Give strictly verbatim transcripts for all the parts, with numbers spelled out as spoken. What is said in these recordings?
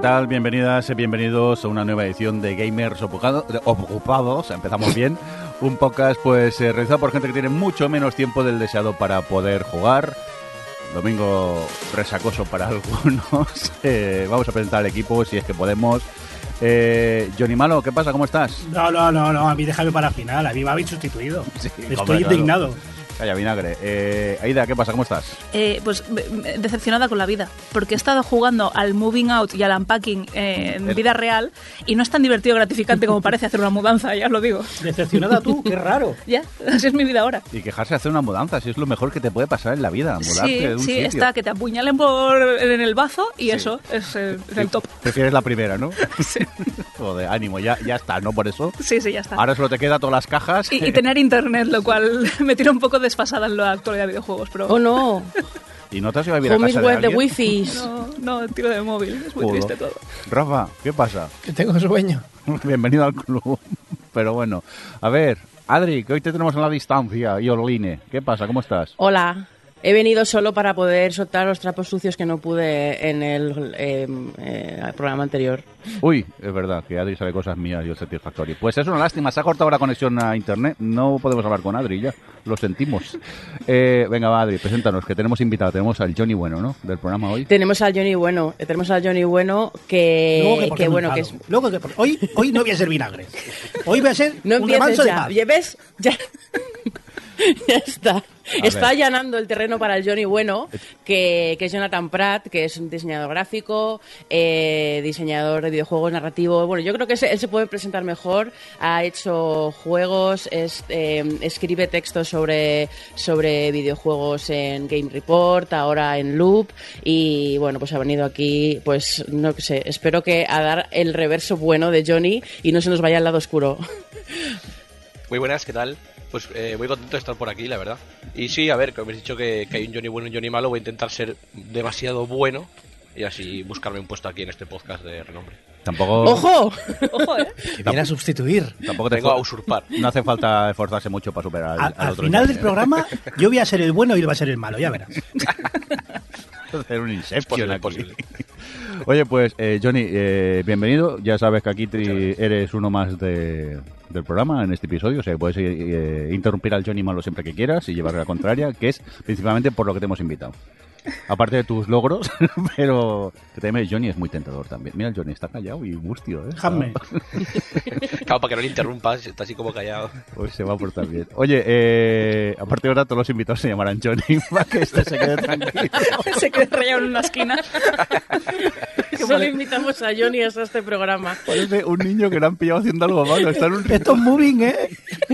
tal? Bienvenidas y bienvenidos a una nueva edición de Gamers Ocupados. Ocupados, empezamos bien. Un podcast pues eh, realizado por gente que tiene mucho menos tiempo del deseado para poder jugar. Domingo resacoso para algunos. Eh, vamos a presentar al equipo si es que podemos. Eh, Johnny Malo, ¿qué pasa? ¿Cómo estás? No, no, no, no, a mí déjame para el final, a mí me habéis sustituido. Sí, Estoy hombre, indignado. Claro. Calla, vinagre. Eh, Aida, ¿qué pasa? ¿Cómo estás? Eh, pues decepcionada con la vida, porque he estado jugando al Moving Out y al Unpacking eh, en vida real y no es tan divertido y gratificante como parece hacer una mudanza, ya os lo digo. Decepcionada tú, qué raro. Ya, así es mi vida ahora. Y quejarse de hacer una mudanza, si es lo mejor que te puede pasar en la vida, mudarte sí, de un sí, sitio. está, que te apuñalen por, en el bazo y Sí. eso es, eh, es el top. Prefieres la primera, ¿no? Sí. Joder, ánimo, ya, ya está, ¿no? Por eso. Sí, sí, ya está. Ahora solo te queda todas las cajas. Y, y tener internet, lo cual me tira un poco desfasada en la actualidad de videojuegos, pero... Oh, no. ¿Y no te has ido a vivir a Home is casa de where the alguien? wifi. No, no, tiro de móvil, es muy Joder. triste todo. Rafa, ¿qué pasa? Que tengo sueño. Bienvenido al club. Pero bueno, a ver, Adri, que hoy te tenemos en la distancia, y Orline, ¿qué pasa? ¿Cómo estás? Hola. He venido solo para poder soltar los trapos sucios que no pude en el eh, eh, programa anterior. Uy, es verdad, que Adri sabe cosas mías y el Satisfactory. Pues es una lástima, se ha cortado la conexión a internet, no podemos hablar con Adri ya, lo sentimos. Eh, venga, va, Adri, preséntanos, que tenemos invitado, tenemos al Johnny Bueno, ¿no? Del programa hoy. Tenemos al Johnny Bueno, eh, tenemos al Johnny Bueno que, Luego que, porque que me bueno, que enfado. es... Luego que por- hoy, hoy no voy a ser vinagre. Hoy voy a ser No un empieces remanso de ya, paz. ¿ya ves? Ya, ya está. A Está ver. allanando el terreno para el Johnny Bueno, que, que es Jonathan Pratt, que es un diseñador gráfico, eh, diseñador de videojuegos, narrativo. Bueno, yo creo que se- él se puede presentar mejor. Ha hecho juegos, es, eh, escribe textos sobre, sobre videojuegos en Game Report, ahora en Loop. Y bueno, pues ha venido aquí, pues no sé, espero que a dar el reverso bueno de Johnny y no se nos vaya al lado oscuro. Muy buenas, ¿qué tal? Pues eh, muy contento de estar por aquí, la verdad. Y sí, a ver, que habéis dicho que, que hay un Johnny bueno y un Johnny malo, voy a intentar ser demasiado bueno y así buscarme un puesto aquí en este podcast de renombre. Tampoco, ¡Ojo! Ojo, ¿eh? Que viene a sustituir. tampoco te Vengo a esfor- usurpar. No hace falta esforzarse mucho para superar al, A- al al otro final Johnny, del ¿eh? programa yo voy a ser el bueno y él va a ser el malo, ya verás. Hacer un Es Inception posible, aquí. posible. Oye, pues, eh, Johnny, eh, bienvenido. Ya sabes que aquí te- eres uno más de, del programa en este episodio. O sea, puedes eh, interrumpir al Johnny Malo siempre que quieras y llevarle la contraria, que es principalmente por lo que te hemos invitado. Aparte de tus logros, pero que también Johnny es muy tentador también. Mira, el Johnny está callado y mustio, ¿eh? Déjame. Claro, para que no le interrumpas, está así como callado. Hoy se va a portar bien. Oye, eh, aparte de ahora todos los invitados se llamarán Johnny para que este se quede tranquilo. Se queda rayado en una esquina. Solo invitamos a Johnny a este programa. Parece un niño que le han pillado haciendo algo malo. Está en un... Esto es moving, ¿eh?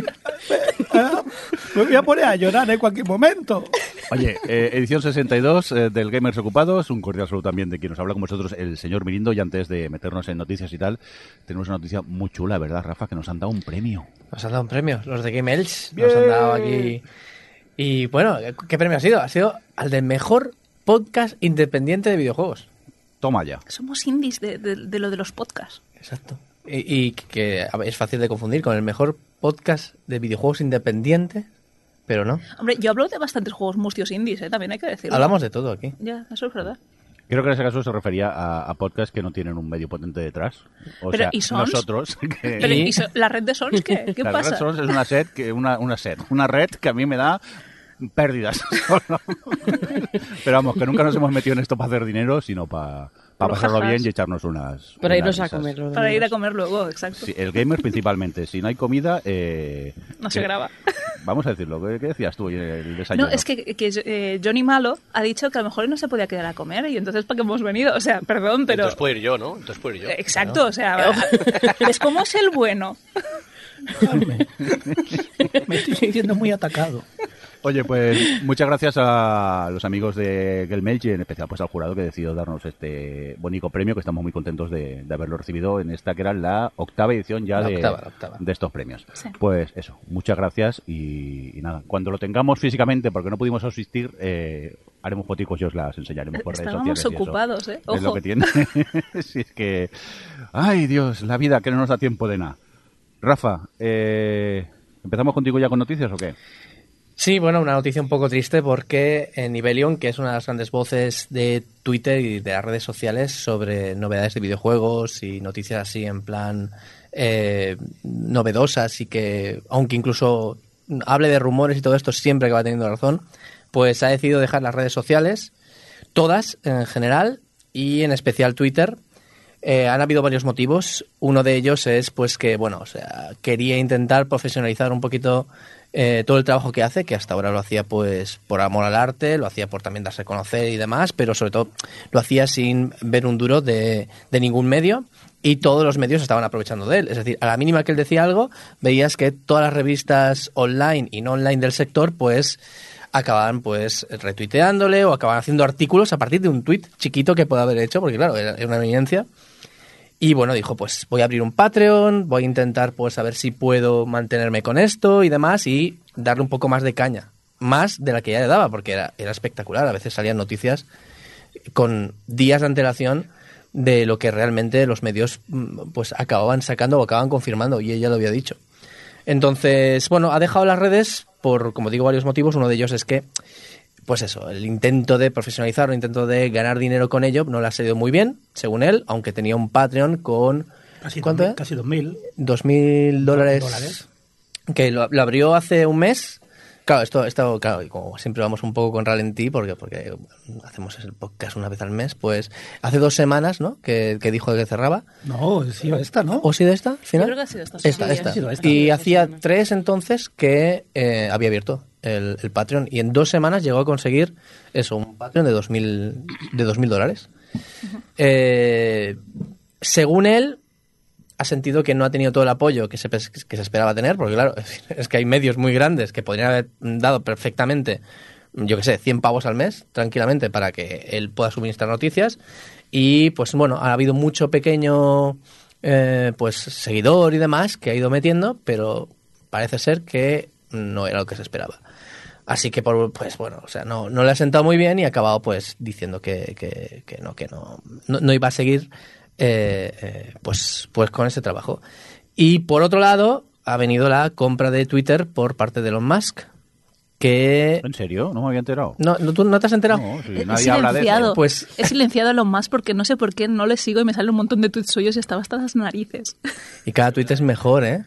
Me voy a poner a llorar en cualquier momento. Oye, eh, edición sesenta y dos eh, del Gamers Ocupados, un cordial saludo también de quien nos habla con vosotros, el señor Mirindo, y antes de meternos en noticias y tal, tenemos una noticia muy chula, ¿verdad, Rafa? Que nos han dado un premio. Nos han dado un premio, los de Game Elch nos han dado aquí. Y bueno, ¿qué premio ha sido? Ha sido al del mejor podcast independiente de videojuegos. Toma ya. Somos indies de, de, de lo de los podcasts. Exacto. Y, y que a ver, es fácil de confundir con el mejor podcast de videojuegos independiente, pero no. Hombre, yo hablo de bastantes juegos mustios indies, ¿eh? También hay que decirlo. Hablamos de todo aquí. Ya, eso es verdad. Creo que en ese caso se refería a, a podcasts que no tienen un medio potente detrás. O Pero, sea, ¿y Sons? nosotros. Que... Pero, ¿y so- la red de Sons qué? ¿Qué la pasa? red Sons es una set, que, una, una set, una red que a mí me da pérdidas. Pero vamos, que nunca nos hemos metido en esto para hacer dinero, sino para Por pasarlo jajas. bien y echarnos unas. Para unas irnos a risas. comer. los Para ir a domingos. comer luego, exacto. Sí, el gamer principalmente. Si no hay comida, eh, No se que- graba. Vamos a decirlo. ¿Qué, qué decías tú en el desayuno? No, es que, que eh, Johnny Malo ha dicho que a lo mejor no se podía quedar a comer y entonces ¿para qué hemos venido? O sea, perdón, pero... Entonces puedo ir yo, ¿no? Entonces puedo ir yo. Eh, Exacto, o sea, ¿ves cómo es el bueno? Déjame. Me estoy sintiendo muy atacado. Oye, pues muchas gracias a los amigos de Gelmelch y en especial pues al jurado que decidió darnos este bonito premio, que estamos muy contentos de, de haberlo recibido en esta que era la octava edición ya La de, octava, la octava. de estos premios. Sí. Pues eso, muchas gracias y, y nada, cuando lo tengamos físicamente, porque no pudimos asistir, eh, haremos foticos y os las enseñaremos por redes Estábamos sociales. y eso. ocupados, ¿eh? Es lo Ojo. que tiene. Si es que... Ay, Dios, la vida que no nos da tiempo de nada. Rafa, eh, ¿empezamos contigo ya con noticias o qué? Sí, bueno, una noticia un poco triste porque en Nivelion, que es una de las grandes voces de Twitter y de las redes sociales sobre novedades de videojuegos y noticias así en plan eh, novedosas y que, aunque incluso hable de rumores y todo esto siempre que va teniendo razón, pues ha decidido dejar las redes sociales, todas en general y en especial Twitter. Eh, han habido varios motivos. Uno de ellos es pues que, bueno, o sea, quería intentar profesionalizar un poquito eh, todo el trabajo que hace, que hasta ahora lo hacía pues por amor al arte, lo hacía por también darse a conocer y demás, pero sobre todo lo hacía sin ver un duro de, de ningún medio y todos los medios estaban aprovechando de él. Es decir, a la mínima que él decía algo, veías que todas las revistas online y no online del sector pues acababan pues retuiteándole o acababan haciendo artículos a partir de un tuit chiquito que puede haber hecho, porque claro, era una eminencia. Y bueno, dijo, pues voy a abrir un Patreon, voy a intentar pues a ver si puedo mantenerme con esto y demás y darle un poco más de caña, más de la que ya le daba, porque era, era espectacular. A veces salían noticias con días de antelación de lo que realmente los medios pues acababan sacando o acababan confirmando, y ella lo había dicho. Entonces, bueno, ha dejado las redes por, como digo, varios motivos. Uno de ellos es que, pues eso, el intento de profesionalizar, el intento de ganar dinero con ello no le ha salido muy bien, según él, aunque tenía un Patreon con... Casi ¿cuánto dos mil, era? casi dos mil. Dos mil dólares, dólares. Que lo, lo abrió hace un mes. Claro, esto, esto, claro, y como siempre vamos un poco con ralentí, porque, porque hacemos el podcast una vez al mes, pues hace dos semanas, ¿no?, que, que dijo que cerraba. No, ha sido esta, ¿no? ¿O ha sido esta, al final? Yo creo que ha sido esta, Esta, sí, esta. ha sido esta. Y hacía tres entonces que eh, había abierto el, el Patreon, y en dos semanas llegó a conseguir eso, un Patreon de dos mil de dos mil dólares. Uh-huh. Eh, según él, ha sentido que no ha tenido todo el apoyo que se, que se esperaba tener, porque claro, es que hay medios muy grandes que podrían haber dado perfectamente, yo qué sé, cien pavos al mes, tranquilamente, para que él pueda suministrar noticias, y pues bueno, ha habido mucho pequeño eh, pues seguidor y demás que ha ido metiendo, pero parece ser que no era lo que se esperaba. Así que, por, pues bueno, o sea, no, no le ha sentado muy bien y ha acabado pues diciendo que, que, que no, que no, no, no iba a seguir Eh, eh, pues, pues con ese trabajo. Y por otro lado, ha venido la compra de Twitter por parte de Elon Musk, que... ¿En serio? No me había enterado. ¿No, no, ¿tú no te has enterado? No, si He nadie habla de eso. Pues... He silenciado a Elon Musk porque no sé por qué no le sigo y me sale un montón de tweets suyos y estaba hasta las narices. Y cada tweet es mejor, ¿eh?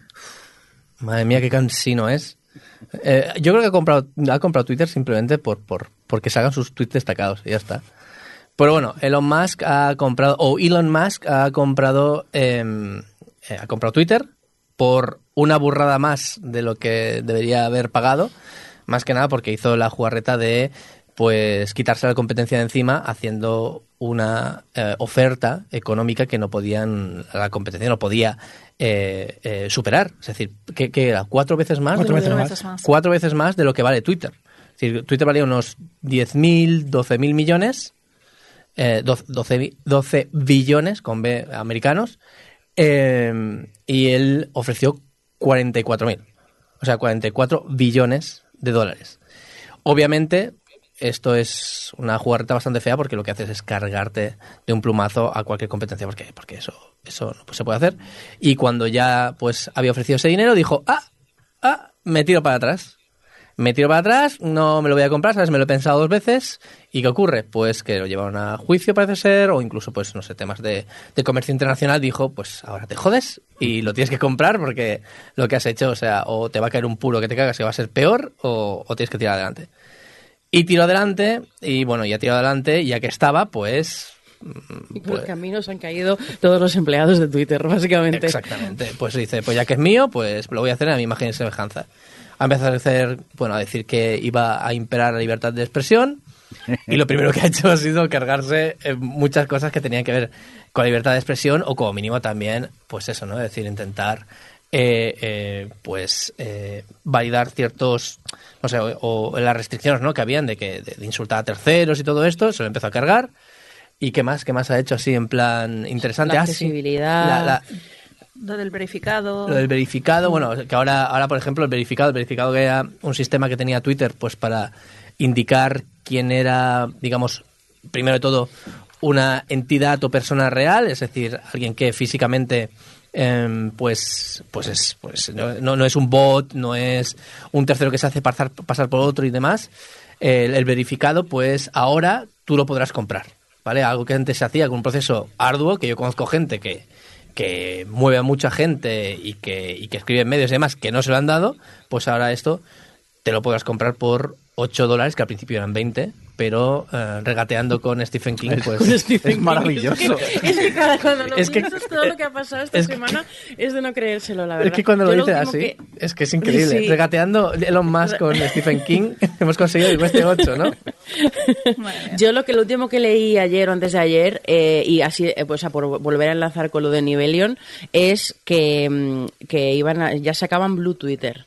Madre mía, qué cansino es. Eh, yo creo que ha comprado, ha comprado Twitter simplemente por, por porque salgan sus tweets destacados y ya está. Pero bueno, Elon Musk ha comprado, o Elon Musk ha comprado, eh, eh, ha comprado Twitter por una burrada más de lo que debería haber pagado, más que nada porque hizo la jugarreta de pues quitarse la competencia de encima haciendo una eh, oferta económica que no podían, la competencia no podía eh, eh, superar. Es decir, ¿qué, qué era? ¿Cuatro veces más? Cuatro de veces lo más. veces más. Cuatro veces más de lo que vale Twitter. Es decir, Twitter valía unos diez mil, doce mil millones. Eh, doce, doce billones con B americanos, eh, y él ofreció cuarenta y cuatro mil, o sea, cuarenta y cuatro billones de dólares. Obviamente esto es una jugarreta bastante fea, porque lo que haces es cargarte de un plumazo a cualquier competencia, porque, porque eso, eso no pues, se puede hacer. Y cuando ya pues había ofrecido ese dinero, dijo, ah, ah, me tiro para atrás. Me tiro para atrás, no me lo voy a comprar, ¿sabes? Me lo he pensado dos veces. ¿Y qué ocurre? Pues que lo llevaron a juicio, parece ser, o incluso, pues, no sé, temas de, de comercio internacional. Dijo, pues ahora te jodes y lo tienes que comprar, porque lo que has hecho, o sea, o te va a caer un puro que te cagas y va a ser peor, o, o tienes que tirar adelante. Y tiró adelante, y bueno, ya tiró adelante, ya que estaba, pues... Y por el camino se han caído todos los empleados de Twitter, básicamente. Exactamente. Pues dice, pues ya que es mío, pues lo voy a hacer a mi imagen y semejanza. Ha empezado a hacer, bueno, a decir que iba a imperar la libertad de expresión, y lo primero que ha hecho ha sido cargarse eh, muchas cosas que tenían que ver con la libertad de expresión, o como mínimo también, pues eso, ¿no? Es decir, intentar eh, eh, pues eh, validar ciertos, no sé, o, o las restricciones, ¿no?, que habían de que de, de insultar a terceros y todo esto. Se lo empezó a cargar. ¿Y qué más? ¿Qué más ha hecho así en plan interesante? La Ah, sí, accesibilidad. la, la, Lo del verificado. Lo del verificado, bueno, que ahora, ahora por ejemplo, el verificado, el verificado que era un sistema que tenía Twitter pues para indicar quién era, digamos, primero de todo, una entidad o persona real, es decir, alguien que físicamente eh, pues pues es pues no, no es un bot, no es un tercero que se hace pasar, pasar por otro y demás. El, el verificado, pues ahora tú lo podrás comprar, ¿vale? Algo que antes se hacía con un proceso arduo, que yo conozco gente que, que mueve a mucha gente y que, y que escribe en medios y demás que no se lo han dado, pues ahora esto te lo podrás comprar por ocho dólares, que al principio eran veinte, pero eh, regateando con Stephen King, pues Con Stephen es King. maravilloso. Es que cada cuando lo Es que- piensas, todo lo que ha pasado esta es que- semana es de no creérselo, la verdad. Es que cuando Yo lo dices último así, que- es que es increíble. Sí. Regateando Elon Musk con Stephen King, hemos conseguido que cueste ocho, ¿no? Madre mía. Yo lo que lo último que leí ayer o antes de ayer, eh, y así, eh, pues a por volver a enlazar con lo de Nivelion, es que, mm, que iban a- ya sacaban Blue Twitter.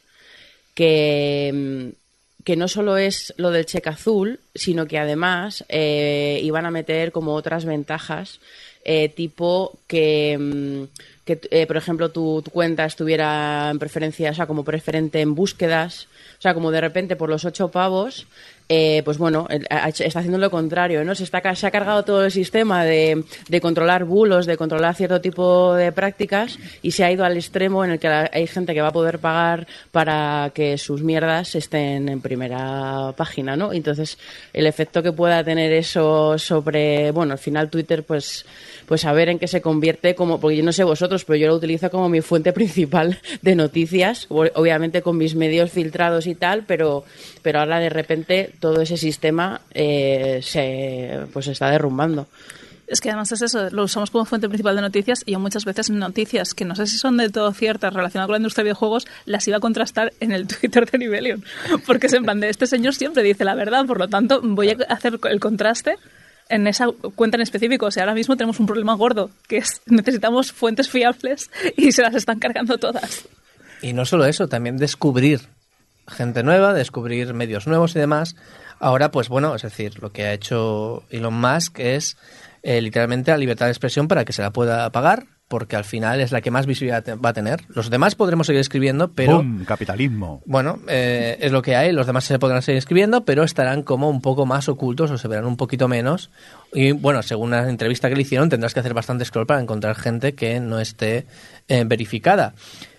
Que, mm, que no solo es lo del cheque azul, sino que además eh, iban a meter como otras ventajas, eh, tipo que, mm, que eh, por ejemplo, tu, tu cuenta estuviera en preferencia, o sea, como preferente en búsquedas, o sea, como de repente por los ocho pavos, eh, pues bueno, el- ha hecho- está haciendo lo contrario, ¿no? Se, está, ca- se ha cargado todo el sistema de, de controlar bulos, de controlar cierto tipo de prácticas y se ha ido al extremo en el que la- hay gente que va a poder pagar para que sus mierdas estén en primera página, ¿no? Entonces, el efecto que pueda tener eso sobre, bueno, al final Twitter, pues, pues a ver en qué se convierte, como, porque yo no sé vosotros, pero yo lo utilizo como mi fuente principal de noticias, o- obviamente con mis medios filtrados y tal, pero, pero ahora de repente todo ese sistema eh, se pues se está derrumbando. Es que además es eso, lo usamos como fuente principal de noticias y yo muchas veces noticias que no sé si son de todo ciertas relacionadas con la industria de videojuegos, las iba a contrastar en el Twitter de Nivelion. Porque es en plan de, este señor siempre dice la verdad, por lo tanto voy a hacer el contraste en esa cuenta en específico. O sea, ahora mismo tenemos un problema gordo, que es necesitamos fuentes fiables y se las están cargando todas. Y no solo eso, también descubrir gente nueva, descubrir medios nuevos y demás. Ahora, pues bueno, es decir, lo que ha hecho Elon Musk es eh, literalmente la libertad de expresión para que se la pueda pagar, porque al final es la que más visibilidad te- va a tener. Los demás podremos seguir escribiendo, pero... ¡Bum! Capitalismo. Bueno, eh, es lo que hay, los demás se podrán seguir escribiendo, pero estarán como un poco más ocultos o se verán un poquito menos. Y bueno, según una entrevista que le hicieron, tendrás que hacer bastante scroll para encontrar gente que no esté eh, verificada.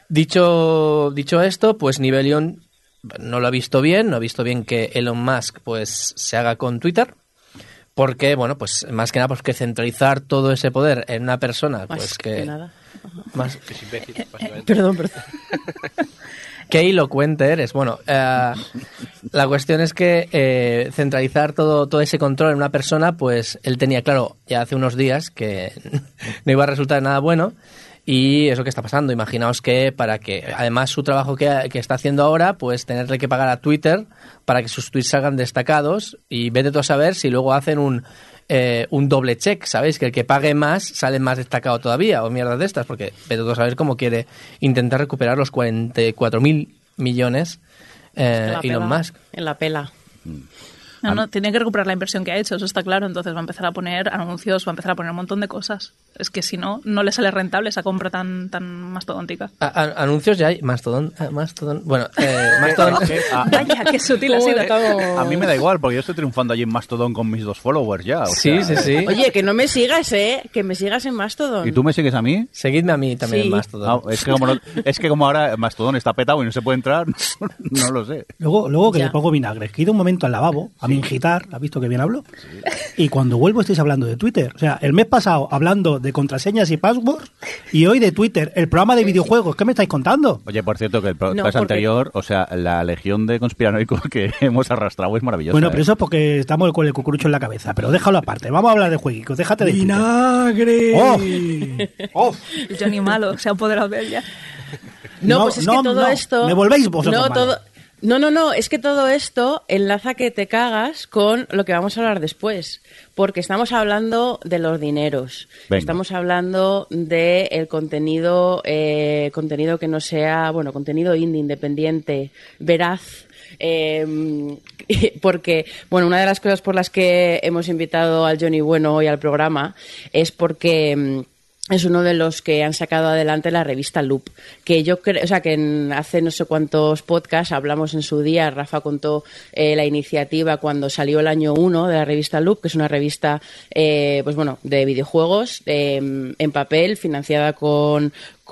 Dicho, dicho esto, pues Nivelion no lo ha visto bien, no ha visto bien que Elon Musk pues se haga con Twitter. Porque, bueno, pues más que nada porque centralizar todo ese poder en una persona, Más pues que que... nada. Más, Que es imbécil, básicamente. Perdón, perdón. Qué elocuente eres. Bueno, eh, la cuestión es que eh, centralizar todo, todo ese control en una persona, pues él tenía claro ya hace unos días que no iba a resultar nada bueno. Y es lo que está pasando. Imaginaos que para que, además, su trabajo que, que está haciendo ahora, pues tenerle que pagar a Twitter para que sus tweets salgan destacados y vete tú a saber si luego hacen un, eh, un doble check, ¿sabéis? Que el que pague más sale más destacado todavía o mierdas de estas, porque vete tú a saber cómo quiere intentar recuperar los cuarenta y cuatro mil millones eh, La Elon pela, Musk. En la pela. No, no, tiene que recuperar la inversión que ha hecho, eso está claro. Entonces va a empezar a poner anuncios, va a empezar a poner un montón de cosas. Es que si no, no le sale rentable esa compra tan tan mastodóntica. A- a- anuncios ya hay. Mastodon. ah, Mastodon. Bueno, eh, Mastodon. Es que a, Vaya, qué sutil ha sido. a mí me da igual, porque yo estoy triunfando allí en Mastodon con mis dos followers ya. o Sí, sea, sí, sí. Oye, que no me sigas, ¿eh? Que me sigas en Mastodon. ¿Y tú me sigues a mí? Seguidme a mí también Sí. en Mastodon. Ah, es, que como no- es que como ahora Mastodon está petado y no se puede entrar, no lo sé. Luego, luego que Ya. le pongo vinagre. Que he ido un momento al lavabo a mingitar, ¿has visto que bien hablo? Y cuando vuelvo estáis hablando de Twitter. O sea, el mes pasado hablando de contraseñas y passwords y hoy de Twitter, el programa de videojuegos. ¿Qué me estáis contando? Oye, por cierto, que el podcast No, porque- anterior, o sea, la legión de conspiranoicos que hemos arrastrado es maravillosa. Bueno, ¿eh? pero eso es porque estamos con el cucurucho en la cabeza. Pero déjalo aparte. Vamos a hablar de jueguitos. Déjate de Twitter. ¡Vinagre! ¡Oh! ¡Oh! El Johnny malo se ha apoderado de él ya. No, No, pues es no, que todo no. esto... Me volvéis vosotros No, malos. todo... No, no, no, es que todo esto enlaza que te cagas con lo que vamos a hablar después, porque estamos hablando de los dineros, Venga. estamos hablando de el contenido, eh, contenido que no sea, bueno, contenido indie, independiente, veraz, eh, porque, bueno, una de las cosas por las que hemos invitado al Johnny Bueno hoy al programa es porque... es uno de los que han sacado adelante la revista Loop, que yo creo, o sea, que en, hace no sé cuántos podcasts hablamos en su día, Rafa contó eh, la iniciativa cuando salió el año uno de la revista Loop, que es una revista, eh, pues bueno, de videojuegos, eh, en papel, financiada con,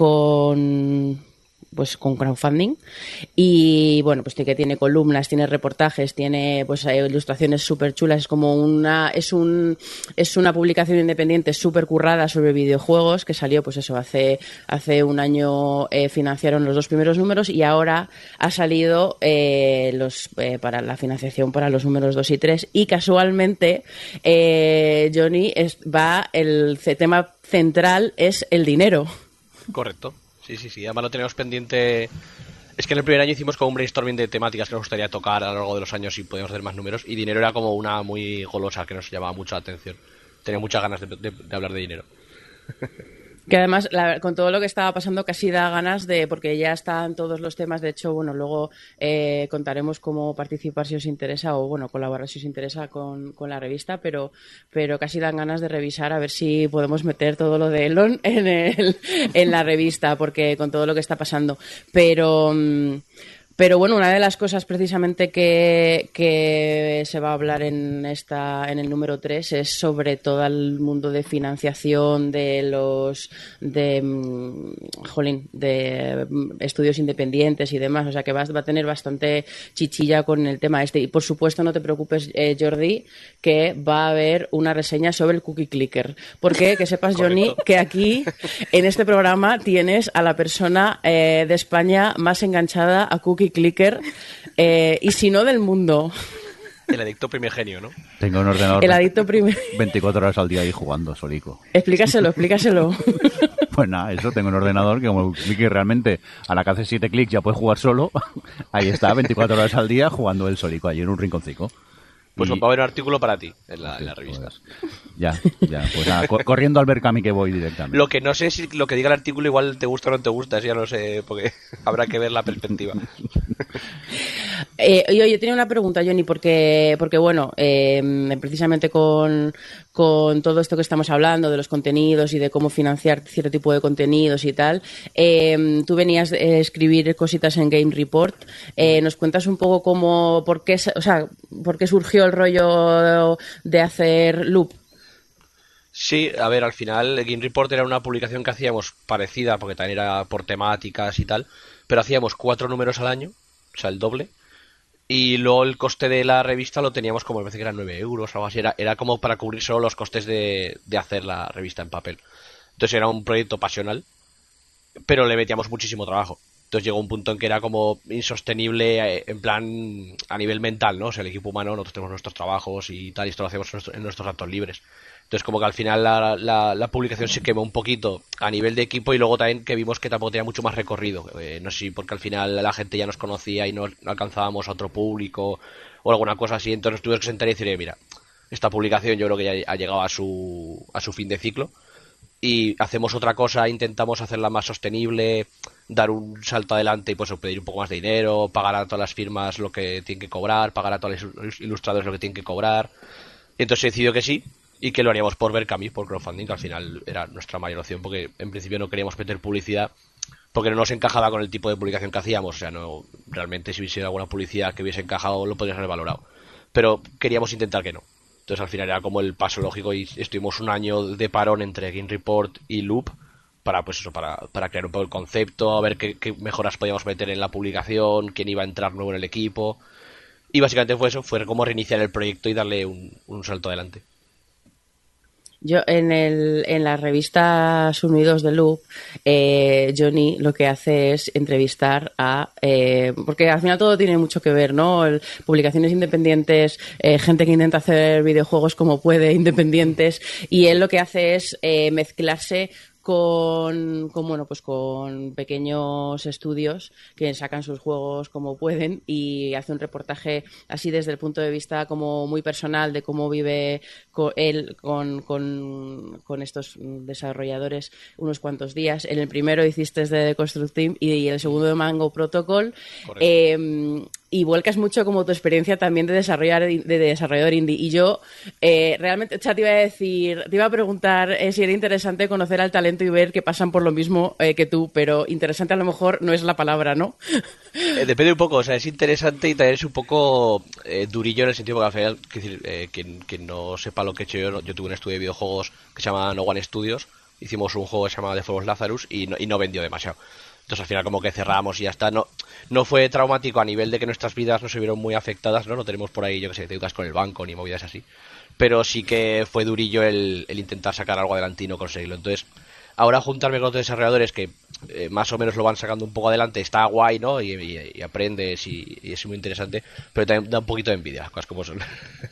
con pues con crowdfunding, y bueno, pues que tiene columnas, tiene reportajes, tiene pues ilustraciones súper chulas, es como una es un es una publicación independiente súper currada sobre videojuegos, que salió pues eso hace hace un año, eh, financiaron los dos primeros números, y ahora ha salido eh, los eh, para la financiación para los números dos y tres, y casualmente eh, Johnny es, va el tema central es el dinero. Correcto. Sí, sí, sí. Además lo tenemos pendiente. Es que en el primer año hicimos como un brainstorming de temáticas que nos gustaría tocar a lo largo de los años y podíamos hacer más números. Y dinero era como una muy golosa que nos llamaba mucho la atención. Tenía muchas ganas de, de, de hablar de dinero. Que además, la, con todo lo que estaba pasando, casi da ganas de, porque ya están todos los temas, de hecho, bueno, luego eh, contaremos cómo participar si os interesa, o bueno, colaborar si os interesa con, con la revista, pero, pero casi dan ganas de revisar a ver si podemos meter todo lo de Elon en, el, en la revista, porque con todo lo que está pasando. Pero... Mmm, Pero bueno, una de las cosas precisamente que, que se va a hablar en esta en el número tres es sobre todo el mundo de financiación de los de jolín, de estudios independientes y demás, o sea que va, va a tener bastante chichilla con el tema este. Y por supuesto no te preocupes, eh, Jordi, que va a haber una reseña sobre el Cookie Clicker, porque que sepas, Johnny, que aquí en este programa tienes a la persona eh, de España más enganchada a Cookie Clicker, eh, y si no del mundo. El adicto primigenio, ¿no? Tengo un ordenador El adicto primigenio. veinticuatro horas al día ahí jugando solico. Explícaselo, explícaselo. Pues nada, eso, tengo un ordenador que como clique realmente a la que hace siete clics ya puede jugar solo. Ahí está, veinticuatro horas al día jugando el solico allí en un rinconcico. Pues Y- va a haber un artículo para ti en la, en la revista. Pues, ya, ya, pues nada, co- corriendo al Berkami que voy directamente. Lo que no sé si lo que diga el artículo igual te gusta o no te gusta, eso ya no sé, porque habrá que ver la perspectiva. Eh, y oye, tenía una pregunta, Johnny, porque, porque bueno, eh, precisamente con, con todo esto que estamos hablando de los contenidos y de cómo financiar cierto tipo de contenidos y tal, eh, tú venías a escribir cositas en Game Report. Eh, ¿Nos cuentas un poco cómo, por qué, o sea, por qué surgió el rollo de hacer Loop? Sí, a ver, al final Game Report era una publicación que hacíamos parecida, porque también era por temáticas y tal, pero hacíamos cuatro números al año, o sea, el doble, y luego el coste de la revista lo teníamos como, me parece que eran nueve euros o algo así, era, era como para cubrir solo los costes de, de hacer la revista en papel. Entonces era un proyecto pasional, pero le metíamos muchísimo trabajo. Entonces llegó un punto en que era como insostenible, eh, en plan a nivel mental, ¿no? O sea, el equipo humano, nosotros tenemos nuestros trabajos y tal, y esto lo hacemos en, nuestro- en nuestros ratos libres. Entonces como que al final la, la, la publicación se quemó un poquito a nivel de equipo, y luego también que vimos que tampoco tenía mucho más recorrido. Eh, no sé si porque al final la gente ya nos conocía y no, no alcanzábamos a otro público o alguna cosa así, entonces nos tuvimos que sentar y decir, eh, mira, esta publicación yo creo que ya ha llegado a su, a su fin de ciclo, y hacemos otra cosa, intentamos hacerla más sostenible, dar un salto adelante y pues pedir un poco más de dinero, pagar a todas las firmas lo que tienen que cobrar, pagar a todos los ilustradores lo que tienen que cobrar. Y entonces se decidió que sí, y que lo haríamos por Berkami, por crowdfunding, que al final era nuestra mayor opción, porque en principio no queríamos meter publicidad, porque no nos encajaba con el tipo de publicación que hacíamos. O sea, no, realmente si hubiese alguna publicidad que hubiese encajado lo podríamos haber valorado, pero queríamos intentar que no. Entonces al final era como el paso lógico, y estuvimos un año de parón entre Game Report y Loop para pues eso, para, para crear un poco el concepto, a ver qué, qué mejoras podíamos meter en la publicación, quién iba a entrar nuevo en el equipo, y básicamente fue eso, fue como reiniciar el proyecto y darle un, un salto adelante. Yo en el en las revistas Unidos de Loop, eh, Johnny lo que hace es entrevistar a eh, porque al final todo tiene mucho que ver, ¿no? El- publicaciones independientes, eh, gente que intenta hacer videojuegos como puede, independientes, y él lo que hace es eh, mezclarse con, con bueno pues con pequeños estudios que sacan sus juegos como pueden, y hace un reportaje así desde el punto de vista como muy personal de cómo vive co- él con, con, con estos desarrolladores unos cuantos días. En el primero hiciste de The Construct Team y el segundo de Mango Protocol. Correcto. Eh, y vuelcas mucho como tu experiencia también de desarrollar de desarrollador indie. Y yo eh, realmente, o sea, te iba a decir, te iba a preguntar eh, si era interesante conocer al talento y ver que pasan por lo mismo eh, que tú, pero interesante a lo mejor no es la palabra, ¿no? Eh, depende un poco, o sea, es interesante y también es un poco eh, durillo en el sentido porque al final, es decir, eh, quien, quien no sepa lo que he hecho yo, yo tuve un estudio de videojuegos que se llama No One Studios, hicimos un juego que se llama The Fall of Lazarus y no, y no vendió demasiado. Entonces al final como que cerramos y ya está. No, no fue traumático a nivel de que nuestras vidas no se vieron muy afectadas, ¿no? No tenemos por ahí, yo que sé, deudas con el banco ni movidas así. Pero sí que fue durillo el, el intentar sacar algo adelante y no conseguirlo. Entonces, ahora juntarme con otros desarrolladores que eh, más o menos lo van sacando un poco adelante, está guay, ¿no? Y, y, y aprendes y, y es muy interesante, pero también da un poquito de envidia, las cosas como son.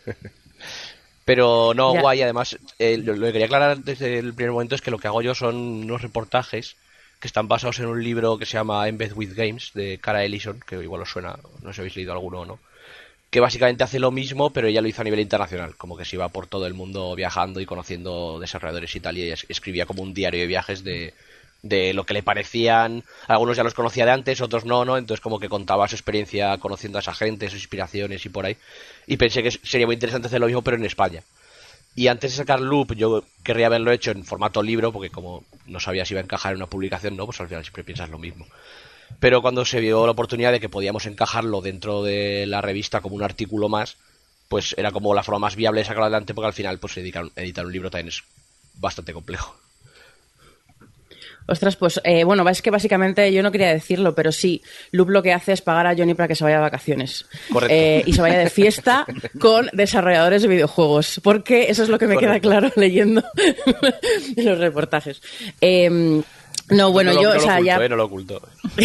Pero no, ya. Guay, además, eh, lo, lo que quería aclarar desde el primer momento es que lo que hago yo son unos reportajes que están basados en un libro que se llama Embed with Games, de Cara Ellison, que igual os suena, no sé si habéis leído alguno o no, que básicamente hace lo mismo, pero ella lo hizo a nivel internacional, como que se iba por todo el mundo viajando y conociendo desarrolladores y tal, y ella escribía como un diario de viajes de, de lo que le parecían, algunos ya los conocía de antes, otros no, ¿no? Entonces como que contaba su experiencia conociendo a esa gente, sus inspiraciones y por ahí, y pensé que sería muy interesante hacer lo mismo, pero en España. Y antes de sacar Loop, yo querría haberlo hecho en formato libro, porque como no sabía si iba a encajar en una publicación, no, pues al final siempre piensas lo mismo. Pero cuando se vio la oportunidad de que podíamos encajarlo dentro de la revista como un artículo más, pues era como la forma más viable de sacarlo adelante, porque al final pues editar, editar un libro también es bastante complejo. Ostras, pues eh, bueno, es que básicamente yo no quería decirlo, pero sí, Loop lo que hace es pagar a Johnny para que se vaya de vacaciones. Correcto. Eh, y se vaya de fiesta con desarrolladores de videojuegos, porque eso es lo que me Correcto. queda claro leyendo los reportajes. Eh, no, bueno, no, yo, no o sea, lo oculto, ya... eh, no lo oculto.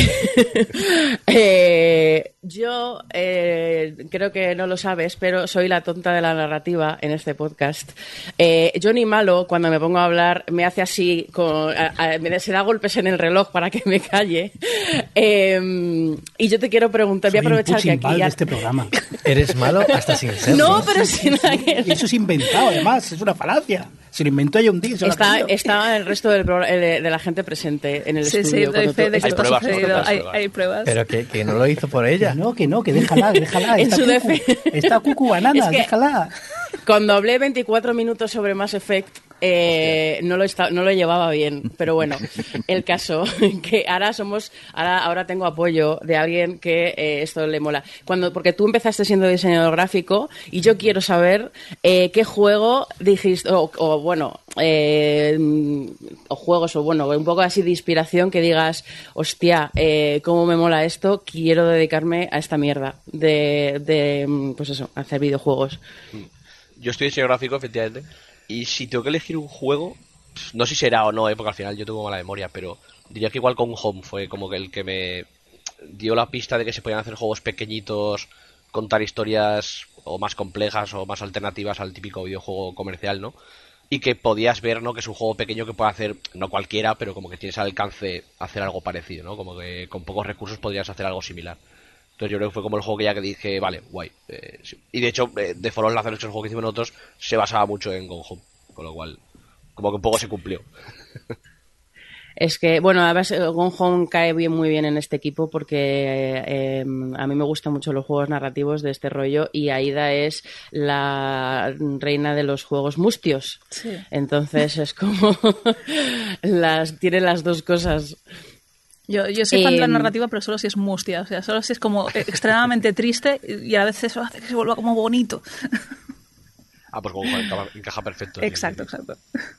eh, yo eh, creo que no lo sabes, pero soy la tonta de la narrativa en este podcast. Eh, Johnny Malo, cuando me pongo a hablar, me hace así, con, a, a, me se da golpes en el reloj para que me calle. Eh, y yo te quiero preguntar, voy a aprovechar que aquí ya... ya... de este programa. Eres malo hasta sin serlo. No, pero sin nada que... Y eso es inventado, además, es una falacia. Se lo inventó ella un día. Está, está el resto del pro, de, de la gente presente en el sí, estudio. Sí, doy fe de que Hay esto ha pruebas, sucedido. pruebas, Hay, pruebas. hay pruebas. Pero que, que no lo hizo por ella. Que no, que no, que déjala, déjala. En Está su cucu, defe- está cucu banana, Es que- déjala. Cuando hablé veinticuatro minutos sobre Mass Effect, eh, no, lo está, no lo llevaba bien. Pero bueno, el caso, que ahora somos, ahora, ahora tengo apoyo de alguien que eh, esto le mola. Cuando, porque tú empezaste siendo diseñador gráfico y yo quiero saber eh, qué juego dijiste, o, o bueno, eh, o juegos, o bueno, un poco así de inspiración que digas, hostia, eh, cómo me mola esto, quiero dedicarme a esta mierda de, de pues eso, hacer videojuegos. Yo estoy diseño gráfico, efectivamente, y si tengo que elegir un juego, no sé si será o no, ¿eh? Porque al final yo tengo mala memoria, pero diría que igual con Home fue como que el que me dio la pista de que se podían hacer juegos pequeñitos, contar historias o más complejas o más alternativas al típico videojuego comercial, ¿no? Y que podías ver, ¿no? Que es un juego pequeño que puede hacer, no cualquiera, pero como que tienes al alcance hacer algo parecido, ¿no? Como que con pocos recursos podrías hacer algo similar. Entonces yo creo que fue como el juego que ya que dije, vale, guay. Eh, sí. Y de hecho, eh, The Fall of Lazarus, el juego que hicimos nosotros, se basaba mucho en Gone Home, con lo cual, como que un poco se cumplió. Es que, bueno, además Gone Home cae bien, muy bien en este equipo porque eh, a mí me gustan mucho los juegos narrativos de este rollo y Aida es la reina de los juegos mustios. Sí. Entonces es como, las tiene las dos cosas. Yo, yo soy fan Eh, de la narrativa, pero solo si es mustia. O sea, solo si es como extremadamente triste y a veces eso hace que se vuelva como bonito. Ah, pues Gone Home encaja, encaja perfecto. Exacto, exacto.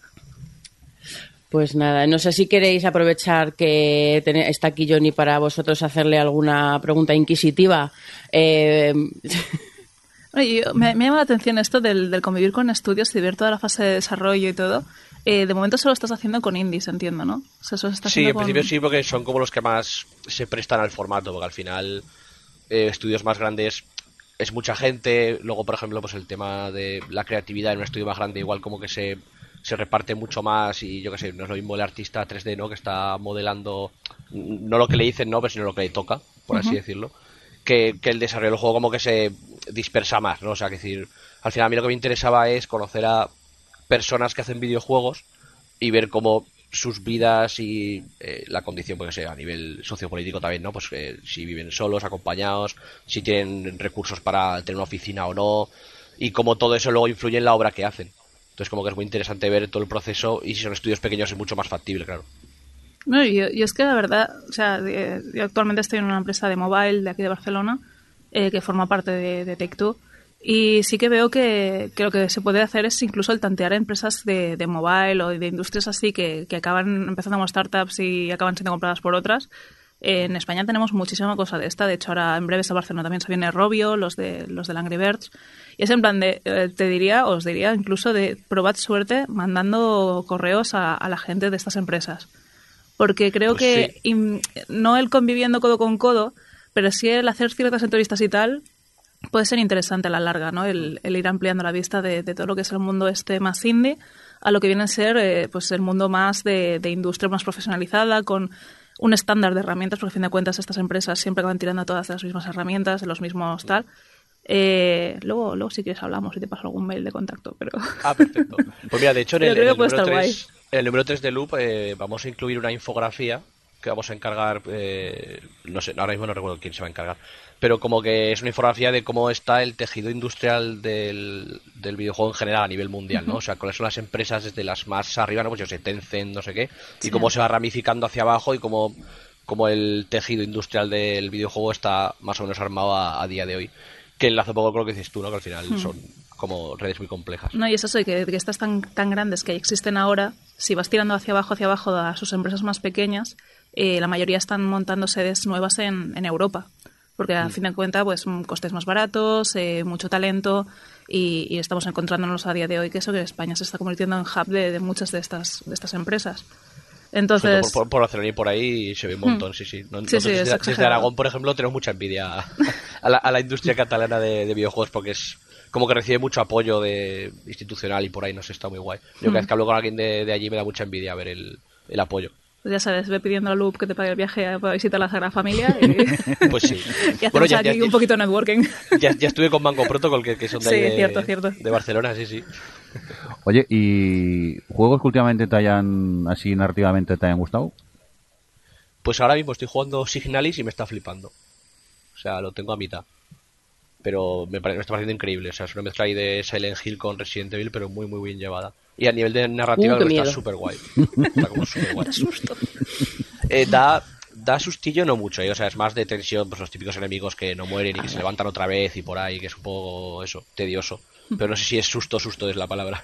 Pues nada, no sé si queréis aprovechar que ten- está aquí Johnny para vosotros hacerle alguna pregunta inquisitiva. Eh, Bueno, yo- me, me llama la atención esto del, del convivir con estudios y ver toda la fase de desarrollo y todo. Eh, de momento solo estás haciendo con indies, entiendo, ¿no? O sea, eso se está Sí, haciendo en con... principio sí, porque son como los que más se prestan al formato, porque al final eh, estudios más grandes es mucha gente, luego por ejemplo pues el tema de la creatividad en un estudio más grande igual como que se, se reparte mucho más y yo qué sé, no es lo mismo el artista tres D, ¿no? Que está modelando no lo que le dicen, ¿no? Pero sino lo que le toca, por así decirlo, que, que el desarrollo del juego como que se dispersa más, ¿no? O sea, que decir, al final a mí lo que me interesaba es conocer a personas que hacen videojuegos y ver cómo sus vidas y eh, la condición, pues que sé, a nivel sociopolítico también, ¿no? Pues eh, si viven solos, acompañados, si tienen recursos para tener una oficina o no, y cómo todo eso luego influye en la obra que hacen. Entonces como que es muy interesante ver todo el proceso, y si son estudios pequeños es mucho más factible, claro. No, yo, yo es que la verdad, o sea, de, yo actualmente estoy en una empresa de mobile de aquí de Barcelona, eh, que forma parte de, de Take-Two, y sí que veo que, que lo que se puede hacer es incluso el tantear a empresas de, de mobile o de industrias así que, que acaban empezando como startups y acaban siendo compradas por otras. Eh, en España tenemos muchísima cosa de esta. De hecho, ahora en breves a Barcelona también se viene Robio, los de los del Angry Birds. Y es en plan de, eh, te diría, os diría incluso de probad suerte mandando correos a, a la gente de estas empresas. Porque creo Pues que sí. im- no el conviviendo codo con codo, pero sí el hacer ciertas entrevistas y tal puede ser interesante a la larga, ¿no? El, el ir ampliando la vista de, de todo lo que es el mundo este más indie a lo que viene a ser eh, pues el mundo más de, de industria más profesionalizada, con un estándar de herramientas, porque a fin de cuentas estas empresas siempre acaban tirando todas las mismas herramientas, de los mismos tal. Eh, luego, luego si quieres hablamos y te paso algún mail de contacto, pero... Ah, perfecto. Pues mira, de hecho en Pero el, creo en que el puede número estar tres, en el número tres de Loop eh, vamos a incluir una infografía que vamos a encargar, eh, no sé, ahora mismo no recuerdo quién se va a encargar, pero como que es una infografía de cómo está el tejido industrial del, del videojuego en general a nivel mundial, ¿no? O sea, cuáles son las empresas desde las más arriba, ¿no? Pues yo sé, Tencent, no sé qué, y Sí. cómo se va ramificando hacia abajo y cómo, cómo el tejido industrial del videojuego está más o menos armado a, a día de hoy. Que enlaza un poco con lo que dices tú, ¿no? Que al final son como redes muy complejas. No, y es eso, y que, que estas tan, tan grandes que existen ahora, si vas tirando hacia abajo, hacia abajo a sus empresas más pequeñas, eh, la mayoría están montando sedes nuevas en, en Europa. Porque a Mm. fin de cuentas, pues costes más baratos, eh, mucho talento, y, y estamos encontrándonos a día de hoy que eso, que España se está convirtiendo en hub de, de muchas de estas, de estas empresas. Entonces, Por, por, por Barcelona y por ahí se ve un montón, sí, sí. No- Sí, nosotros sí, es desde, desde exagerado. Aragón, por ejemplo, tenemos mucha envidia a, a la, a la industria catalana de, de videojuegos porque es como que recibe mucho apoyo de institucional y por ahí nos está muy guay. Yo cada vez que hablo con alguien de, de allí me da mucha envidia ver el, el apoyo. pues ya sabes, ve pidiendo a Loop que te pague el viaje a- para visitar la Sagrada Familia y, Pues sí. y hacemos Bueno, ya, aquí ya- un poquito de networking. ya, ya estuve con Mango Protocol, que, que son de, Sí, ahí de, cierto, cierto. de Barcelona, sí, sí. Oye, ¿y juegos que últimamente te hayan, así narrativamente te hayan gustado? Pues ahora mismo estoy jugando Signalis y me está flipando. O sea, lo tengo a mitad. Pero me, pare- me está pareciendo increíble. O sea, es una mezcla ahí de Silent Hill con Resident Evil, pero muy, muy bien llevada. Y a nivel de narrativa Uh, qué creo que está miedo. súper guay. Está como súper guay. Da susto. Eh, da, da sustillo no mucho, ¿eh? O sea, es más de tensión, pues los típicos enemigos que no mueren y que se levantan otra vez y por ahí, que es un poco eso, tedioso. Pero no sé si es susto, susto es la palabra.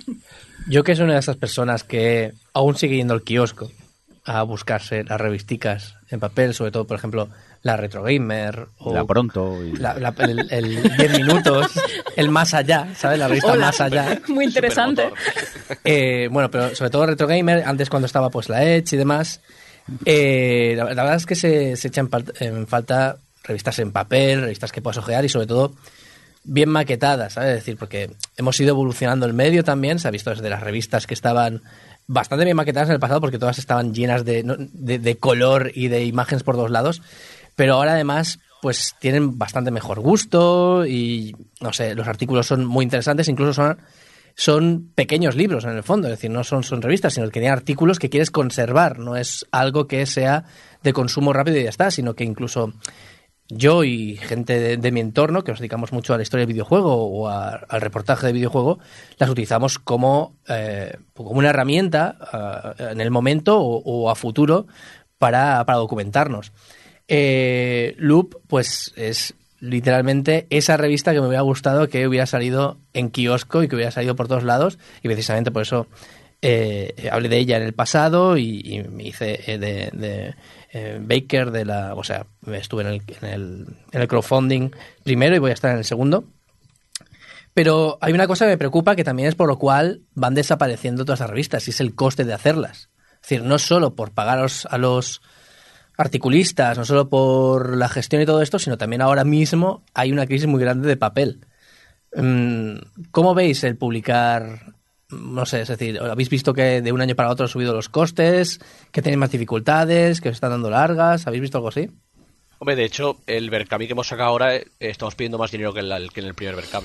Yo que soy una de esas personas que aún sigue yendo al kiosco a buscarse las revisticas en papel, sobre todo, por ejemplo, la Retro Gamer o La pronto. Y... la- la- el, el diez minutos, el Más Allá, ¿sabes? La revista Hola. Más Allá. Muy interesante. Supermotor. Eh, bueno, pero sobre todo Retro Gamer, antes cuando estaba pues la Edge y demás, eh, la, la verdad es que se, se echan pal- en falta revistas en papel, revistas que puedas ojear y sobre todo bien maquetadas, ¿sabes? Es decir, porque hemos ido evolucionando el medio también, se ha visto desde las revistas que estaban bastante bien maquetadas en el pasado porque todas estaban llenas de, ¿no? de, de color y de imágenes por dos lados, pero ahora además pues tienen bastante mejor gusto y no sé, los artículos son muy interesantes, incluso son son pequeños libros en el fondo, es decir, no son, son revistas, sino que tienen artículos que quieres conservar, no es algo que sea de consumo rápido y ya está, sino que incluso yo y gente de, de mi entorno, que nos dedicamos mucho a la historia del videojuego o a- al reportaje de videojuego, las utilizamos como, eh, como una herramienta eh, en el momento o, o a futuro para, para documentarnos. Eh, Loop, pues es literalmente esa revista que me hubiera gustado que hubiera salido en kiosco y que hubiera salido por todos lados y precisamente por eso eh, hablé de ella en el pasado y, y me hice eh, de, de eh, Baker de la, o sea, estuve en el, en el en el crowdfunding primero y voy a estar en el segundo. Pero hay una cosa que me preocupa que también es por lo cual van desapareciendo todas las revistas y es el coste de hacerlas. Es decir, no solo por pagar a los, a los articulistas, no solo por la gestión y todo esto, sino también ahora mismo hay una crisis muy grande de papel. Mm, ¿Cómo veis el publicar? No sé, es decir, ¿habéis visto que de un año para otro han subido los costes? ¿Que tenéis más dificultades? ¿Que os están dando largas? ¿Habéis visto algo así? Hombre, de hecho, el Berkami que hemos sacado ahora, eh, estamos pidiendo más dinero que en, la- que en el primer Berkami.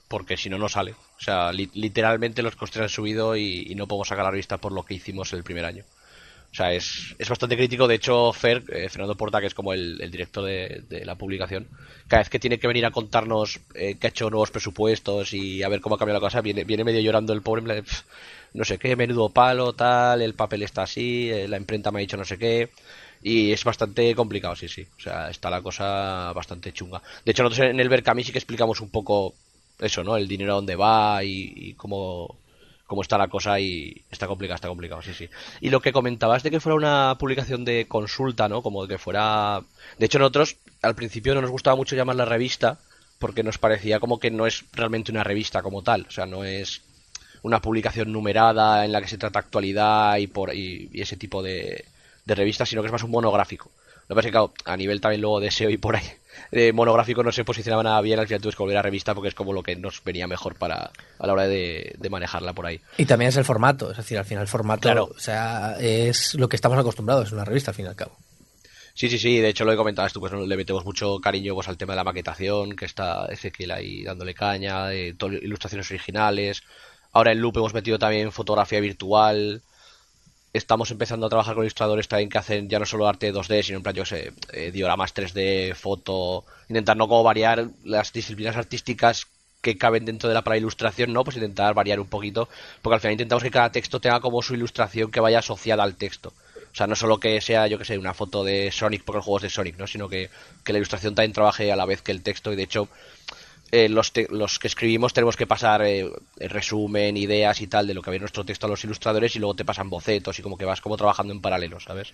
porque si no, no sale. O sea, li- literalmente los costes han subido y, y no podemos sacar la revista por lo que hicimos el primer año. O sea, es, es bastante crítico. De hecho, Fer, eh, Fernando Porta, que es como el, el director de, de la publicación, cada vez que tiene que venir a contarnos eh, que ha hecho nuevos presupuestos y a ver cómo ha cambiado la cosa, viene, viene medio llorando el pobre, en plan, pff, no sé qué, menudo palo, tal, el papel está así, eh, la imprenta me ha dicho no sé qué. Y es bastante complicado, sí, sí. O sea, está la cosa bastante chunga. De hecho, nosotros en el Berkami sí que explicamos un poco eso, ¿no? El dinero a dónde va y, y cómo, cómo está la cosa y está complicado, está complicado, sí, sí. Y lo que comentabas de que fuera una publicación de consulta, ¿no? Como de que fuera... De hecho, nosotros al principio no nos gustaba mucho llamarla revista porque nos parecía como que no es realmente una revista como tal. O sea, no es una publicación numerada en la que se trata actualidad y, por, y, y ese tipo de... de revistas, sino que es más un monográfico. Lo que pasa es que, claro, a nivel también luego de S E O y por ahí, de monográfico no se posicionaba nada bien, al final tuvimos que volver a revista porque es como lo que nos venía mejor para a la hora de, de manejarla por ahí. Y también es el formato, es decir, al final el formato, claro. O sea, es lo que estamos acostumbrados, es una revista al fin y al cabo. Sí, sí, sí, de hecho lo que comentabas tú, pues le metemos mucho cariño pues al tema de la maquetación, que está Ezequiel ahí dándole caña, de todo, ilustraciones originales. Ahora en Loop hemos metido también fotografía virtual. Estamos empezando a trabajar con ilustradores también que hacen ya no solo arte dos D, sino en plan, yo sé, eh, dioramas tres D, foto, intentar no como variar las disciplinas artísticas que caben dentro de la para ilustración, ¿no? Pues intentar variar un poquito, porque al final intentamos que cada texto tenga como su ilustración que vaya asociada al texto. O sea, no solo que sea, yo que sé, una foto de Sonic porque el juego es de Sonic, ¿no? Sino que, que la ilustración también trabaje a la vez que el texto y de hecho... Eh, los, te- los que escribimos tenemos que pasar eh, resumen, ideas y tal de lo que había en nuestro texto a los ilustradores y luego te pasan bocetos y como que vas como trabajando en paralelo, ¿sabes?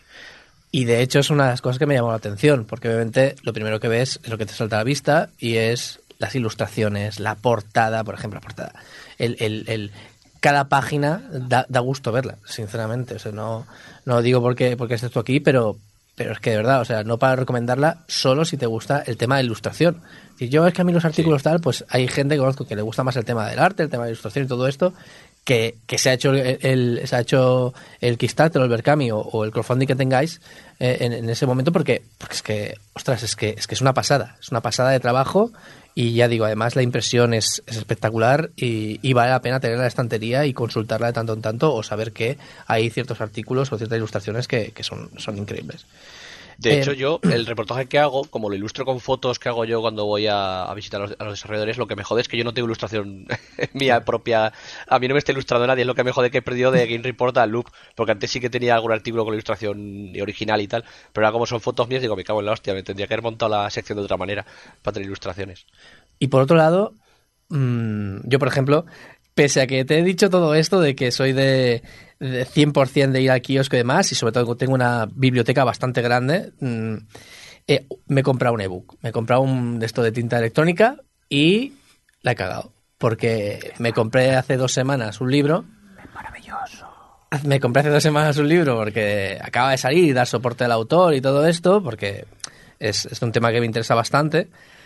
Y de hecho es una de las cosas que me llamó la atención, porque obviamente lo primero que ves es lo que te salta a la vista y es las ilustraciones, la portada, por ejemplo, la portada. El, el, el, cada página da, da gusto verla, sinceramente. O sea, no, no lo digo porque, porque estés tú aquí, pero... Pero es que de verdad, o sea, no para recomendarla solo si te gusta el tema de ilustración. Si yo es que a mí los artículos sí. tal, pues hay gente que conozco que le gusta más el tema del arte, el tema de la ilustración y todo esto, que, que se ha hecho el, el se ha hecho el Kickstarter o el Berkami o, o el crowdfunding que tengáis eh, en, en ese momento porque, porque es que, ostras, es que es que es una pasada, es una pasada de trabajo y ya digo, además la impresión es, es espectacular y, y vale la pena tener la estantería y consultarla de tanto en tanto o saber que hay ciertos artículos o ciertas ilustraciones que, que son, son increíbles. De Eh, hecho, yo, el reportaje que hago, como lo ilustro con fotos que hago yo cuando voy a, a visitar a los, a los desarrolladores, lo que me jode es que yo no tengo ilustración mía propia. A mí no me está ilustrando nadie, es lo que me jode que he perdido de Game Report a Loop, porque antes sí que tenía algún artículo con la ilustración original y tal, pero ahora como son fotos mías, digo, me cago en la hostia, me tendría que haber montado la sección de otra manera para tener ilustraciones. Y por otro lado, mmm, yo, por ejemplo, pese a que te he dicho todo esto de que soy de, de cien por ciento de ir al kiosco y demás, y sobre todo tengo una biblioteca bastante grande, mmm, eh, me he comprado un ebook. Me he comprado un de esto de tinta electrónica y la he cagado. Porque me compré hace dos semanas un libro. Es maravilloso. Me compré hace dos semanas un libro porque acaba de salir y dar soporte al autor y todo esto, porque es, es un tema que me interesa bastante.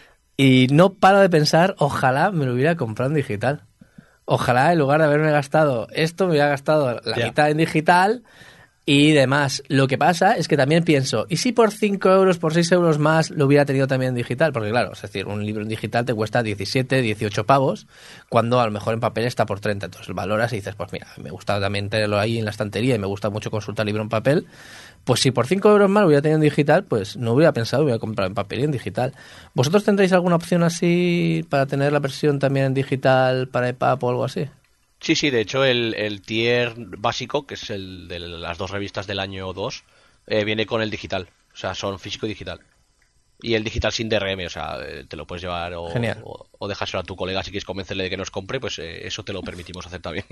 Y no paro de pensar, ojalá me lo hubiera comprado en digital. Ojalá en lugar de haberme gastado esto, me hubiera gastado la Ya. mitad en digital y demás. Lo que pasa es que también pienso, ¿y si por cinco euros, por seis euros más lo hubiera tenido también en digital? Porque claro, es decir, un libro en digital te cuesta diecisiete, dieciocho pavos, cuando a lo mejor en papel está por treinta. Entonces valoras y dices, pues mira, me gusta también tenerlo ahí en la estantería y me gusta mucho consultar libro en papel. Pues si por cinco euros más lo hubiera tenido en digital, pues no hubiera pensado, hubiera comprado en papel y en digital. ¿Vosotros tendréis alguna opción así para tener la versión también en digital para EPUB o algo así? Sí, sí, de hecho el, el tier básico, que es el de las dos revistas del año dos, eh, viene con el digital, o sea, son físico y digital. Y el digital sin D R M, o sea, eh, te lo puedes llevar o, Genial. o, o dejárselo a tu colega si quieres convencerle de que nos compre, pues eh, eso te lo permitimos hacer también.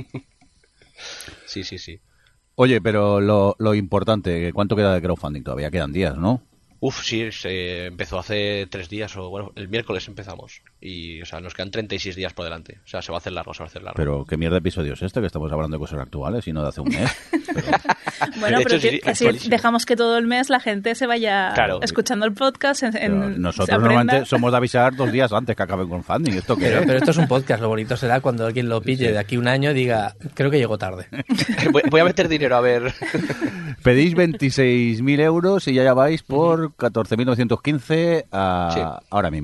Sí, sí, sí. Oye, pero lo, lo importante, ¿cuánto queda de crowdfunding? Todavía quedan días, ¿no? Uf, sí, se empezó hace tres días, o bueno, el miércoles empezamos. Y, o sea, nos quedan treinta y seis días por delante. O sea, se va a hacer largo, se va a hacer largo. Pero qué mierda de episodio es este, que estamos hablando de cosas actuales y no de hace un mes. Pero... Bueno, De pero hecho, que- sí, que así actualísimo. dejamos que todo el mes la gente se vaya Claro. escuchando el podcast. En, pero en- nosotros se aprenda. normalmente somos de avisar dos días antes que acabe con crowdfunding. ¿Esto qué Pero, es? pero esto es un podcast, lo bonito será cuando alguien lo pille de aquí un año y diga, creo que llegó tarde. voy, voy a meter dinero a ver. Pedís veintiséis mil euros y ya vais por catorce mil novecientos quince a... Sí. ahora mismo.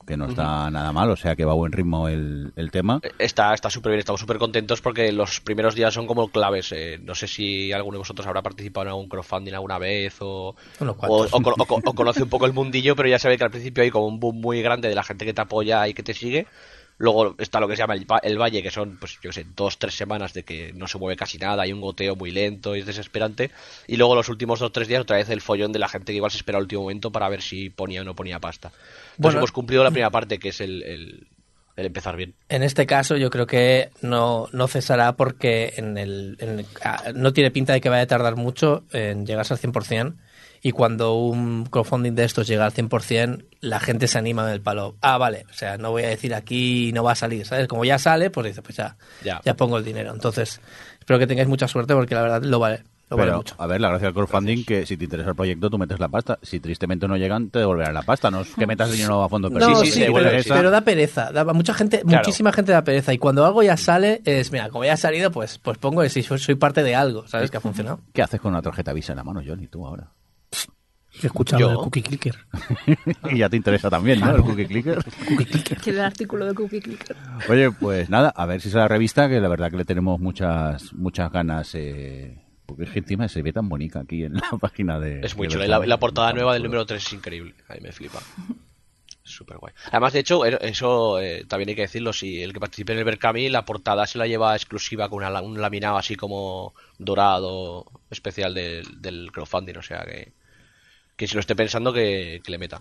que no está uh-huh. nada mal, o sea que va a buen ritmo el, el tema. Está está súper bien, estamos súper contentos porque los primeros días son como claves. Eh, no sé si alguno de vosotros habrá participado en algún crowdfunding alguna vez o, o, o, o, o conoce un poco el mundillo, pero ya sabe que al principio hay como un boom muy grande de la gente que te apoya y que te sigue. Luego está lo que se llama el, el valle, que son, pues yo sé, dos, tres semanas de que no se mueve casi nada, hay un goteo muy lento y es desesperante. Y luego los últimos dos, tres días otra vez el follón de la gente que igual se espera al último momento para ver si ponía o no ponía pasta. Entonces bueno, hemos cumplido la primera parte, que es el, el, el empezar bien. En este caso yo creo que no, no cesará porque en el, en el, no tiene pinta de que vaya a tardar mucho en llegarse al cien por ciento. Y cuando un crowdfunding de estos llega al cien por ciento, la gente se anima en el palo. Ah, vale, o sea, no voy a decir aquí no va a salir, ¿sabes? Como ya sale, pues dice, pues ya, ya, ya pongo el dinero. Entonces, espero que tengáis mucha suerte porque la verdad lo vale. Lo Pero, vale mucho. A ver, la gracia del crowdfunding que si te interesa el proyecto tú metes la pasta. Si tristemente no llegan, te devolverán la pasta. No es que metas dinero a fondo perdido. No, sí, sí, sí, sí, pero, sí. pero da pereza. Da, mucha gente, claro. Muchísima gente da pereza. Y cuando algo ya sale, es, mira, como ya ha salido, pues, pues pongo que si soy, soy parte de algo, ¿sabes? Que ha funcionado. ¿Qué haces con una tarjeta Visa en la mano, Johnny, tú ahora? He escuchado el Cookie Clicker. Y ya te interesa también, ¿no? El Cookie Clicker. Cookie Clicker. Quiero el artículo de Cookie Clicker. Oye, pues nada, a ver si es la revista, que la verdad que le tenemos muchas muchas ganas, eh, porque es que encima se ve tan bonita aquí en la página de... Es muy de chulo, la, la portada nueva del número tres es increíble, ahí me flipa. Súper guay. Además, de hecho, eso eh, también hay que decirlo, si el que participe en el Berkami, la portada se la lleva exclusiva con una, un laminado así como dorado especial del, del crowdfunding, o sea que... que si lo esté pensando que, que le meta.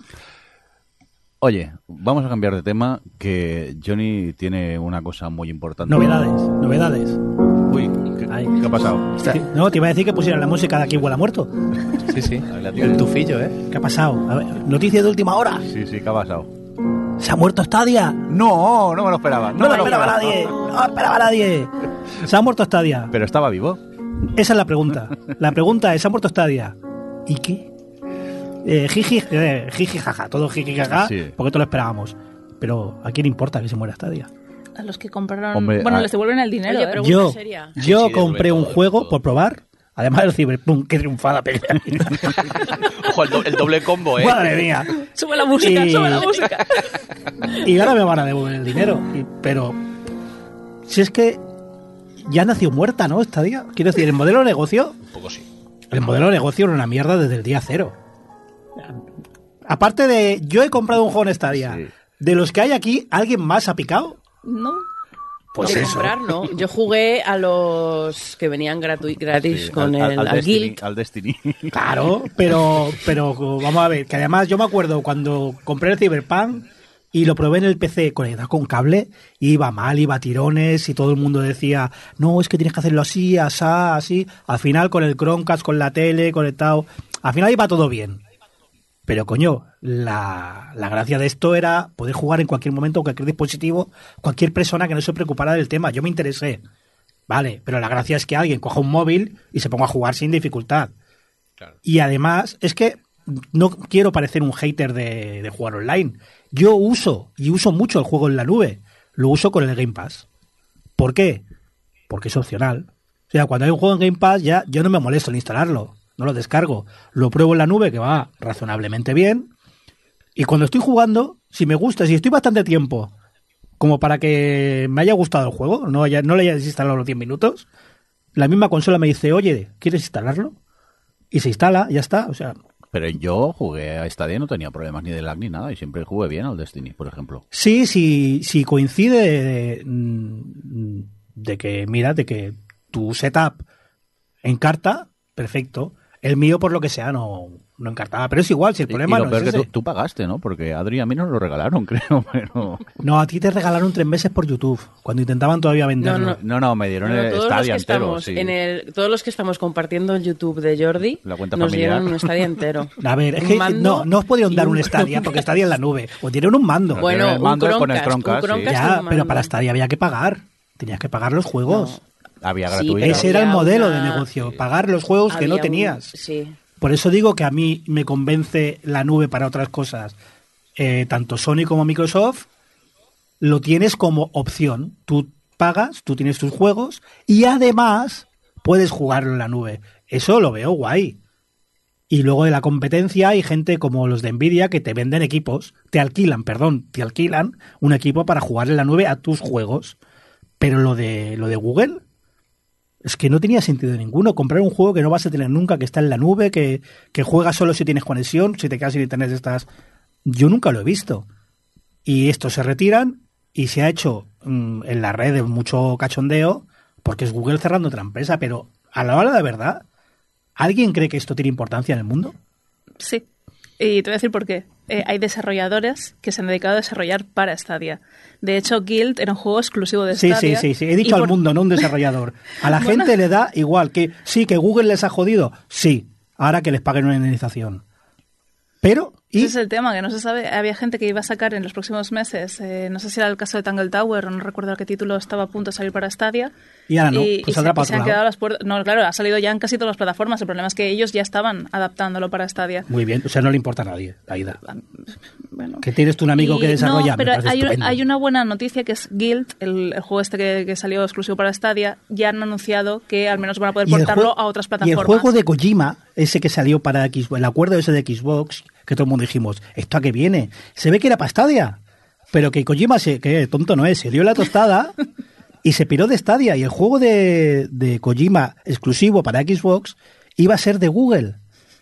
Oye, vamos a cambiar de tema, que Johnny tiene una cosa muy importante. Novedades, novedades. Uy, ¿qué, ¿qué ha pasado? No, te iba a decir que pusieran la música de Aquí huele a muerto. Sí, sí, el tufillo, ¿eh? ¿Qué ha pasado? A ver, noticia de última hora. Sí, sí, ¿qué ha pasado? ¿Se ha muerto Stadia? No, no me lo esperaba. No, no me lo esperaba nadie. No me esperaba nadie. ¿Se ha muerto Stadia? Pero estaba vivo. Esa es la pregunta. La pregunta es, ¿se ha muerto Stadia? ¿Y qué? Eh, jiji, eh, jiji, jaja, todo jiji, jaja, sí. Porque todo lo esperábamos. Pero ¿a quién importa que se muera Stadia? A los que compraron... Hombre, bueno, a... les devuelven el dinero. Oye, ¿eh? Yo, seria. yo sí, compré un todo, juego todo. por probar. Además del Cyberpunk, qué triunfada pelea. Ojo, el, do, el doble combo, ¿eh? Madre mía. Sube la música, Y- sube la música. Y ahora me van a devolver el dinero. Y- pero si es que ya nació muerta, ¿no? Stadia. Quiero decir, el modelo de negocio, Un poco sí. el modelo de negocio era una mierda desde el día cero. Aparte de, yo he comprado un juego en Stadia. Sí. De los que hay aquí, ¿alguien más ha picado? No. Pues de eso. comprar, ¿no? Yo jugué a los que venían gratu- gratis Sí, con al, el al, al Destiny, Guild. al Destiny. Claro, pero, pero vamos a ver, que además yo me acuerdo cuando compré el Cyberpunk y lo probé en el P C conectado con cable, iba mal, iba a tirones y todo el mundo decía, no, es que tienes que hacerlo así, asá, así. Al final con el Chromecast, con la tele, conectado, al final iba todo bien. Pero coño, la, la gracia de esto era poder jugar en cualquier momento, cualquier dispositivo, cualquier persona que no se preocupara del tema. Yo me interesé. Vale, pero la gracia es que alguien coja un móvil y se ponga a jugar sin dificultad. Claro. Y además, es que no quiero parecer un hater de, de jugar online. Yo uso, y uso mucho el juego en la nube. Lo uso con el Game Pass. ¿Por qué? Porque es opcional. O sea, cuando hay un juego en Game Pass, ya yo no me molesto en instalarlo. No lo descargo. Lo pruebo en la nube, que va razonablemente bien. Y cuando estoy jugando, si me gusta, si estoy bastante tiempo como para que me haya gustado el juego, no, haya, no le hayas instalado los diez minutos, la misma consola me dice, oye, ¿quieres instalarlo? Y se instala, ya está. O sea, Pero yo jugué a Stadia y no tenía problemas ni de lag ni nada y siempre jugué bien al Destiny, por ejemplo. sí, sí, sí coincide de, de, de que, mira, de que tu setup encarta, perfecto. El mío, por lo que sea, no, no encartaba. Pero es igual, si el Y- problema y lo no peor es que ese. tú, tú pagaste, ¿no? Porque Adri y a mí nos lo regalaron, creo, pero... No, a ti te regalaron tres meses por YouTube, cuando intentaban todavía venderlo. No, No, no, me dieron No, no, el todos los Stadia que entero, estamos sí. en el, todos los que estamos compartiendo el YouTube de Jordi La cuenta nos familiar. dieron un Stadia entero. A ver, es Un que mando no, no os podían y dar un un- Stadia, porque Stadia en la nube. Os dieron un mando. Bueno, Bueno, el un mando es con el Chromecast, un Chromecast, sí. Chromecast ya, con pero mando. para Stadia había que pagar. Tenías que pagar los juegos. Había Sí, gratuito. pero Ese era el había modelo una- de negocio, pagar los juegos que no Había un- tenías. Sí. Por eso digo que a mí me convence la nube para otras cosas. Eh, tanto Sony como Microsoft lo tienes como opción. Tú pagas, tú tienes tus juegos y además puedes jugarlo en la nube. Eso lo veo guay. Y luego de la competencia hay gente como los de Nvidia que te venden equipos, te alquilan, perdón, te alquilan un equipo para jugar en la nube a tus juegos. Pero lo de lo de Google es que no tenía sentido ninguno. Comprar un juego que no vas a tener nunca, que está en la nube, que, que juegas solo si tienes conexión, si te quedas sin internet estás... Yo nunca lo he visto. Y estos se retiran y se ha hecho mmm, en la red mucho cachondeo porque es Google cerrando otra empresa, pero a la hora de verdad... ¿Alguien cree que esto tiene importancia en el mundo? Sí. Y te voy a decir por qué. Eh, hay desarrolladores que se han dedicado a desarrollar para Stadia. De hecho, Guild era un juego exclusivo de sí, Stadia. Sí, sí, sí. He dicho al por... mundo, no un desarrollador. A la bueno. gente le da igual. que Sí, que Google les ha jodido. Sí. Ahora que les paguen una indemnización. Pero... ¿y? Ese es el tema, que no se sabe. Había gente que iba a sacar en los próximos meses, eh, no sé si era el caso de Tangle Tower, no recuerdo a qué título estaba a punto de salir para Stadia. Y ahora no, y, pues y saldrá se, para y se otro han lado. quedado las puertas. No, claro, ha salido ya en casi todas las plataformas. El problema es que ellos ya estaban adaptándolo para Stadia. Muy bien, o sea, no le importa a nadie, Aida. Bueno. Que tienes tú un amigo Y, que desarrolla. No, pero me hay, estupendo. hay una buena noticia que es Guild, el, el juego este que, que salió exclusivo para Stadia, ya han anunciado que al menos van a poder Y el portarlo juego- a otras Y plataformas. el juego de Kojima, ese que salió para Xbox, el acuerdo ese de Xbox, que todo el mundo dijimos, ¿esto a qué viene? Se ve que era para Stadia, pero que Kojima, se, que tonto no es, se dio la tostada y se piró de Stadia. Y el juego de, de Kojima exclusivo para Xbox iba a ser de Google.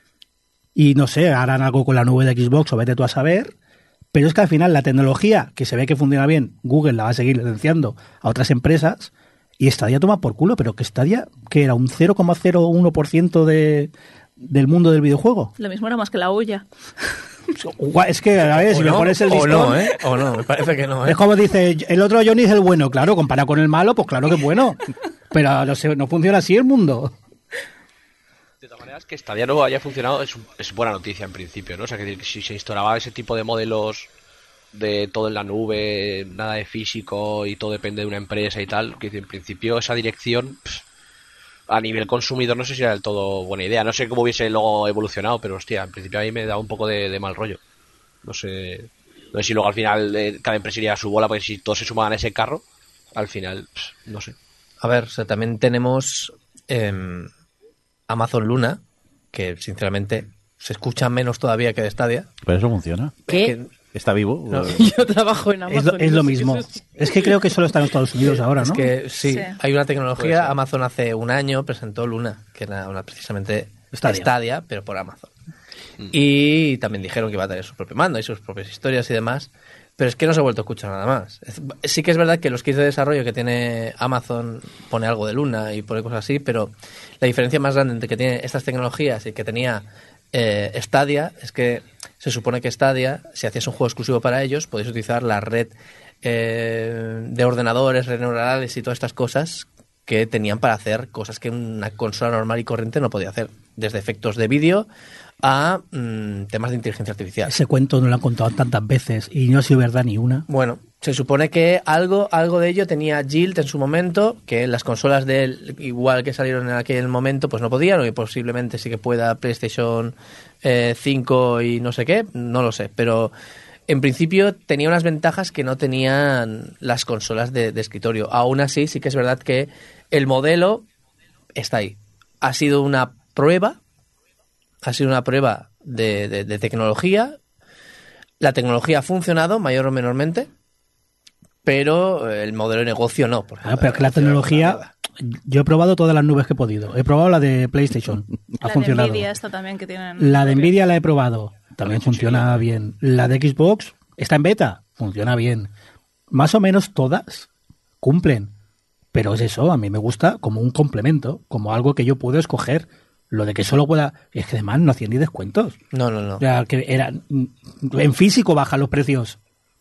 Y no sé, harán algo con la nube de Xbox o vete tú a saber. Pero es que al final la tecnología, que se ve que funciona bien, Google la va a seguir licenciando a otras empresas y Stadia toma por culo, pero que Stadia, que era un cero coma cero uno por ciento de, del mundo del videojuego. Lo mismo era más que la olla. Gua- Es que, a ver, si O me no, pones el o listón... no, ¿eh? O no, me parece que no, ¿eh? Es como dice, el otro Johnny es el bueno. Claro, comparado con el malo, pues claro que es bueno. Pero no, sé, no funciona así el mundo. De todas maneras, que Stadia no haya funcionado es, un- es buena noticia en principio, ¿no? O sea, que decir, si se instauraba ese tipo de modelos de todo en la nube, nada de físico y todo depende de una empresa y tal, que en principio esa dirección pff, a nivel consumidor no sé si era del todo buena idea. No sé cómo hubiese luego evolucionado, pero hostia, en principio a mí me da un poco de, de mal rollo. No sé, no sé si luego al final eh, cada empresa iría a su bola, porque si todos se sumaban a ese carro, al final, pff, no sé. A ver, o sea, también tenemos eh, Amazon Luna, que sinceramente se escucha menos todavía que de Stadia. Pero eso funciona. ¿Qué? Que- ¿Está vivo? No. Yo trabajo en Es Amazon. lo, es lo mismo. Es que creo que solo está en Estados Unidos ahora, ¿no? Es que sí, Sí. hay una Puede tecnología. ser. Amazon hace un año presentó Luna, que era una precisamente Stadia. Stadia, pero por Amazon. Y también dijeron que iba a tener su propio mando y sus propias historias y demás. Pero es que no se ha vuelto a escuchar nada más. Es- sí que es verdad que los kits de desarrollo que tiene Amazon pone algo de Luna y pone cosas así, pero la diferencia más grande entre que tiene estas tecnologías y que tenía eh, Stadia es que se supone que Stadia, si hacías un juego exclusivo para ellos, podéis utilizar la red eh, de ordenadores, redes neurales y todas estas cosas que tenían para hacer cosas que una consola normal y corriente no podía hacer, desde efectos de vídeo a mm, temas de inteligencia artificial. Ese cuento no lo han contado tantas veces y no ha sido verdad ni una. Bueno, se supone que algo, algo de ello tenía Guild en su momento, que las consolas de él, igual que salieron en aquel momento, pues no podían, o que posiblemente sí que pueda PlayStation eh, cinco y no sé qué, no lo sé, pero en principio tenía unas ventajas que no tenían las consolas de, de escritorio. Aún así, sí que es verdad que el modelo está ahí. Ha sido una prueba, ha sido una prueba de, de, de tecnología. La tecnología ha funcionado, mayor o menormente, pero el modelo de negocio no. Porque Ah, pero es que la tecnología, yo he probado todas las nubes que he podido. He probado la de PlayStation, ha La funcionado. de Nvidia esta también que tienen. La de Nvidia la he probado, también funciona bien. La de Xbox está en beta, funciona bien. Más o menos todas cumplen. Pero es eso, a mí me gusta como un complemento, como algo que yo puedo escoger. Lo de que solo pueda... Es que además no hacían ni descuentos. No, no, no. O sea, que era, en físico bajan los precios.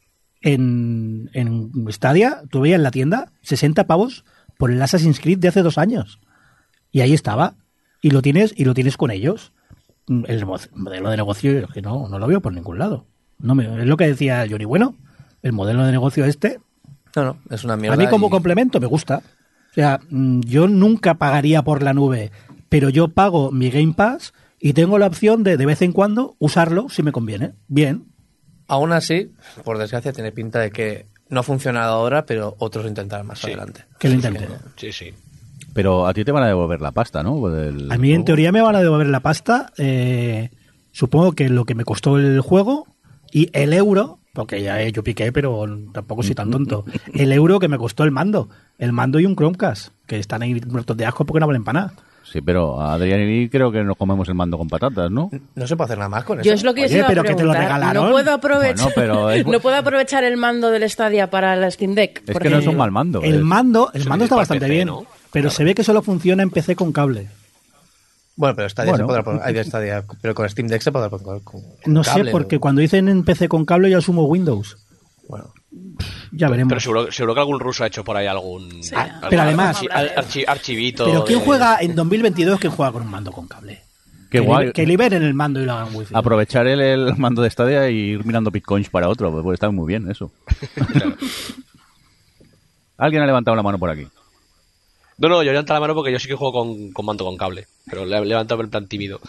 En, en Stadia, tú veías en la tienda, sesenta pavos por el Assassin's Creed de hace dos años. Y ahí estaba. Y lo tienes, y lo tienes con ellos. El modelo de negocio, que no, no lo veo por ningún lado. No me, es lo que decía Johnny. Bueno, el modelo de negocio este, No, no, es una mierda. a mí como y- complemento me gusta. O sea, mm, yo nunca pagaría por la nube, pero yo pago mi Game Pass y tengo la opción de de vez en cuando usarlo si me conviene. Bien. Aún así, por desgracia, tiene pinta de que no ha funcionado ahora, pero otros lo intentarán más Sí. adelante. Que lo intenten. Sí, sí. Pero a ti te van a devolver la pasta, ¿no? Del A mí, en juego. teoría, me van a devolver la pasta. Eh, supongo que lo que me costó el juego y el euro, porque ya yo piqué, pero tampoco soy tan tonto. El euro que me costó el mando. El mando y un Chromecast, que están ahí muertos de asco porque no valen para nada. Sí, pero a Adrián y mí creo que nos comemos el mando con patatas, ¿no? No se puede hacer nada más con eso. Yo es lo que Oye, os iba a pero que te lo preguntar. regalaron. No puedo aprovechar, Bueno, pero es bu- no puedo aprovechar el mando del Stadia para la Steam Deck. Es porque- que no es un mal mando. El es- mando, el Eso mando es está para bastante P C, bien, ¿no? pero se ve que solo funciona en P C con cable. Bueno, pero Stadia Bueno. se podrá poner. Hay de Stadia, pero con Steam Deck se podrá poner con, con No cable, sé, porque ¿no? cuando dicen en P C con cable yo asumo Windows. Bueno, Ya veremos. Pero seguro, seguro que algún ruso ha hecho por ahí algún. Sí, algún pero además- archi- al- archi- archivito. Pero ¿quién de- juega en dos mil veintidós quién juega con un mando con cable? Qué que, guay. libe- que liberen el mando y lo hagan wifi. Aprovechar el, el mando de Stadia y ir mirando bitcoins para otro, pues está muy bien eso. Claro. Alguien ha levantado la mano por aquí. No, no, yo levanto la mano porque yo sí que juego con, con mando con cable. Pero le he levantado en plan tímido.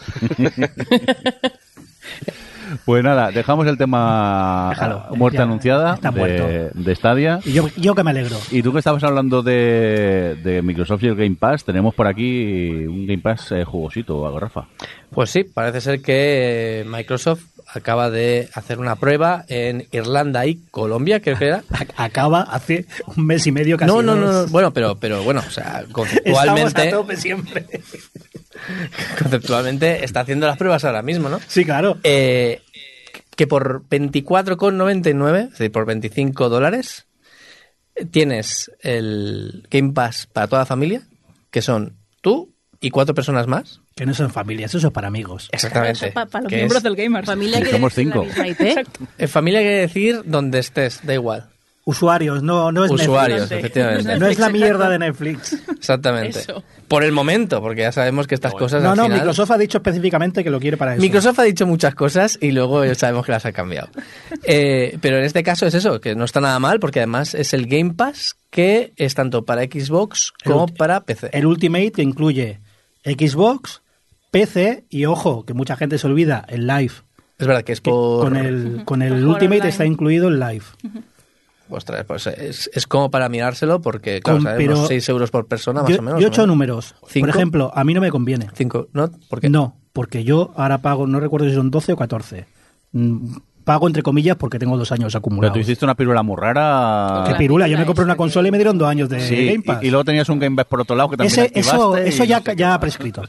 Pues nada, dejamos el tema Déjalo, ah, muerte ya, anunciada está de, muerto. de Stadia. Y yo, yo que me alegro. Y tú que estabas hablando de, de Microsoft y el Game Pass, tenemos por aquí un Game Pass eh, jugosito, Rafa. pues sí, parece ser que Microsoft acaba de hacer una prueba en Irlanda y Colombia, creo que era. A- Acaba hace un mes y medio casi. No, no, no, dos. no, bueno, pero, pero bueno, o sea, Estamos conceptualmente, a tope siempre. conceptualmente está haciendo las pruebas ahora mismo, ¿no? Sí, claro. Eh, que por veinticuatro con noventa y nueve, es decir, por veinticinco dólares, tienes el Game Pass para toda la familia, que son tú y cuatro personas más. Que no son familias, eso es para amigos. Exactamente. Eso pa- para los Que miembros es- del Gamers. Familia Sí, que somos es la cinco. misma I P. eh, familia quiere decir donde estés, da igual. Usuarios, no, no es Usuarios, Netflix. efectivamente. No es la mierda de Netflix. Exactamente. Eso. Por el momento, porque ya sabemos que estas cosas No, al no, final- Microsoft ha dicho específicamente que lo quiere para eso. Microsoft ha dicho muchas cosas y luego ya sabemos que las ha cambiado. Eh, pero en este caso es eso, que no está nada mal porque además es el Game Pass que es tanto para Xbox El como ulti- para P C. El Ultimate que incluye Xbox, P C y, ojo, que mucha gente se olvida, el Live. Es verdad que es Que por... Con el, con el Por jugar Ultimate online. está incluido el Live. Ostras, pues es, es como para mirárselo porque, claro, Con- sabemos, pero seis euros por persona más Yo, o menos. yo he ¿no? hecho números. ¿Cinco? Por ejemplo, a mí no me conviene. Cinco, ¿no? ¿Por qué? No, porque yo ahora pago, no recuerdo si son doce o catorce. Mm, Pago entre comillas porque tengo dos años Pero acumulados. tú hiciste una pirula muy rara. ¿Qué pirula? Yo me compré una consola y me dieron dos años de Sí, Game Pass. y, y luego tenías un Game Pass por otro lado que también Ese, activaste. eso y eso no ya, sé qué ya ha más. prescrito.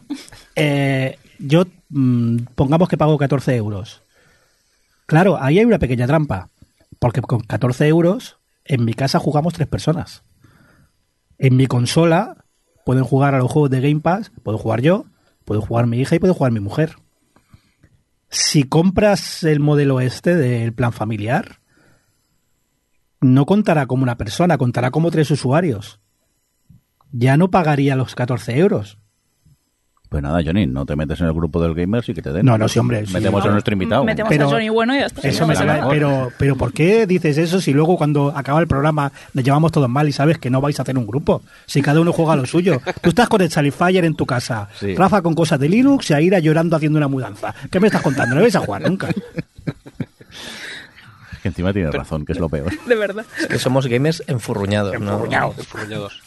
Eh, yo, mm, pongamos que pago catorce euros. Claro, ahí hay una pequeña trampa. Porque con catorce euros, en mi casa jugamos tres personas. En mi consola pueden jugar a los juegos de Game Pass, puedo jugar yo, puedo jugar mi hija y puede jugar mi mujer. Si compras el modelo este del plan familiar, no contará como una persona, contará como tres usuarios. Ya no pagaría los catorce euros. Pues nada, Johnny, no te metes en el grupo del Gamers y que te den. No, no, sí, hombre, sí. Metemos a No. nuestro invitado. Metemos Pero- a Johnny Bueno y ya está. Eso No me pasa sabe, nada. pero, pero ¿por qué dices eso si luego cuando acaba el programa nos llevamos todos mal y sabes que no vais a hacer un grupo? Si cada uno juega lo suyo. Tú estás con el Salifier en tu casa, Sí. Rafa con cosas de Linux y Aira llorando haciendo una mudanza. ¿Qué me estás contando? No vais a jugar nunca. Que encima tienes razón, que es lo peor. De verdad. Es que somos gamers enfurruñados, ¿no? Enfurruñados.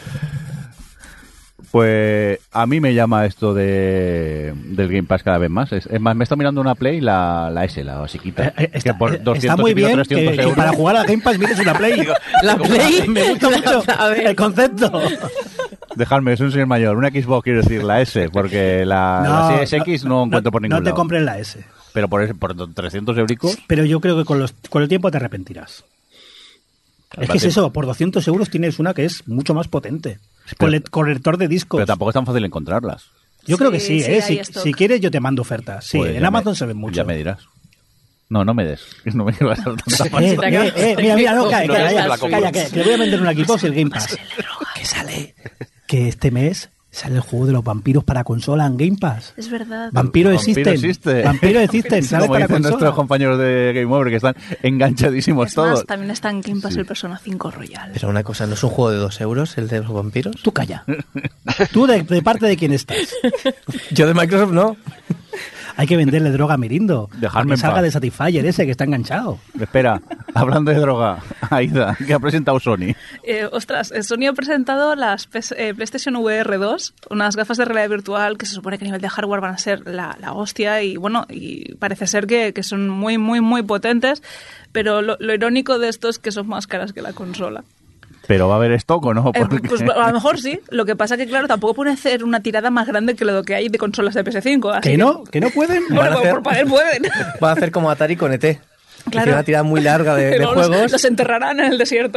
Pues a mí me llama esto de del Game Pass cada vez más. Es, es más, me está mirando una Play, la, la S, la basiquita. Eh, eh, Está, que por eh, doscientos está muy y pico, bien que, trescientos que euros. para jugar a Game Pass mires una Play. La Play. Me gusta mucho A ver. el concepto. Dejadme, es un señor mayor. Una Xbox quiero decir, la S, porque la, la Series X no encuentro por ningún No te lado. compres la S. Pero por, ese- por trescientos euricos, Pero yo creo que con, los, con el tiempo te arrepentirás. Es que es eso, por doscientos euros tienes una que es mucho más potente. Con el corrector de discos. pero tampoco es tan fácil encontrarlas. Yo creo que Sí, sí, sí, ¿eh? hay Si, stock. si quieres yo te mando ofertas. Sí, Pues en ya Amazon me- se ven mucho. Ya me dirás. No, no me des. No me vas a dar tanta Eh, pasta. eh, eh, mira, mira, no, calla, No, calla, no, calla, la compro. calla, que, que le voy a vender una Xbox y el Game Pass. Que sale, que este mes sale el juego de los vampiros para consola en Game Pass. Es verdad. Vampiro Vampiro existen. existe. Vampiro existen, sale Como para dicen nuestros consola. compañeros de Game Over, que están enganchadísimos Es todos. más, también está en Game Pass el Persona cinco Royal. Pero una cosa, ¿no es un juego de dos euros el de los vampiros? Tú calla. Tú de, de parte de quién estás. Yo de Microsoft no. Hay que venderle droga a Mirindo. Dejarme que en salga paz. de Satisfyer ese que está enganchado. Espera, hablando de droga, Aida, ¿qué ha presentado Sony? Eh, ostras, eh, Sony ha presentado las P S eh, PlayStation V R dos, unas gafas de realidad virtual que se supone que a nivel de hardware van a ser la, la hostia y bueno, y parece ser que, que son muy, muy, muy potentes, pero lo, lo irónico de esto es que son más caras que la consola. ¿Pero va a haber stock o no? Eh, Porque- pues a lo mejor sí, lo que pasa que claro, tampoco pueden hacer una tirada más grande que lo que hay de consolas de P S cinco. Así ¿Que no? ¿Que no pueden? Bueno, Van a por, hacer- por poder pueden. Va a hacer como Atari con E T. Claro. Tiene una tirada muy larga de, de Luego los- juegos. Los enterrarán en el desierto.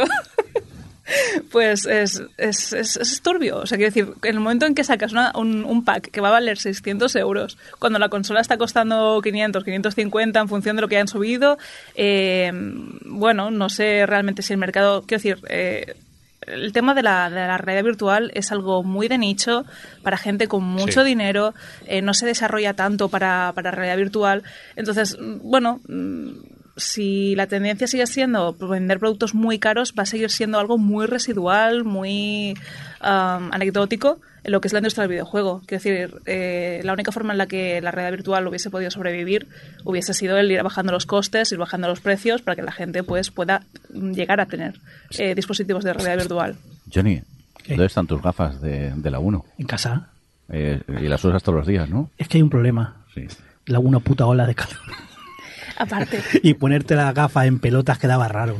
Pues es, es, es, es turbio. O sea, quiero decir, en el momento en que sacas una- un, un pack que va a valer seiscientos euros, cuando la consola está costando quinientos, quinientos cincuenta en función de lo que hayan subido, eh, bueno, no sé realmente si el mercado... Quiero decir... Eh, el tema de la, de la realidad virtual es algo muy de nicho para gente con mucho Sí. dinero, eh, no se desarrolla tanto para, para realidad virtual. Entonces, mm, bueno, mm, si la tendencia sigue siendo vender productos muy caros, va a seguir siendo algo muy residual, muy um, anecdótico en lo que es la industria del videojuego. Quiero decir, eh, la única forma en la que la realidad virtual hubiese podido sobrevivir hubiese sido el ir bajando los costes, ir bajando los precios para que la gente pues pueda llegar a tener eh, dispositivos de realidad virtual. Johnny, ¿Qué? ¿dónde están tus gafas de, de la uno? En casa. Eh, y las usas todos los días, ¿no? Es que hay un problema. Sí. La una puta ola de calor. Aparte, Y ponerte las gafas en pelotas quedaba raro.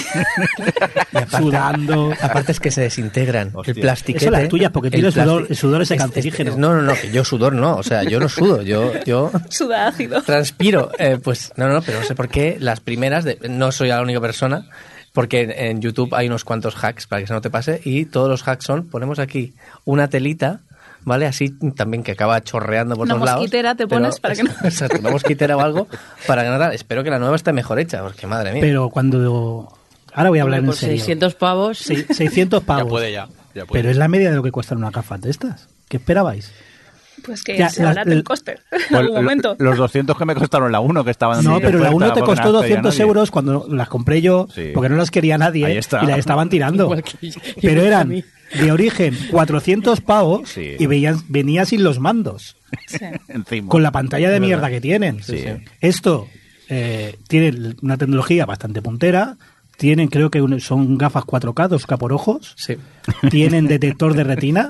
Y aparte, Sudando. aparte es que se desintegran. Hostia. El plastiquete. Eso las tuyas, porque el tienes sudor- plasti- el sudor ese Es- es- cancerígeno. es- no, no, no, que yo sudor no. O sea, yo no sudo. Yo, yo suda ácido. transpiro. Eh, pues no, no, pero no sé por qué las primeras, de, no soy la única persona, porque en, en YouTube hay unos cuantos hacks para que eso no te pase, y todos los hacks son, ponemos aquí una telita, ¿vale? Así también que acaba chorreando por Una todos lados. mosquitera te pero- pones para que no- Exacto, una mosquitera o algo para ganar. Espero que la nueva esté mejor hecha, porque madre mía. Pero cuando... Ahora voy a hablar en por serio. seiscientos pavos. Sí, seiscientos pavos. Ya puede, ya. ya puede. Pero es la media de lo que cuestan unas gafas de estas. ¿Qué esperabais? Pues que Ya, se la- abarate el- el coste en Pues algún momento. lo- los doscientos que me costaron la uno, que estaban... No, de pero la oferta uno te porque costó no las pedía doscientos nadie. euros cuando las compré yo, Sí. porque no las quería nadie Ahí está. y las estaban tirando. Igual que yo- Pero igual que a eran mí. de origen cuatrocientos pavos Sí. y veían, venía sin los mandos, Sí. Encima. con la pantalla de mierda que tienen. Sí, sí. Esto eh, tiene una tecnología bastante puntera. Tienen, creo que un- son gafas cuatro K, dos K por ojos. Sí. Tienen detector de retina.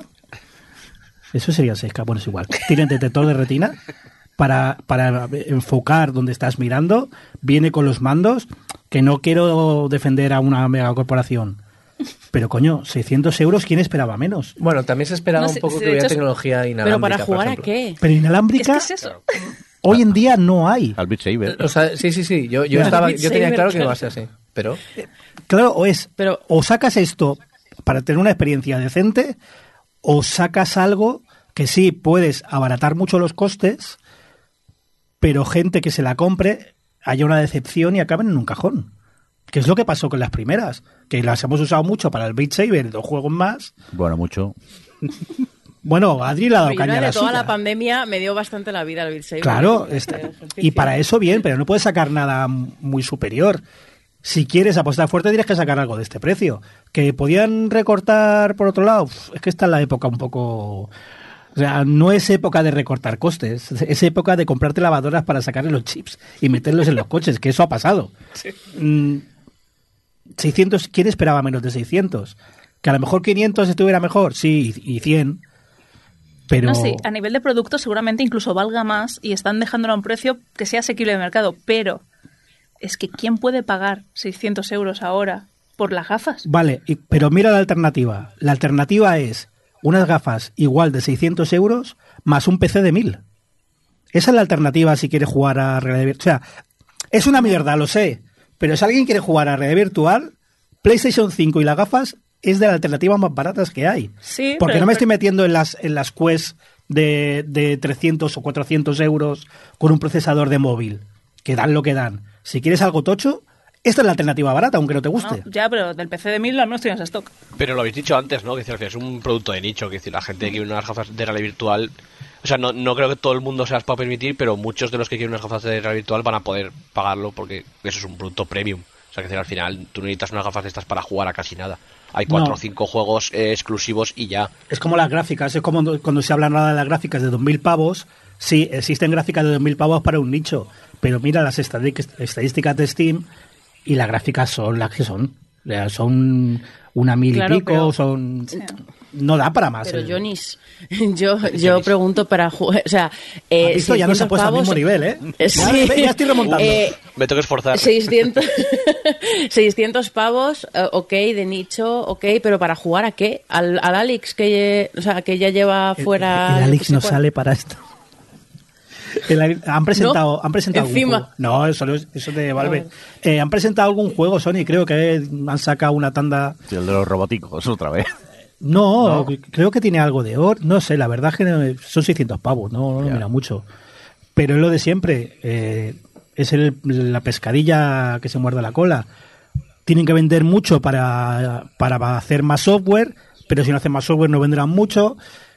Eso sería seis K, bueno, es igual. Tienen detector de retina para, para enfocar donde estás mirando. Viene con los mandos, que no quiero defender a una megacorporación. Pero coño, seiscientos euros, ¿quién esperaba menos? Bueno, también se esperaba No, un si- poco si que de hubiera hecho es- tecnología inalámbrica. Pero para por jugar a ejemplo. qué? Pero Es inalámbrica, que es eso. hoy en día no hay. Al Beat Saber. O sea, sí, sí, sí. Yo, yo, Ya. estaba, Beat yo tenía Saber, claro que claro. iba a ser así. Pero Claro, o es, Pero- o sacas esto para tener una experiencia decente, o sacas algo que sí puedes abaratar mucho los costes, pero gente que se la compre haya una decepción y acaben en un cajón. Que es lo que pasó con las primeras, que las hemos usado mucho para el Beat Saber y dos juegos más. Bueno, mucho. Bueno, Adri le ha dado Yo caña a de la toda suya. la pandemia me dio bastante la vida el Beat Saber. Claro, Este está- ejercicio. y para eso bien, pero no puedes sacar nada muy superior. Si quieres apostar fuerte, tienes que sacar algo de este precio. Que podían recortar por otro lado, Uf, es que está en la época un poco... O sea, no es época de recortar costes, es época de comprarte lavadoras para sacarle los chips y meterlos en los coches, que eso ha pasado. Mm, seiscientos, ¿quién esperaba menos de seiscientos? Que a lo mejor quinientos estuviera mejor, sí, y cien, pero... No, sí, a nivel de producto seguramente incluso valga más y están dejándolo a un precio que sea asequible de mercado, pero es que ¿quién puede pagar seiscientos euros ahora por las gafas? Vale, y- pero mira la alternativa. La alternativa es unas gafas igual de seiscientos euros más un P C de mil. Esa es la alternativa si quieres jugar a realidad virtual. O sea, es una mierda, lo sé, pero si alguien quiere jugar a realidad virtual, PlayStation cinco y las gafas es de las alternativas más baratas que hay. Sí, Porque pero- no me estoy metiendo en las, en las Quest de, de trescientos o cuatrocientos euros con un procesador de móvil, que dan lo que dan. Si quieres algo tocho, esta es la alternativa barata, aunque no te guste. No, ya, pero del P C de mil al menos tienes stock. Pero lo habéis dicho antes, ¿no? Que decir, al final es un producto de nicho, que decir, la gente que quiere unas gafas de realidad virtual, o sea, no, no creo que todo el mundo se las pueda permitir, pero muchos de los que quieren unas gafas de realidad virtual van a poder pagarlo porque eso es un producto premium. O sea, que decir, al final tú no necesitas unas gafas de estas para jugar a casi nada. Hay cuatro No. o cinco juegos eh, exclusivos y ya. Es como las gráficas, es como cuando se habla nada de las gráficas de dos mil pavos, Sí, existen gráficas de dos mil pavos para un nicho, pero mira las estadísticas de Steam y las gráficas son las que son. O sea, son una mil Claro, y pico, pero- son... No da para más. Pero el- Jonis, yo, yo pregunto para jugar, o sea, eh, ¿Has visto? Ya no se ha seiscientos puesto al pavos- mismo nivel, ¿eh? Eh, Ya, sí. ya estoy remontando. Eh, Me tengo que esforzar. seiscientos, seiscientos pavos, eh, ok, de nicho, ok, pero ¿para jugar a qué? Al, al Alex que, o sea, que ya lleva El- fuera... El, yo Alex qué sé no cuál. sale para esto. El- han presentado, ¿No? han presentado algún Encima. juego. No, eso, no es- eso es de Valve. Eh, han presentado algún juego, Sony, creo que han sacado una tanda. Sí, el de los roboticos, otra vez. No, creo que tiene algo de oro. No sé, la verdad es que no- son seiscientos pavos, no, no Ya. mira mucho. Pero es lo de siempre. eh, es el- la pescadilla que se muerde la cola. Tienen que vender mucho para, para hacer más software, pero si no hacen más software no vendrán mucho.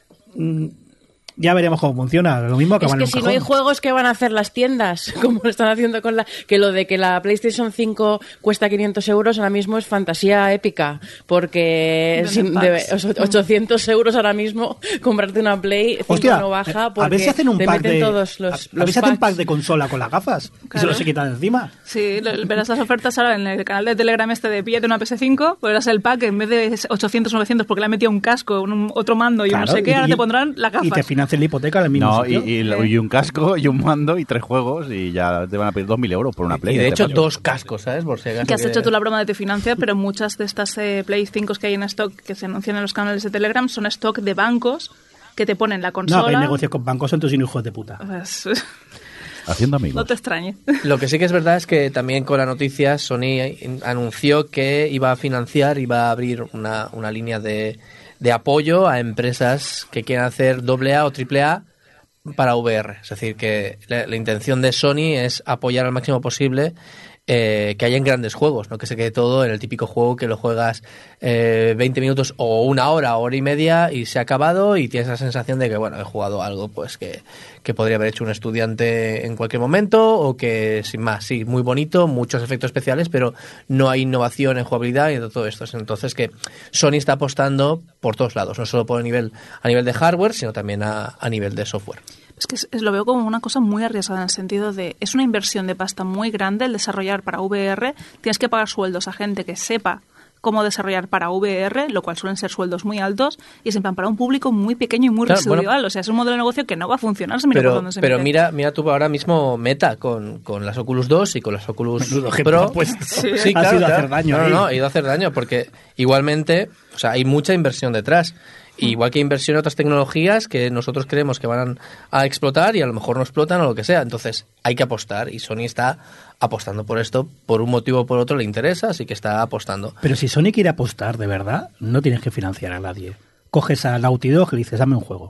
Mm, Ya veremos cómo funciona. Lo mismo Es acaban que en un si no hay cajón. juegos, ¿qué van a hacer las tiendas? Como lo están haciendo con la... Que lo de que la PlayStation cinco cuesta quinientos euros ahora mismo es fantasía épica. Porque Venden sin- packs. de- ochocientos euros ahora mismo comprarte una Play cinco Hostia, no baja a porque ver si hacen un te pack meten de todos los, a- a los ver si hacen un pack packs. de consola con las gafas y se Claro. los se quitan encima. Sí, lo- verás las ofertas ahora en el canal de Telegram este de píllate una P S cinco, verás el pack en vez de ochocientos, novecientos porque le han metido un casco, un, otro mando y un no Claro, sé qué, y- ahora y- te pondrán las gafas. Y te financian la hipoteca en el mismo No, y, sitio. y, lo- y un casco, y un mando, y tres juegos, y ya te van a pedir dos mil euros por una Play. Y de Te hecho, paso. dos cascos, ¿sabes? Por si acaso Que has que- hecho tú la broma de te financia, pero muchas de estas eh, Play cinco que hay en stock que se anuncian en los canales de Telegram son stock de bancos que te ponen la No, consola. que hay negocios con bancos, son tus hijos de puta. Pues, Haciendo amigos. no te extrañe. Lo que sí que es verdad es que también con la noticia Sony anunció que iba a financiar, iba a abrir una, una línea de, de apoyo a empresas que quieran hacer doble A o triple A para V R. Es decir, que la, la intención de Sony es apoyar al máximo posible eh, que hayan grandes juegos, no que se quede todo en el típico juego que lo juegas eh, veinte minutos o una hora, hora y media y se ha acabado y tienes la sensación de que, bueno, he jugado algo pues que, que podría haber hecho un estudiante en cualquier momento o que, sin más, sí, muy bonito, muchos efectos especiales, pero no hay innovación en jugabilidad y de todo esto. Entonces que Sony está apostando por todos lados, no solo por nivel, a nivel de hardware, sino también a, a nivel de software. Es que es- es- lo veo como una cosa muy arriesgada en el sentido de es una inversión de pasta muy grande el desarrollar para V R. Tienes que pagar sueldos a gente que sepa cómo desarrollar para V R, lo cual suelen ser sueldos muy altos, y es en plan para un público muy pequeño y muy Claro, residual. bueno, o sea, es un modelo de negocio que no va a funcionar si mira por Pero, dónde se pero mire. mira, mira tú ahora mismo Meta con, con las Oculus dos y con las Oculus Menudo ejemplo Pro. ha puesto. Sí, Ha claro, sido claro. hacer daño No, no, ahí. no, ha ido a hacer daño porque igualmente, o sea, hay mucha inversión detrás. Igual que inversión en otras tecnologías que nosotros creemos que van a explotar y a lo mejor no explotan o lo que sea. Entonces hay que apostar y Sony está apostando por esto. Por un motivo o por otro le interesa, así que está apostando. Pero si Sony quiere apostar de verdad, no tienes que financiar a nadie. Coges a Naughty Dog y le dices, dame un juego.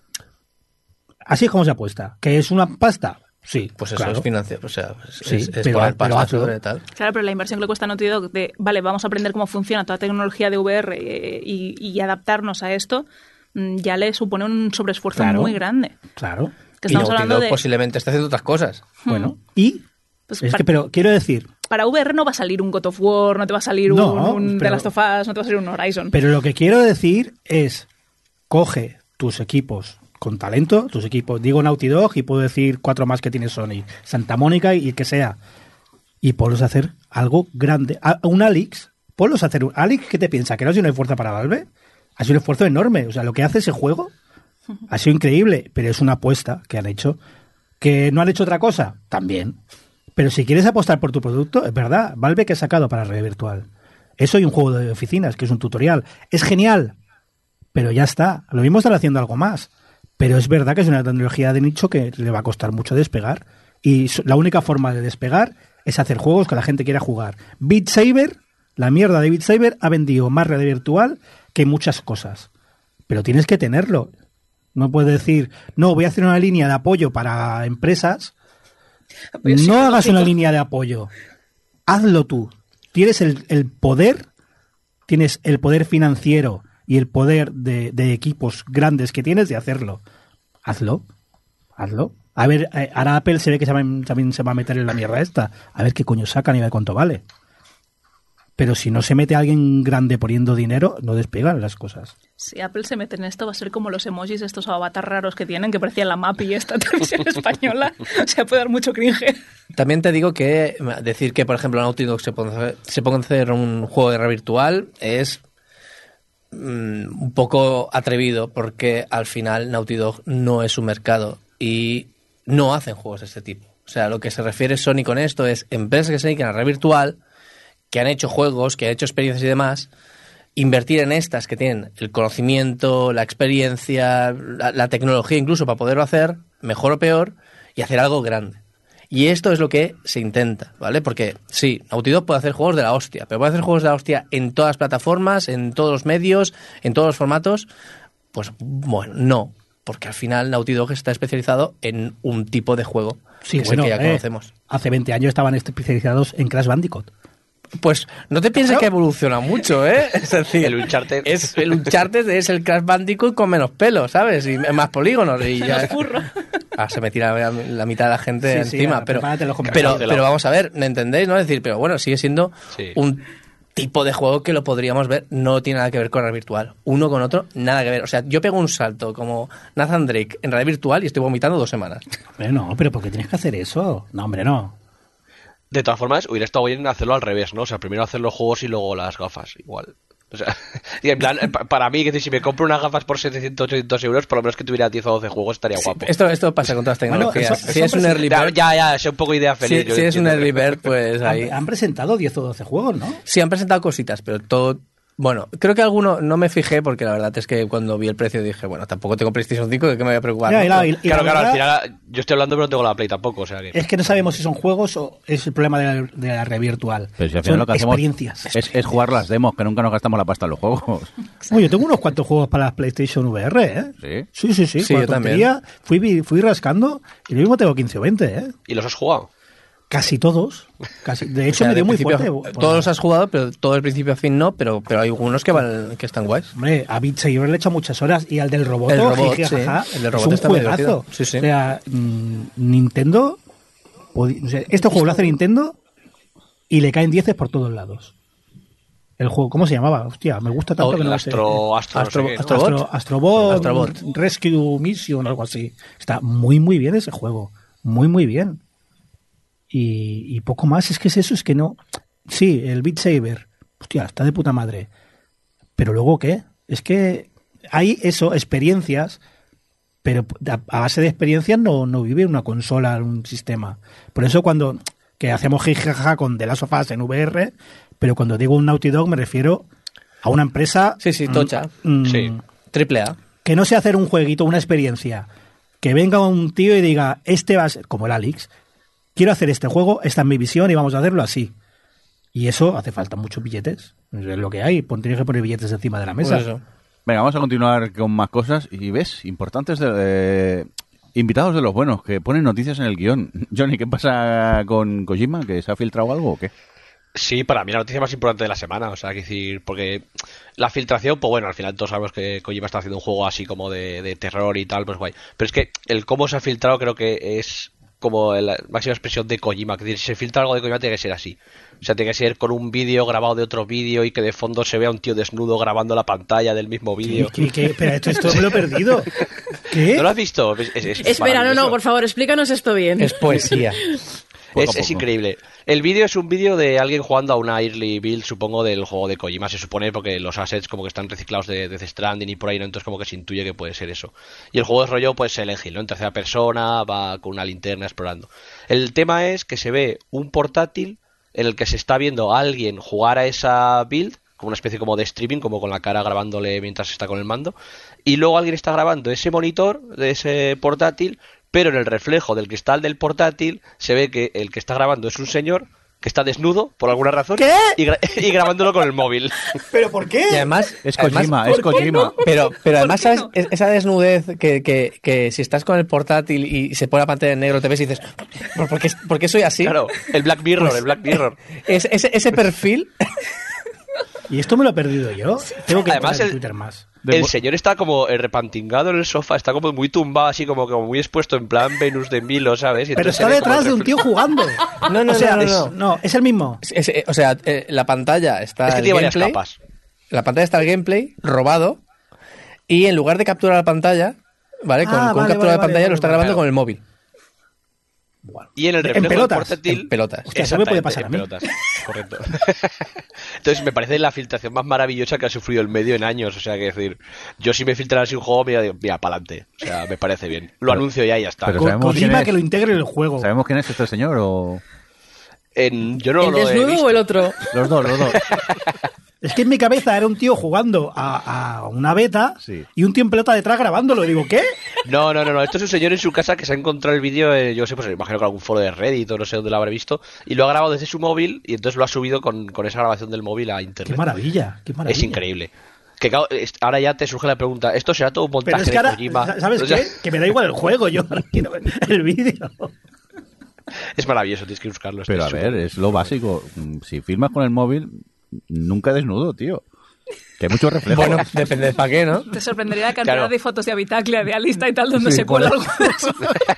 Así es como se apuesta. ¿Que es una pasta? Sí, Pues eso claro. es financiar, o sea, es, Sí, es, es pero- poner pero pasta hazlo. sobre tal. Claro, pero la inversión que le cuesta a Naughty Dog de, vale, vamos a aprender cómo funciona toda tecnología de V R eh, y, y adaptarnos a esto, mm, ya le supone un sobreesfuerzo Claro. muy grande. Claro. Que Y estamos Naughty hablando Dog de... posiblemente está haciendo otras cosas. Bueno, y... Pues es para- que, pero quiero decir, Para V R no va a salir un God of War, no te va a salir No, un, un The pero- Last of Us, no te va a salir un Horizon. pero lo que quiero decir es, coge tus equipos con talento, tus equipos, digo Naughty Dog y puedo decir cuatro más que tiene Sony, Santa Mónica y el que sea, y ponlos a hacer algo grande. A, a un Alex, ponlos a hacer un Alex, ¿qué te piensa? ¿Que no ha sido un esfuerzo para Valve? Ha sido un esfuerzo enorme. O sea, lo que hace ese juego ha sido increíble, pero es una apuesta que han hecho. ¿Que no han hecho otra cosa? También. Pero si quieres apostar por tu producto, es verdad, Valve que ha sacado para realidad virtual. Eso y un juego de oficinas, que es un tutorial. Es genial, pero ya está. Lo mismo están haciendo algo más. Pero es verdad que es una tecnología de nicho que le va a costar mucho despegar. Y so- la única forma de despegar es hacer juegos que la gente quiera jugar. Beat Saber, la mierda de Beat Saber, ha vendido más realidad virtual que muchas cosas. Pero tienes que tenerlo. No puedes decir, no, voy a hacer una línea de apoyo para empresas. Apoyo No hagas psicológico. una línea de apoyo. Hazlo tú. Tienes el, el poder, tienes el poder financiero y el poder de, de equipos grandes que tienes de hacerlo. Hazlo. Hazlo. A ver, eh, ahora Apple se ve que se va- también se va a meter en la mierda esta. A ver qué coño sacan y a ver cuánto vale. pero si no se mete alguien grande poniendo dinero, no despegan las cosas. Si Apple se mete en esto, va a ser como los emojis, estos avatar raros que tienen, que parecían la Mapi esta televisión española. O sea, puede dar mucho cringe. También te digo que decir que, por ejemplo, Naughty Dog se ponga se ponga a hacer un juego de realidad virtual es mmm, un poco atrevido, porque al final Naughty Dog no es su mercado y no hacen juegos de este tipo. O sea, lo que se refiere Sony con esto es empresas que se dedican a realidad virtual, que han hecho juegos, que han hecho experiencias y demás, invertir en estas que tienen el conocimiento, la experiencia, la, la tecnología incluso para poderlo hacer, mejor o peor, y hacer algo grande. Y esto es lo que se intenta, ¿vale? Porque sí, Naughty Dog puede hacer juegos de la hostia, pero puede hacer juegos de la hostia en todas las plataformas, en todos los medios, en todos los formatos. Pues bueno, no, porque al final Naughty Dog está especializado en un tipo de juego, Sí, que bueno, es el que ya eh, conocemos. hace veinte años estaban especializados en Crash Bandicoot. Pues no te pienses que evoluciona mucho, ¿eh? Es decir, El Uncharted. es, el Uncharted es el Crash Bandicoot con menos pelo, ¿sabes? Y más polígonos. Y ya... Ah, se me tira la, la mitad de la gente Sí, sí, encima. ahora, pero, prepárate los pero, comentarios. pero vamos a ver, ¿me entendéis? ¿No? Es decir, pero bueno, sigue siendo Sí. un tipo de juego que lo podríamos ver, no tiene nada que ver con realidad virtual. Uno con otro, nada que ver. O sea, yo pego un salto como Nathan Drake en realidad virtual y estoy vomitando dos semanas. Hombre, no, pero ¿por qué tienes que hacer eso? No, hombre, no. De todas formas, hubiera estado bien hacerlo al revés, ¿no? O sea, primero hacer los juegos y luego las gafas, igual. O sea, y en plan, pa- para mí, que si me compro unas gafas por setecientos, ochocientos euros, por lo menos que tuviera diez o doce juegos, estaría guapo. Esto, esto pasa con todas las Bueno, tecnologías. eso- si eso es un presenta- early Ya, bird, ya, ya, es un poco idea feliz. si, yo si es un entiendo. early bird, pues ahí... Han, han presentado diez o doce juegos, ¿no? Sí, han presentado cositas, pero todo... Bueno, creo que alguno no me fijé porque la verdad es que cuando vi el precio dije, bueno, tampoco tengo PlayStation cinco, ¿de qué me voy a preocupar? Ya, ¿no? y la- y- y Claro, la claro, al verdad final yo estoy hablando pero no tengo la Play tampoco, o sea que... es que no sabemos si son juegos o es el problema de la, de la red virtual. Pero si al final Son lo que hacemos experiencias. es, es jugar las demos, que nunca nos gastamos la pasta en los juegos. Oye, yo tengo unos cuantos juegos para las PlayStation V R, ¿eh? Sí. Sí, sí, sí. Sí, con la yo también. tontería Fui, vi- fui rascando y lo mismo tengo quince o veinte, ¿eh? ¿Y los has jugado? Casi todos. Casi. De hecho, O sea, me dio de muy principio- fuerte. Bueno, Todos los has jugado, pero todo el principio a fin no, pero, pero hay algunos que, van, que están guays. Hombre, a Beat Saber le he hecho muchas horas y al del robot, El robot, jiji, sí. jaja, El del es robot un está muy juegazo. divertido. Sí, sí. O sea, mm, Nintendo, podi- o sea, este juego lo hace Nintendo y le caen dieces por todos lados. El juego, ¿cómo se llamaba? Hostia, me gusta tanto Oh, que no El lo sé. Astro... Astro, no sé Astro- qué, ¿no? Astro- Astro- Astrobot, Astrobot. Rescue Mission, algo así. Está muy, muy bien ese juego. Muy, muy bien. Y, y poco más. Es que es eso, es que no. Sí, el Beat Saber. Hostia, está de puta madre. Pero luego, ¿qué? Es que hay eso, experiencias, pero a a base de experiencias no, no vive una consola, un sistema. Por eso cuando que hacemos jijaja con The Last of Us en V R, pero cuando digo un Naughty Dog me refiero a una empresa Sí, sí, tocha. mm, Sí. Triple A. que no sé hacer un jueguito, una experiencia. Que venga un tío y diga, este va a ser, como el Alex, quiero hacer este juego, esta es mi visión y vamos a hacerlo así. Y eso hace falta muchos billetes. Es lo que hay. Pon- Tienes que poner billetes encima de la mesa. Pues eso. Venga, vamos a continuar con más cosas. Y ves, importantes de, de- invitados de los buenos, que ponen noticias en el guión. Johnny, ¿qué pasa con Kojima? ¿Que se ha filtrado algo o qué? Sí, para mí la noticia más importante de la semana, o sea, que decir, porque la filtración, pues bueno, al final todos sabemos que Kojima está haciendo un juego así como de, de terror y tal, pues guay. Pero es que el cómo se ha filtrado creo que es como la máxima expresión de Kojima, que decir, si se filtra algo de Kojima tiene que ser así. O sea, tiene que ser con un vídeo grabado de otro vídeo y que de fondo se vea un tío desnudo grabando la pantalla del mismo vídeo. ¿Qué, qué? Espera, esto, esto me lo he perdido. ¿Qué? ¿No lo has visto? Es, es- es Espera, no, no, maravilloso. por favor, explícanos esto bien. Es poesía. Poco a Es, es poco. increíble. El vídeo es un vídeo de alguien jugando a una early build, supongo, del juego de Kojima. Se supone porque los assets como que están reciclados de Death Stranding y por ahí, ¿no? Entonces como que se intuye que puede ser eso. Y el juego es rollo, pues, el Hill, ¿no? En tercera persona, va con una linterna explorando. El tema es que se ve un portátil en el que se está viendo a alguien jugar a esa build, como una especie como de streaming, como con la cara grabándole mientras está con el mando. Y luego alguien está grabando ese monitor de ese portátil, pero en el reflejo del cristal del portátil se ve que el que está grabando es un señor que está desnudo por alguna razón ¿Qué? Y, gra- y grabándolo con el móvil. ¿Pero por qué? Y además... Es además- Kojima, es Kojima. Pero, pero además, qué ¿sabes? no? Es- esa desnudez que, que, que si estás con el portátil y se pone la pantalla en negro, te ves y dices, ¿por, por qué, por qué soy así? Claro, el Black Mirror, Pues- el Black Mirror. Es- ese, ese perfil Y esto me lo he perdido yo. Tengo que Además, entrar en el- Twitter más. De El mo- señor está como eh, repantingado en el sofá, está como muy tumbado, así como, como muy expuesto, en plan Venus de Milo, ¿sabes? Y Pero entonces está se ve como detrás el de un refle- tío jugando. No, no, o sea, no, no, es, no. no, es el mismo. Es- es- eh, o sea, eh, la pantalla está Es que el tiene varias gameplay, capas. la pantalla está el gameplay robado y en lugar de capturar la pantalla, ¿vale? Con, Ah, con un vale, captura de vale, pantalla vale, lo está vale, grabando claro. con el móvil. Y en el En reflejo del pelotas, portátil... en pelotas. Hostia, eso me puede Exactamente, pasar en a mí. pelotas, correcto. Entonces me parece la filtración más maravillosa que ha sufrido el medio en años. O sea, que decir, yo si me filtran así un juego, mira, digo, mira, para adelante. O sea, me parece bien. Lo Pero- anuncio ya y ya está. pero Co- sabemos quién Kojima es. que lo integre en el juego. ¿Sabemos quién es este señor o...? En- yo no ¿El lo he desnudo visto. o el otro? Los dos, los dos. Es que en mi cabeza era un tío jugando a, a una beta Sí. y un tío en pelota detrás grabándolo. Y digo, ¿qué? No, no, no, no. Esto es un señor en su casa que se ha encontrado el vídeo, eh, yo sé, pues imagino que algún foro de Reddit o no sé dónde lo habré visto, y lo ha grabado desde su móvil y entonces lo ha subido con, con esa grabación del móvil a Qué internet. maravilla, qué maravilla. Es increíble. Que claro, es- ahora ya te surge la pregunta, ¿esto será todo un Pero montaje es que de ahora, Kojima? ¿sabes O sea, qué? Que me da igual el juego, yo ahora quiero ver el vídeo. Es maravilloso, tienes que buscarlo. este Pero a es ver, súper- es lo básico. Mm, Si filmas con el móvil, nunca desnudo, tío. Que hay mucho reflejo. Bueno, depende de para qué, ¿no? Te sorprendería la cantidad Claro. de fotos de Habitaclia, de Alista y tal, donde Sí, se cuela por- algo de eso.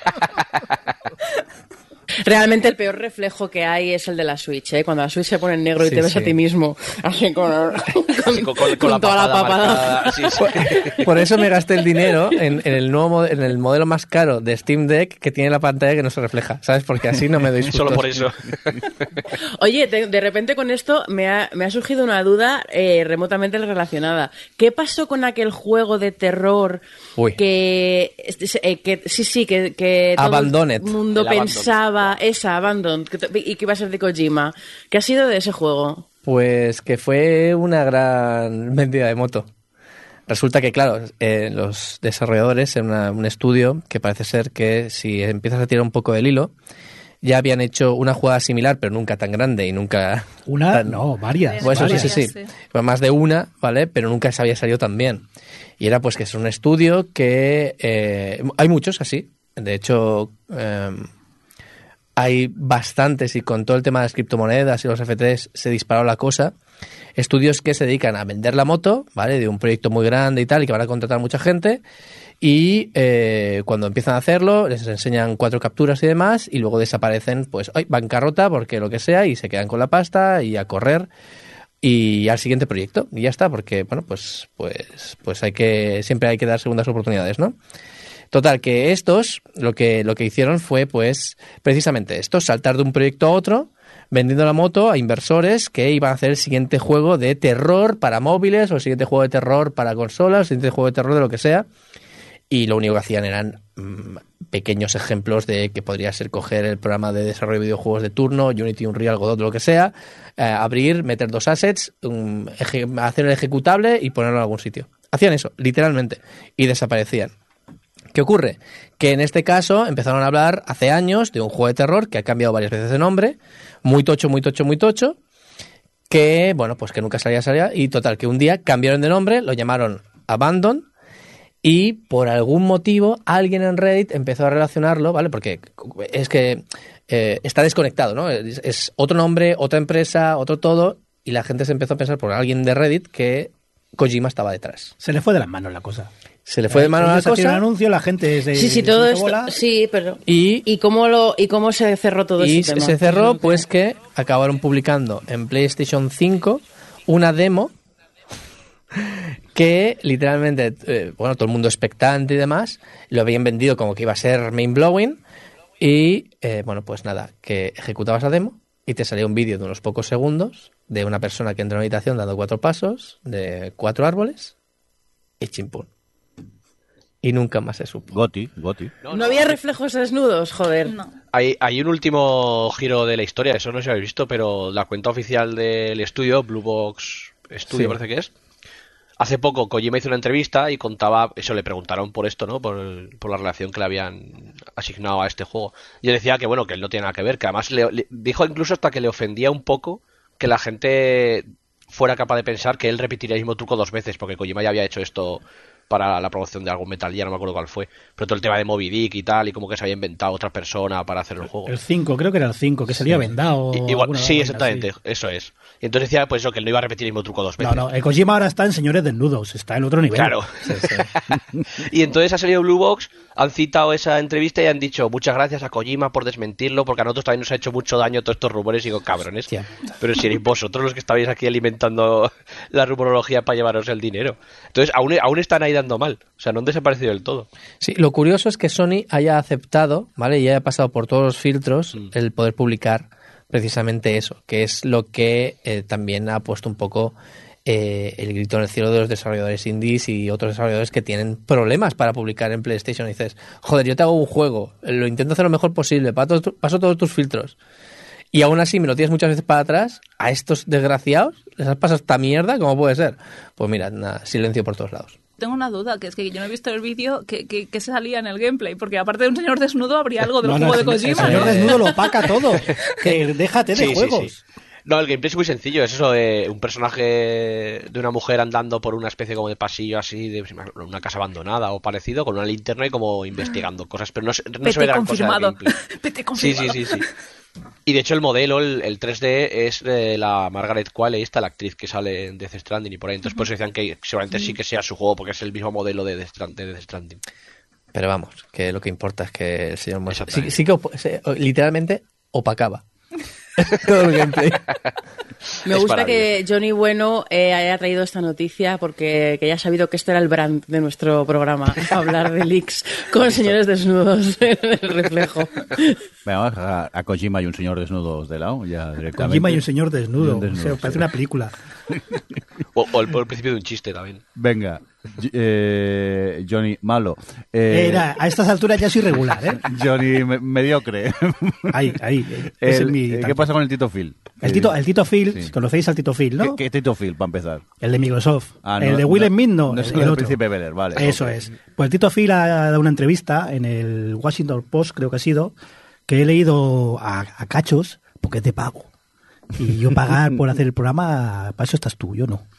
Realmente el peor reflejo que hay es el de la Switch, ¿eh? Cuando la Switch se pone en negro y Sí, te ves sí. a ti mismo, así con, Sí, con, con- con con la toda la papada papada. marcada. Sí, sí. Por eso me gasté el dinero en, en el nuevo mod- en el modelo más caro de Steam Deck que tiene la pantalla que no se refleja, ¿sabes? Porque así no me doy sustos. Solo por eso. Oye, te- de repente con esto me ha, me ha surgido una duda eh, remotamente relacionada. ¿Qué pasó con aquel juego de terror Uy. que, este, eh, que sí, sí, que, que todo Abandoned. el mundo El Abandoned. pensaba, esa, Abandoned, que, to- y que iba a ser de Kojima? ¿Qué ha sido de ese juego? Pues que fue una gran vendida de moto. Resulta que, claro, eh, los desarrolladores en una- un estudio que parece ser que si empiezas a tirar un poco del hilo, ya habían hecho una jugada similar, pero nunca tan grande y nunca... Una, tan- no, varias. Pues eso sí, varias. sí, sí. varias, sí. Pues más de una, ¿vale? Pero nunca se había salido tan bien. Y era pues que es un estudio que... eh, hay muchos así. De hecho, eh, hay bastantes y con todo el tema de las criptomonedas y los F Ts se disparó la cosa. Estudios que se dedican a vender la moto, ¿vale? De un proyecto muy grande y tal, y que van a contratar mucha gente. Y eh, cuando empiezan a hacerlo, les enseñan cuatro capturas y demás, y luego desaparecen, pues, ¡ay! Bancarrota, porque lo que sea, y se quedan con la pasta y a correr y al siguiente proyecto. Y ya está, porque, bueno, pues, pues, pues hay que, siempre hay que dar segundas oportunidades, ¿no? Total, que estos lo que, lo que hicieron fue, pues, precisamente esto, saltar de un proyecto a otro, vendiendo la moto a inversores que iban a hacer el siguiente juego de terror para móviles, o el siguiente juego de terror para consolas, o el siguiente juego de terror de lo que sea. Y lo único que hacían eran mmm, pequeños ejemplos de que podría ser coger el programa de desarrollo de videojuegos de turno, Unity, Unreal, Godot, lo que sea, eh, abrir, meter dos assets, um, eje- hacer el ejecutable y ponerlo en algún sitio. Hacían eso, literalmente, y desaparecían. ¿Qué ocurre? Que en este caso empezaron a hablar hace años de un juego de terror que ha cambiado varias veces de nombre, muy tocho, muy tocho, muy tocho, que, bueno, pues que nunca salía, salía, y total, que un día cambiaron de nombre, lo llamaron Abandon, y por algún motivo alguien en Reddit empezó a relacionarlo, ¿vale? Porque es que eh, está desconectado, ¿no? Es, es otro nombre, otra empresa, otro todo, y la gente se empezó a pensar por alguien de Reddit que Kojima estaba detrás. Se le fue de las manos la cosa. Se le fue de mano a la Ellos hacían un cosa anuncio, la gente se, Sí, sí, se todo hizo esto. bola. Sí, pero. y, ¿Y cómo, lo, ¿Y cómo se cerró todo y ese tema? se cerró pues que acabaron publicando en PlayStation cinco una demo que literalmente, eh, bueno, todo el mundo expectante y demás, lo habían vendido como que iba a ser main blowing y, eh, bueno, pues nada, que ejecutabas la demo y te salía un vídeo de unos pocos segundos de una persona que entra en una habitación dando cuatro pasos, de cuatro árboles y chimpún. Y nunca más se supo. Goti, Goti. ¿No había reflejos desnudos? Joder. No. Hay, hay un último giro de la historia, eso no sé si habéis visto, pero la cuenta oficial del estudio, Blue Box Studio Sí. parece que es, hace poco Kojima hizo una entrevista y contaba, eso le preguntaron por esto, ¿no? Por, el- por la relación que le habían asignado a este juego. Y él decía que, bueno, que él no tiene nada que ver, que además le, le- dijo incluso hasta que le ofendía un poco que la gente fuera capaz de pensar que él repetiría el mismo truco dos veces, porque Kojima ya había hecho esto para la promoción de algún Metal Gear, no me acuerdo cuál fue, pero todo el tema de Moby Dick y tal, y como que se había inventado otra persona para hacer el juego. El cinco, creo que era el cinco, que salía vendado. I- Igual, alguna sí, vaina exactamente, así. eso es. Y entonces decía pues eso, que él no iba a repetir el mismo truco dos veces. No, no, el Kojima ahora está en Señores Desnudos, está en otro nivel. Claro. Sí, sí. Y entonces ha salido Blue Box, han citado esa entrevista y han dicho muchas gracias a Kojima por desmentirlo, porque a nosotros también nos ha hecho mucho daño todos estos rumores. Y digo, cabrones, Hostia. pero si erais vosotros los que estabais aquí alimentando la rumorología para llevaros el dinero. Entonces aún, aún están ahí dando mal, o sea, no han desaparecido del todo. Sí, lo curioso es que Sony haya aceptado, ¿vale? Y haya pasado por todos los filtros Mm. el poder publicar precisamente eso, que es lo que eh, también ha puesto un poco eh, el grito en el cielo de los desarrolladores indies y otros desarrolladores que tienen problemas para publicar en PlayStation. Y dices, joder, yo te hago un juego, lo intento hacer lo mejor posible, paso, paso todos tus filtros. Y aún así me lo tienes muchas veces para atrás. A estos desgraciados les has pasado esta mierda, ¿cómo puede ser? Pues mira, nada, silencio por todos lados. Tengo una duda, que es que yo no he visto el vídeo que, que, que se salía en el gameplay, porque aparte de un señor desnudo habría algo del No, no, juego el de señor- Kojima. El señor ¿no? Desnudo lo opaca todo. Que déjate de Sí, sí, juegos. sí. No, el gameplay es muy sencillo, es eso de un personaje de una mujer andando por una especie como de pasillo así, de una casa abandonada o parecido, con una linterna y como investigando cosas, pero no, se- no se ve Pete gran cosa del confirmado. gameplay. Pete Sí, confirmado. sí, sí, sí. Y de hecho el modelo, el, el tres D, es de la Margaret Qualley, esta, la actriz que sale en Death Stranding y por ahí. Entonces por eso decían que seguramente sí que sea su juego, porque es el mismo modelo de Death Strand- de Death Stranding. Pero vamos, que lo que importa es que el señor Moss sí, Exactamente. sí que op- se- literalmente opacaba todo el gameplay. Me Es gusta maravilloso. que Johnny Bueno eh, haya traído esta noticia porque que ya ha sabido que este era el brand de nuestro programa, hablar de leaks con señores desnudos en el reflejo. Venga, vamos a, a Kojima y un señor desnudo de lado, ya directamente. Kojima y un señor desnudo. Y un desnudo, O sea, parece sí. una película. O, o el, o el principio de un chiste también. Venga, y- eh, Johnny malo. Eh, Era, a estas alturas ya soy regular, ¿eh? Johnny me- mediocre. Ahí, ahí. Ese El- es mi eh, ¿Qué tanque. pasa con el Tito Phil? El Tito, el Tito Phil, Sí. conocéis al Tito Phil, ¿no? ¿Qué, qué Tito Phil, para empezar? El de Microsoft. Ah, el no, de Will no, Smith, no. no el, es el el del otro. Príncipe Bel Air, vale. Eso ok. es. Pues el Tito Phil ha dado una entrevista en el Washington Post, creo que ha sido, que he leído a, a cachos porque es de pago. Y yo pagar por hacer el programa, para eso estás tú, yo no.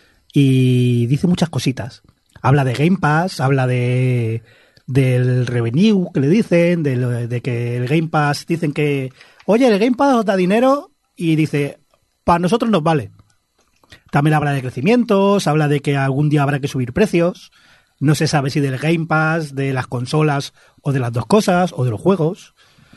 Y dice muchas cositas. Habla de Game Pass, habla de del revenue que le dicen, de, lo- de que el Game Pass dicen que, oye, el Game Pass os da dinero y dice, para nosotros nos vale. También habla de crecimientos, habla de que algún día habrá que subir precios. No se sabe si del Game Pass, de las consolas o de las dos cosas, o de los juegos.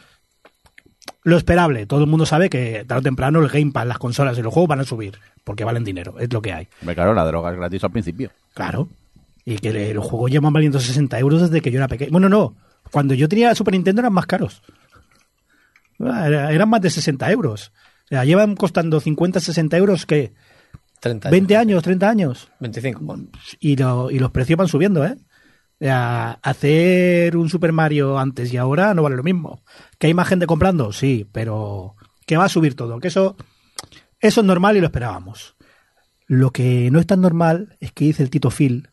Lo esperable, todo el mundo sabe que tarde o temprano el Game Pass, las consolas y los juegos van a subir, porque valen dinero, es lo que hay. Me claro, la droga es gratis al principio. Claro. Y que le- los juegos llevan valiendo sesenta euros desde que yo era pequeño. Bueno, no. Cuando yo tenía Super Nintendo eran más caros. Era- Eran más de sesenta euros. O sea, llevan costando cincuenta, sesenta euros, ¿qué? treinta veinte años, treinta años. veinticinco. Y, lo- y los precios van subiendo, ¿eh? O sea, hacer un Super Mario antes y ahora no vale lo mismo. ¿Que hay más gente comprando? Sí, pero que va a subir todo. Que eso, eso es normal y lo esperábamos. Lo que no es tan normal es que dice el Tito Phil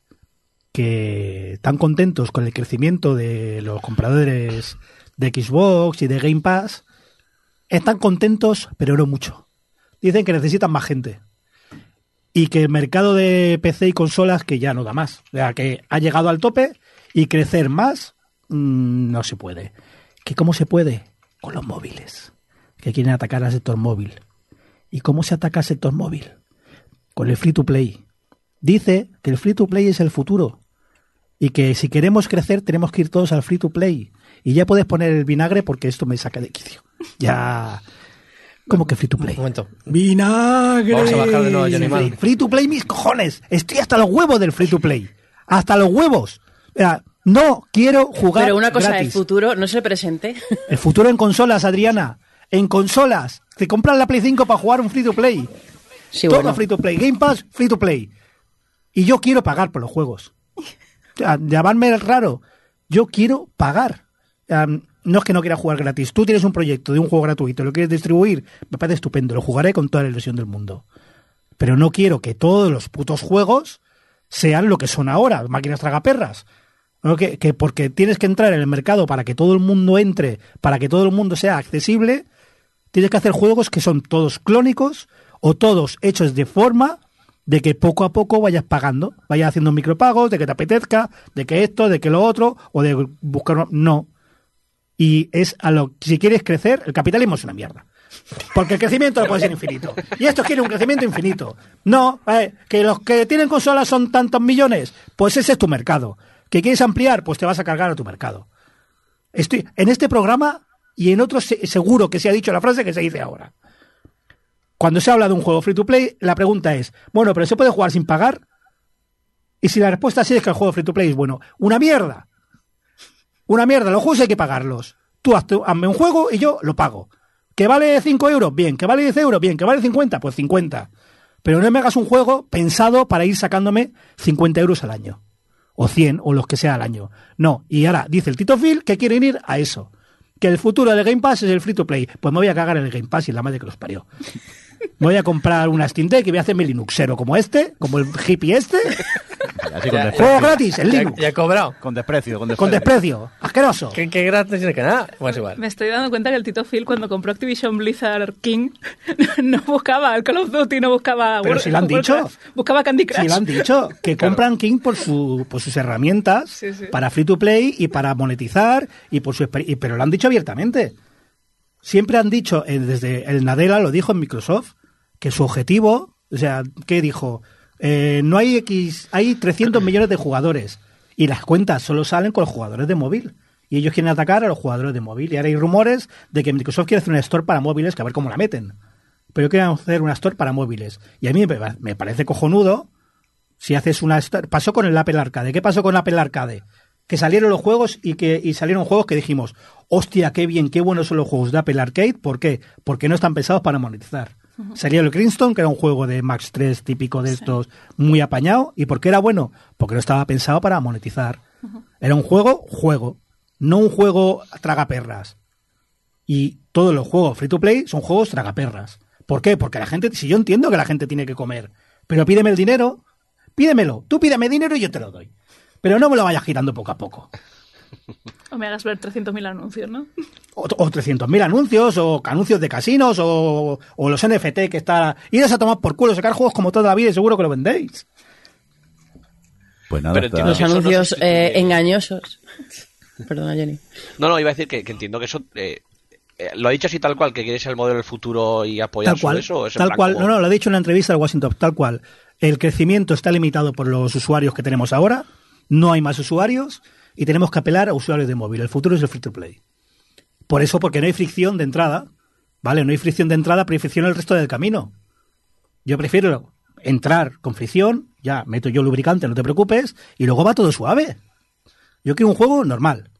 que están contentos con el crecimiento de los compradores de Xbox y de Game Pass. Están contentos, pero no mucho. Dicen que necesitan más gente. Y que el mercado de P C y consolas que ya no da más. O sea, que ha llegado al tope y crecer más mmm, no se puede. ¿Que cómo se puede? Con los móviles. Que quieren atacar al sector móvil. ¿Y cómo se ataca al sector móvil? Con el free to play. Dice que el free to play es el futuro. Y que si queremos crecer tenemos que ir todos al free to play. Y ya puedes poner el vinagre porque esto me saca de quicio. Ya... ¿Cómo que free to play? Un momento. ¡Vinagre! Vamos a bajar de nuevo a Johnny free, Man. free to play, mis cojones. Estoy hasta los huevos del free to play. Hasta los huevos. O sea, no quiero jugar Pero una cosa, gratis. el futuro no es el presente. El futuro en consolas, Adriana. En consolas. Te compran la Play cinco para jugar un free to play. Sí, Todo bueno. free to play. Game Pass, free to play. Y yo quiero pagar por los juegos. O sea, llamarme raro. Yo quiero pagar. Um, no es que no quiera jugar gratis. Tú tienes un proyecto de un juego gratuito, lo quieres distribuir, me parece estupendo. Lo jugaré con toda la ilusión del mundo. Pero no quiero que todos los putos juegos sean lo que son ahora, máquinas tragaperras. ¿No? Que, que porque tienes que entrar en el mercado para que todo el mundo entre, para que todo el mundo sea accesible, tienes que hacer juegos que son todos clónicos o todos hechos de forma de que poco a poco vayas pagando, vayas haciendo micropagos, de que te apetezca, de que esto, de que lo otro, o de buscar... No. Y es a lo... Si quieres crecer, el capitalismo es una mierda. Porque el crecimiento no puede ser infinito. Y esto quiere un crecimiento infinito. No, eh, que los que tienen consolas son tantos millones, pues ese es tu mercado. ¿Que quieres ampliar? Pues te vas a cargar a tu mercado. Estoy en este programa y en otros seguro que se ha dicho la frase que se dice ahora. Cuando se habla de un juego free to play, la pregunta es, bueno, ¿pero se puede jugar sin pagar? Y si la respuesta sí es que el juego free to play es bueno, ¡una mierda! Una mierda, los juegos hay que pagarlos. Tú hazte, hazme un juego y yo lo pago. ¿Que vale cinco euros? Bien. ¿Que vale diez euros? Bien. ¿Que vale cincuenta? Pues cincuenta. Pero no me hagas un juego pensado para ir sacándome cincuenta euros al año. O cien, o los que sea al año. No. Y ahora dice el Tito Phil que quieren ir a eso. Que el futuro del Game Pass es el free to play. Pues me voy a cagar en el Game Pass y la madre que los parió. Me voy a comprar una Steam Deck y voy a hacerme Linuxero como este, como el hippie este. Así con Juego gratis, el Linux. Ya, ya he cobrado. Con desprecio, con desprecio. Con desprecio. Asqueroso. ¿Qué, qué gratis ni que nada? Pues igual. Me estoy dando cuenta que el Tito Phil, cuando compró Activision Blizzard King, no buscaba el Call of Duty, no buscaba... Pero World- si lo han dicho. Warcraft, buscaba Candy Crush. Sí, lo han dicho, que Claro. compran King por su por sus herramientas Sí, sí. para free to play y para monetizar y por su exper- y- pero lo han dicho abiertamente. Siempre han dicho, eh, desde el Nadella lo dijo en Microsoft, que su objetivo, o sea, ¿qué dijo? Eh, no hay X, hay trescientos millones de jugadores y las cuentas solo salen con los jugadores de móvil. Y ellos quieren atacar a los jugadores de móvil. Y ahora hay rumores de que Microsoft quiere hacer una store para móviles, que a ver cómo la meten. Pero quieren hacer una store para móviles. Y a mí me, me parece cojonudo si haces una store. Pasó con el Apple Arcade. ¿Qué pasó con el Apple Arcade? Que salieron los juegos y que y salieron juegos que dijimos, hostia, qué bien, qué buenos son los juegos de Apple Arcade. ¿Por qué? Porque no están pensados para monetizar. Uh-huh. Salió el Crimson, que era un juego de Max tres típico de estos, sí. muy apañado. ¿Y por qué era bueno? Porque no estaba pensado para monetizar. Uh-huh. Era un juego, juego. No un juego tragaperras. Y todos los juegos free to play son juegos tragaperras. ¿Por qué? Porque la gente, si yo entiendo que la gente tiene que comer, pero pídeme el dinero, pídemelo. Tú pídeme dinero y yo te lo doy. Pero no me lo vayas girando poco a poco. O me hagas ver trescientos mil anuncios, ¿no? O, o trescientos mil anuncios, o anuncios de casinos, o, o los N F T que está... Iros a tomar por culo, sacar juegos como toda la vida y seguro que lo vendéis. Pues nada, Pero está... Los anuncios no eh, engañosos. Perdona, Jenny. No, no, iba a decir que, que entiendo que eso... Eh, eh, ¿Lo ha dicho así tal cual, que quiere ser el modelo del futuro y apoyar tal cual, eso? ¿O es tal cual, como... no, no, lo ha dicho en la entrevista al Washington, tal cual. El crecimiento está limitado por los usuarios que tenemos ahora, no hay más usuarios y tenemos que apelar a usuarios de móvil. El futuro es el free to play. Por eso, porque no hay fricción de entrada, ¿vale? No hay fricción de entrada, pero hay fricción el resto del camino. Yo prefiero entrar con fricción, ya meto yo lubricante, no te preocupes, y luego va todo suave. Yo quiero un juego normal.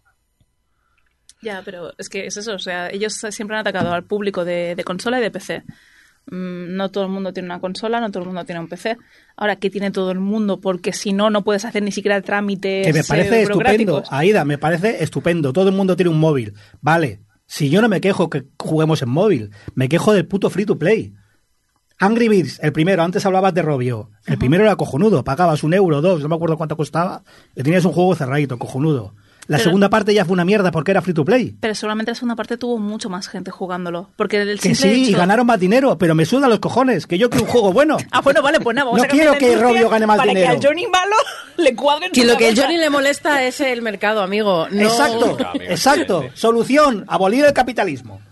Ya, pero es que es eso, o sea, ellos siempre han atacado al público de, de consola y de P C. No todo el mundo tiene una consola, no todo el mundo tiene un P C. Ahora, ¿qué tiene todo el mundo? Porque si no, no puedes hacer ni siquiera trámites. Que me parece estupendo, Aida, me parece estupendo. Todo el mundo tiene un móvil. Vale, si yo no me quejo que juguemos en móvil, me quejo del puto free to play. Angry Birds, el primero, antes hablabas de Robio. El uh-huh. primero era cojonudo, pagabas un euro, dos, no me acuerdo cuánto costaba, y tenías un juego cerradito, cojonudo. La pero, segunda parte ya fue una mierda porque era free to play. Pero seguramente la segunda parte tuvo mucho más gente jugándolo. Porque el que sí, hecho... y ganaron más dinero, pero me sudan los cojones, que yo quiero un juego bueno. Ah, bueno, vale, pues nada, vamos no a quiero que Robio gane más para dinero. Para que al Johnny malo le cuadren. Si lo que al Johnny le molesta es el mercado, amigo. No... Exacto, exacto. Solución, abolir el capitalismo.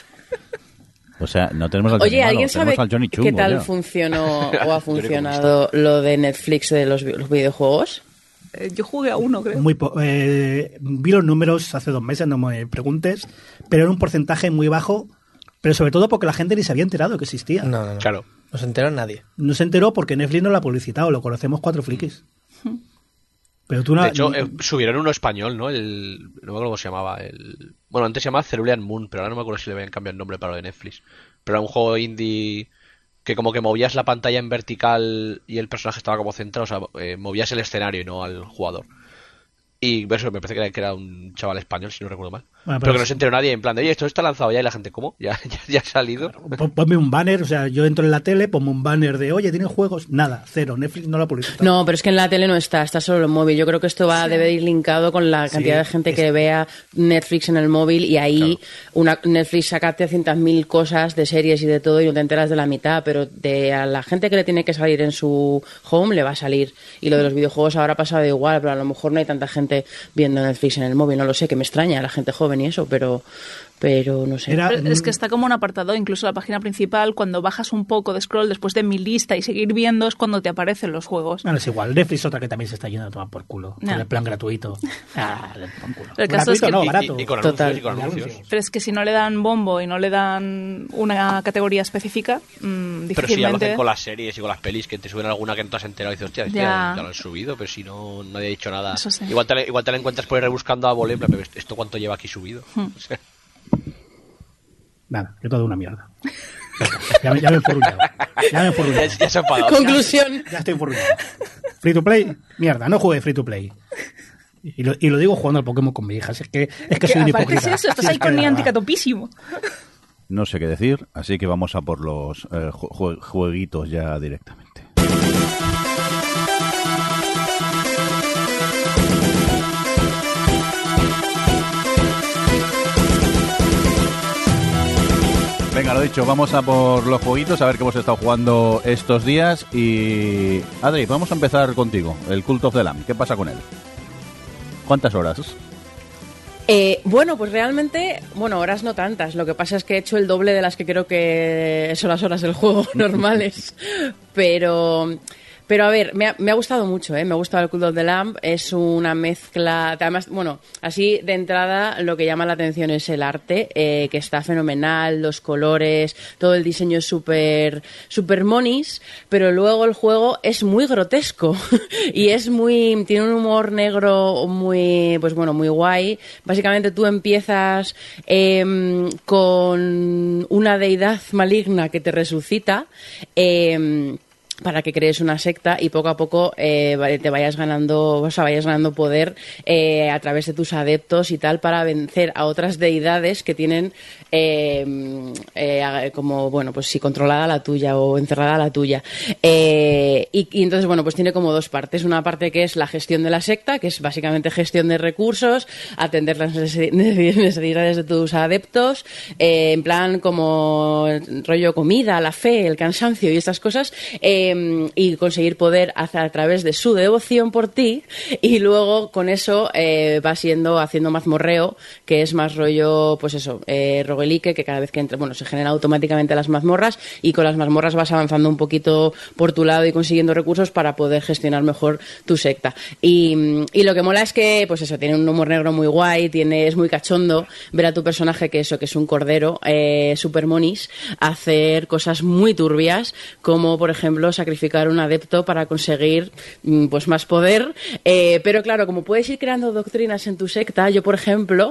O sea, no tenemos al Oye, Johnny ¿alguien malo, sabe al Johnny chungo, qué tal ya. funcionó o ha funcionado lo de Netflix de los, los videojuegos? Yo jugué a uno, creo. Muy po- eh, vi los números hace dos meses, no me preguntes, pero era un porcentaje muy bajo, pero sobre todo porque la gente ni se había enterado que existía. No, no, no. Claro. No se enteró nadie. No se enteró porque Netflix no lo ha publicitado, lo conocemos cuatro frikis. Pero tú no... De hecho, eh, subieron uno español, ¿no? El, no me acuerdo cómo se llamaba. El, bueno, antes se llamaba Cerulean Moon, pero ahora no me acuerdo si le habían cambiado el nombre para lo de Netflix. Pero era un juego indie que como que movías la pantalla en vertical y el personaje estaba como centrado, o sea, eh, movías el escenario y no al jugador. Y eso me parece que era, que era un chaval español, si no recuerdo mal. Bueno, pero que no se enteró nadie en plan de, oye, esto está lanzado ya y la gente, ¿cómo? ¿Ya, ya, ya ha salido? Pon- Ponme un banner, o sea, yo entro en la tele, ponme un banner de, oye, ¿tienes juegos? Nada, cero, Netflix no lo ha publicado. No, pero es que en la tele no está, está solo en móvil. Yo creo que esto va Sí. debe ir linkado con la cantidad Sí, de gente es- que vea Netflix en el móvil y ahí una Netflix saca trescientas mil cosas de series y de todo y no te enteras de la mitad, pero de a la gente que le tiene que salir en su home le va a salir. Y lo de los videojuegos ahora ha pasado igual, pero a lo mejor no hay tanta gente viendo Netflix en el móvil, no lo sé, que me extraña la gente joven y eso, pero pero no sé. Era- Pero es que está como un apartado, incluso la página principal, cuando bajas un poco de scroll después de mi lista y seguir viendo es cuando te aparecen los juegos. Bueno, es igual, Netflix otra que también se está yendo a tomar por culo, con Ya. el plan gratuito. Ah, por culo. El caso es Gratuito que- no, y- barato. Y, y con Total. anuncios, y con Y anuncios. anuncios. Pero es que si no le dan bombo y no le dan una categoría específica, mmm, Pero si ya lo difícilmente... hacen con las series y con las pelis, que te suben alguna que no te has enterado y dices, hostia, hostia, Ya. ya. lo han subido, pero si no, nadie ha dicho nada. Eso sí. Igual, te, la- igual te la encuentras por ahí rebuscando a volé, en plan, pero ¿esto cuánto lleva aquí subido? Hmm. O sea, Nada, que todo una mierda. Ya me, ya me he enfurruñado. Ya me he enfurruñado. ya, ya se ha enfadado. Conclusión. Ya estoy enfurruñado. Free to play, mierda, no juegue free to play. Y lo, y lo digo jugando al Pokémon con mi hija. Es que, es que soy un aparte hipócrita. es eso, estás Sí, ahí es que con de verdad. Niantic a topísimo. No sé qué decir, así que vamos a por los eh, jue- jue- jueguitos ya directamente. Venga, lo dicho, vamos a por los jueguitos, a ver qué hemos estado jugando estos días. Y Adri, vamos a empezar contigo, el Cult of the Lamb. ¿Qué pasa con él? ¿Cuántas horas? Eh, bueno, pues realmente, bueno, horas no tantas. Lo que pasa es que he hecho el doble de las que creo que son las horas del juego normales. Pero, pero a ver, me ha, me ha gustado mucho, ¿eh? Me ha gustado el Cult of the Lamb. Es una mezcla, además, bueno, así de entrada lo que llama la atención es el arte, eh, que está fenomenal, los colores, todo el diseño es súper, súper monis, pero luego el juego es muy grotesco y es muy, tiene un humor negro muy, pues bueno, muy guay. Básicamente tú empiezas eh, con una deidad maligna que te resucita, eh, para que crees una secta y poco a poco eh, te vayas ganando, o sea, vayas ganando poder eh, a través de tus adeptos y tal para vencer a otras deidades que tienen eh, eh, como, bueno, pues sí, controlada la tuya o encerrada la tuya. Eh, y, y entonces, bueno, pues tiene como dos partes. Una parte que es la gestión de la secta, que es básicamente gestión de recursos, atender las necesidades de tus adeptos, eh, en plan como rollo comida, la fe, el cansancio y estas cosas, eh, y conseguir poder hacer a través de su devoción por ti, y luego con eso eh, va siendo haciendo mazmorreo, que es más rollo, pues eso, eh, roguelike, que cada vez que entra, bueno, se generan automáticamente las mazmorras y con las mazmorras vas avanzando un poquito por tu lado y consiguiendo recursos para poder gestionar mejor tu secta. Y, y lo que mola es que, pues eso, tiene un humor negro muy guay, tiene, es muy cachondo ver a tu personaje, que eso, que es un cordero, eh, super monis, hacer cosas muy turbias, como por ejemplo sacrificar un adepto para conseguir pues más poder, eh, pero claro, como puedes ir creando doctrinas en tu secta, yo por ejemplo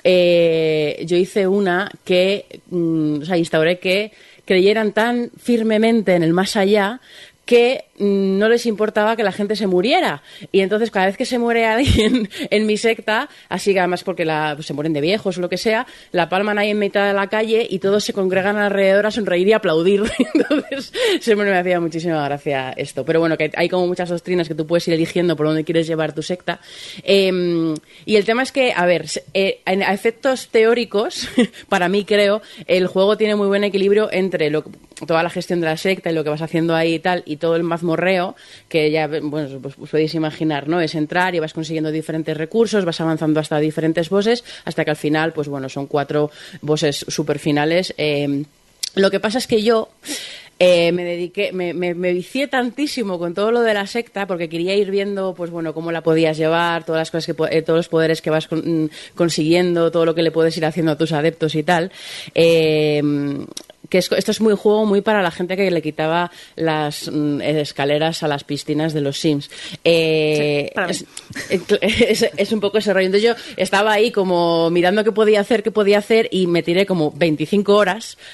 eh, yo hice una que mm, o sea, instauré que creyeran tan firmemente en el más allá que mm, no les importaba que la gente se muriera. Y entonces cada vez que se muere alguien en mi secta, así que además porque la, pues, se mueren de viejos o lo que sea, la palman ahí en mitad de la calle y todos se congregan alrededor a sonreír y aplaudir. Entonces siempre me hacía muchísima gracia esto. Pero bueno, que hay como muchas doctrinas que tú puedes ir eligiendo por dónde quieres llevar tu secta. Eh, y el tema es que, a ver, eh, en a efectos teóricos, para mí creo, el juego tiene muy buen equilibrio entre lo, toda la gestión de la secta y lo que vas haciendo ahí y tal, y todo el mazmorreo, que ya, bueno, pues, pues podéis imaginar, ¿no? Es entrar y vas consiguiendo diferentes recursos, vas avanzando hasta diferentes bosses, hasta que al final, pues bueno, son cuatro bosses super finales. Eh, lo que pasa es que yo eh, me dediqué, me, me, me vicié tantísimo con todo lo de la secta, porque quería ir viendo, pues bueno, cómo la podías llevar, todas las cosas que, eh, todos los poderes que vas con, consiguiendo, todo lo que le puedes ir haciendo a tus adeptos y tal. Eh, que es, esto es muy juego muy para la gente que le quitaba las mm, escaleras a las piscinas de los Sims. Eh, Sí, para mí. es, es, es un poco ese rollo. Entonces yo estaba ahí como mirando qué podía hacer, qué podía hacer, y me tiré como veinticinco horas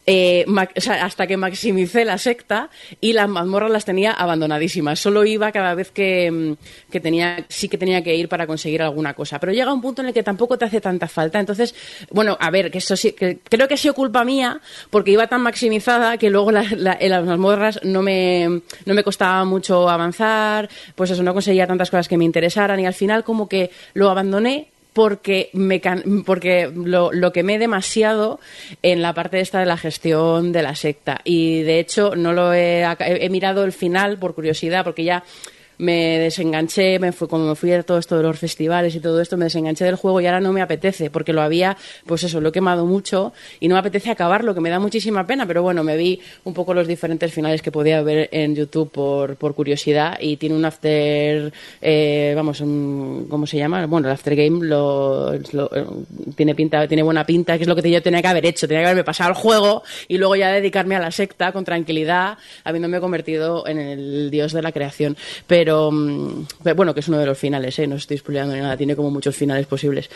eh, ma- o sea, hasta que maximicé la secta y las mazmorras las tenía abandonadísimas. Solo iba cada vez que, mm, que tenía, sí que tenía que ir para conseguir alguna cosa. Pero llega un punto en el que tampoco te hace tanta falta. Entonces, bueno, a ver, que eso sí, que creo que ha sido culpa mía, porque iba tan maximizada que luego la, la, en las mazmorras no me, no me costaba mucho avanzar, pues eso, no conseguía tantas cosas que me interesaran y al final como que lo abandoné porque me can- porque lo, lo quemé demasiado en la parte esta de la gestión de la secta y de hecho no lo he, he mirado el final por curiosidad porque ya me desenganché, me fui, como me fui a todo esto de los festivales y todo esto, me desenganché del juego y ahora no me apetece, porque lo había, pues eso, lo he quemado mucho y no me apetece acabarlo, que me da muchísima pena, pero bueno, me vi un poco los diferentes finales que podía ver en YouTube por, por curiosidad y tiene un after, eh, vamos, un, ¿cómo se llama? Bueno, el after game lo, lo, tiene pinta, tiene buena pinta, que es lo que yo tenía que haber hecho, tenía que haberme pasado el juego y luego ya dedicarme a la secta con tranquilidad, habiéndome convertido en el dios de la creación. Pero Pero, pero bueno, que es uno de los finales, ¿eh? No estoy spoileando ni nada, tiene como muchos finales posibles.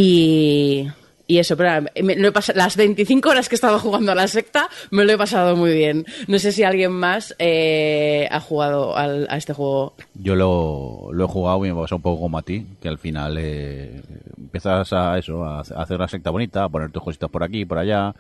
Y, y eso, pero me, lo he pasado, las veinticinco horas que estaba jugando a la secta me lo he pasado muy bien. No sé si alguien más eh, ha jugado al, a este juego. Yo lo, lo he jugado y me pasa un poco como a ti, que al final eh, empiezas a eso, a hacer la secta bonita, a poner tus cositas por aquí, por allá.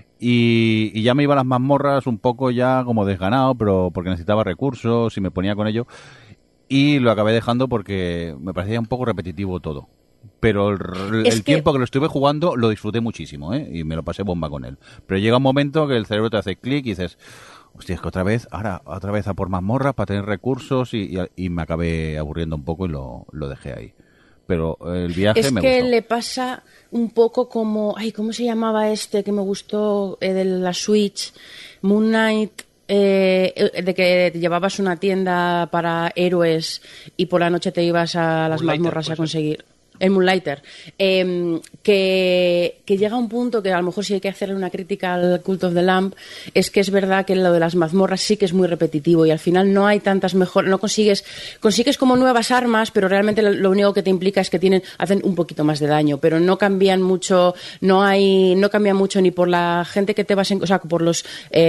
Y, y ya me iba a las mazmorras un poco ya como desganado, pero porque necesitaba recursos y me ponía con ello. Y lo acabé dejando porque me parecía un poco repetitivo todo. Pero el, el que... tiempo que lo estuve jugando lo disfruté muchísimo, ¿eh? Y me lo pasé bomba con él. Pero llega un momento que el cerebro te hace clic y dices, hostia, es que otra vez, ahora otra vez a por mazmorras para tener recursos y, y, y me acabé aburriendo un poco y lo, lo dejé ahí. Pero el viaje es me que gustó. Le pasa un poco como, ay, ¿cómo se llamaba este que me gustó eh, de la Switch? Moon Knight. Eh, de que llevabas una tienda para héroes y por la noche te ibas a las Moonlighter, mazmorras a pues conseguir el Moonlighter, eh, que, que llega a un punto que a lo mejor sí hay que hacerle una crítica al Cult of the Lamb, es que es verdad que lo de las mazmorras sí que es muy repetitivo y al final no hay tantas mejor, no consigues, consigues como nuevas armas, pero realmente lo, lo único que te implica es que tienen, hacen un poquito más de daño, pero no cambian mucho, no hay, no cambian mucho ni por la gente que te vas, en, o sea, por los,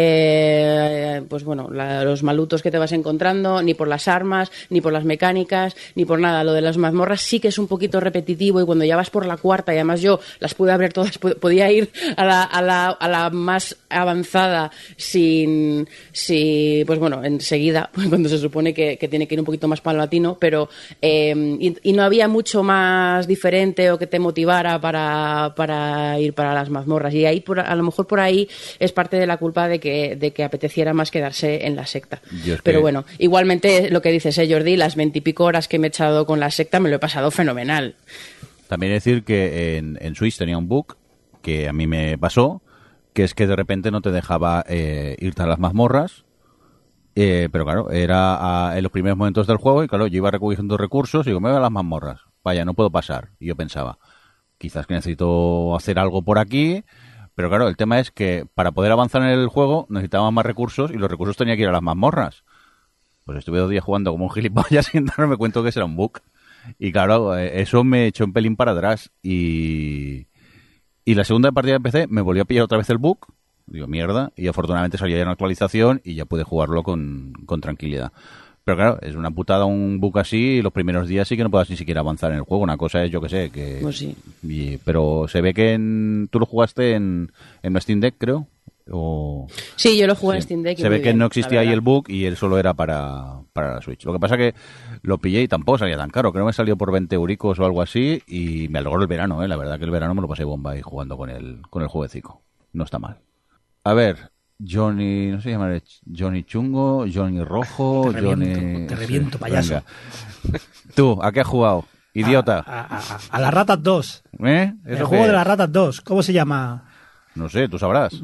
eh, pues bueno, la, los malutos que te vas encontrando, ni por las armas, ni por las mecánicas, ni por nada. Lo de las mazmorras sí que es un poquito repetitivo y cuando ya vas por la cuarta y además yo las pude abrir todas, podía ir a la, a la, a la más avanzada sin, sin pues bueno, enseguida, cuando se supone que, que tiene que ir un poquito más paulatino, pero eh, y, y no había mucho más diferente o que te motivara para, para ir para las mazmorras y ahí por, a lo mejor por ahí es parte de la culpa de que, de que apeteciera más quedarse en la secta. Es pero que... bueno, igualmente lo que dices, ¿eh, Jordi? Las veintipico horas que me he echado con la secta me lo he pasado fenomenal. También decir que en, en Switch tenía un bug que a mí me pasó, que es que de repente no te dejaba eh, irte a las mazmorras, eh, pero claro, era a, en los primeros momentos del juego y claro, yo iba recogiendo recursos y digo, me voy a las mazmorras, vaya, no puedo pasar. Y yo pensaba, quizás que necesito hacer algo por aquí, pero claro, el tema es que para poder avanzar en el juego necesitaba más recursos y los recursos tenía que ir a las mazmorras. Pues estuve dos días jugando como un gilipollas sin darme cuenta que ese era un bug. Y claro, eso me echó un pelín para atrás. Y, y la segunda partida de P C me volvió a pillar otra vez el bug. Digo, mierda. Y afortunadamente salió ya una actualización y ya pude jugarlo con, con tranquilidad. Pero claro, es una putada un bug así y los primeros días sí que no puedas ni siquiera avanzar en el juego. Una cosa es, yo que sé, que... Pues sí. Y, pero se ve que en, tú lo jugaste en, en Steam Deck, creo. O... Sí, yo lo jugué sí. en Steam Deck. Se ve que bien, no existía ahí el bug y él solo era para, para la Switch. Lo que pasa que lo pillé y tampoco salía tan caro. Creo que me salió por veinte euricos o algo así y me alegró el verano, ¿eh? La verdad que el verano me lo pasé bomba ahí jugando con el, con el jueguecico. No está mal. A ver, Johnny... No sé si llamaré Johnny Chungo, Johnny Rojo, te reviento, Johnny... Te reviento, payaso. Venga. Tú, ¿a qué has jugado? Idiota. A, a, a, a las ratas dos. ¿Eh? El ¿Eso juego qué de es? las ratas dos. ¿Cómo se llama? No sé, tú sabrás.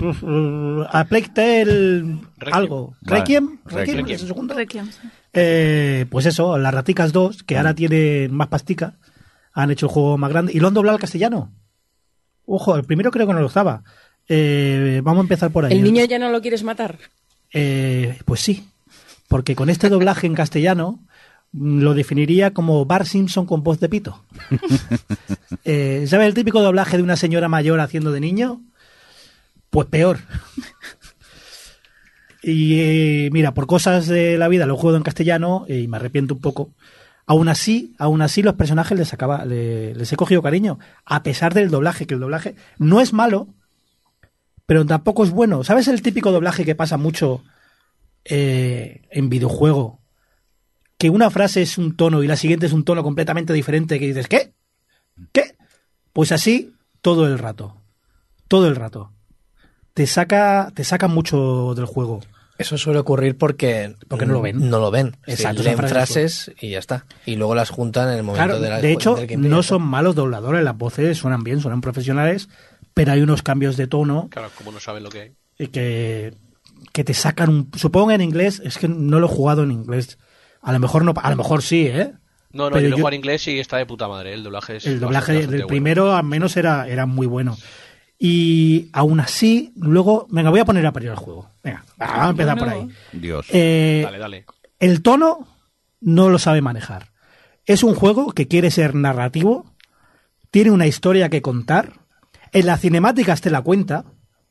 A Plague Tale algo. Vale. ¿Requiem? Requiem. ¿Requiem? ¿Es el segundo? Requiem, sí. Eh, pues eso, las raticas dos, que ahora tienen más pastica, han hecho el juego más grande y lo han doblado al castellano. Ojo, el primero creo que no lo estaba. Eh, vamos a empezar por ahí. ¿El niño ya no lo quieres matar? Eh, pues sí, porque con este doblaje en castellano lo definiría como Bart Simpson con voz de pito. eh, ¿Sabes el típico doblaje de una señora mayor haciendo de niño? Pues peor. Y eh, mira, por cosas de la vida lo he jugado en castellano y me arrepiento un poco. Aún así, aún así los personajes les acaba, les, les he cogido cariño, a pesar del doblaje, que el doblaje no es malo, pero tampoco es bueno. ¿Sabes el típico doblaje que pasa mucho eh, en videojuego? Que una frase es un tono y la siguiente es un tono completamente diferente, que dices, ¿qué? ¿Qué? Pues así todo el rato. Todo el rato. Te saca, te saca mucho del juego. Eso suele ocurrir porque, porque no lo ven. No lo ven. Exacto. Sí, leen frases y ya está. Y luego las juntan en el momento Claro, de la de hecho, del gameplay, no ya está. son malos dobladores, las voces suenan bien, suenan profesionales, pero hay unos cambios de tono Claro, como no saben lo que hay. y que, que te sacan un... Supongo en inglés, es que no lo he jugado en inglés. A lo mejor no, a lo mejor sí, ¿eh? No, no, Pero yo lo yo- juego en inglés y está de puta madre. El doblaje es El doblaje bastante, del bastante primero al menos era, era muy bueno. Y aún así, luego... Venga, voy a poner a parir el juego. Venga, vamos a empezar por ahí. Dios. Eh, bueno. Dale, dale. El tono no lo sabe manejar. Es un juego que quiere ser narrativo, tiene una historia que contar, en las cinemáticas te la cuenta,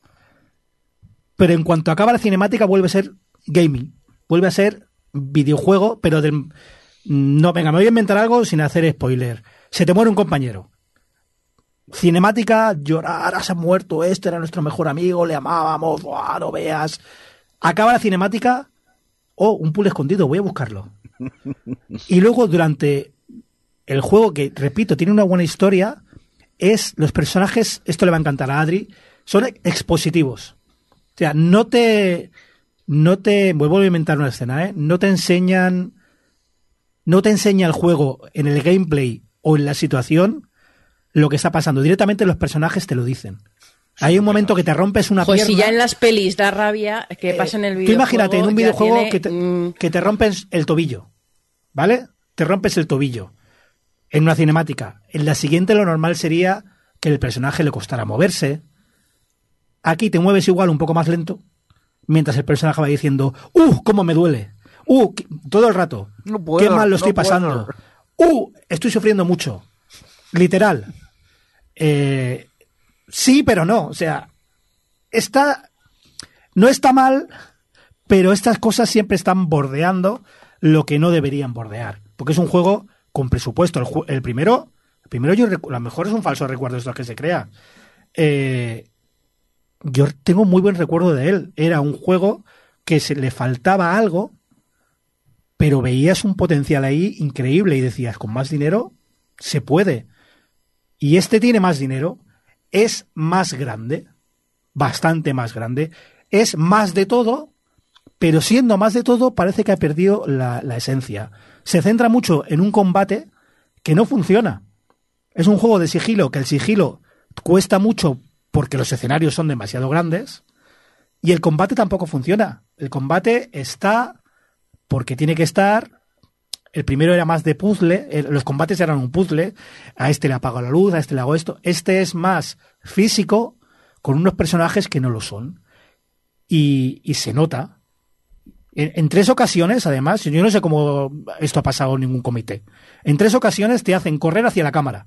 pero en cuanto acaba la cinemática vuelve a ser gaming, vuelve a ser videojuego, pero del... No, venga, me voy a inventar algo sin hacer spoiler. Se te muere un compañero. Cinemática, llorar, se ha muerto, este era nuestro mejor amigo, le amábamos, buah, no veas. Acaba la cinemática, oh, un pool escondido, voy a buscarlo. Y luego durante el juego, que repito, tiene una buena historia, es los personajes, esto le va a encantar a Adri, son expositivos. O sea, no te, no te, vuelvo a inventar una escena, ¿eh? No te enseñan, no te enseña el juego en el gameplay o en la situación lo que está pasando. Directamente los personajes te lo dicen. Hay un momento que te rompes una Pues pierna. si ya en las pelis da rabia que pasa en el Eh, videojuego. Tú imagínate en un ya videojuego tiene, que, te, mm, que te rompes el tobillo, ¿vale? Te rompes el tobillo en una cinemática. En la siguiente lo normal sería que el personaje le costara moverse. Aquí te mueves igual un poco más lento, mientras el personaje va diciendo, ¡uh, cómo me duele! ¡Uh, qué- todo el rato! No puedo, ¡Qué mal lo no estoy pasando! ¡Uh, estoy sufriendo mucho! Literal. Eh, sí, pero no. O sea, está... No está mal, pero estas cosas siempre están bordeando lo que no deberían bordear. Porque es un juego con presupuesto. El, ju- el primero, el primero yo recu- a lo mejor es un falso recuerdo esto que se crea. Eh, yo tengo muy buen recuerdo de él. Era un juego que se le faltaba algo, pero veías un potencial ahí increíble y decías, con más dinero se puede. Y este tiene más dinero, es más grande, bastante más grande, es más de todo, pero siendo más de todo parece que ha perdido la, la esencia. Se centra mucho en un combate que no funciona. Es un juego de sigilo, que el sigilo cuesta mucho porque los escenarios son demasiado grandes, y el combate tampoco funciona. El combate está porque tiene que estar. El primero era más de puzzle, el- los combates eran un puzzle, a este le apago la luz, a este le hago esto. Este es más físico, con unos personajes que no lo son. Y, y se nota. En, en tres ocasiones, además, yo no sé cómo esto ha pasado en ningún comité, en tres ocasiones te hacen correr hacia la cámara.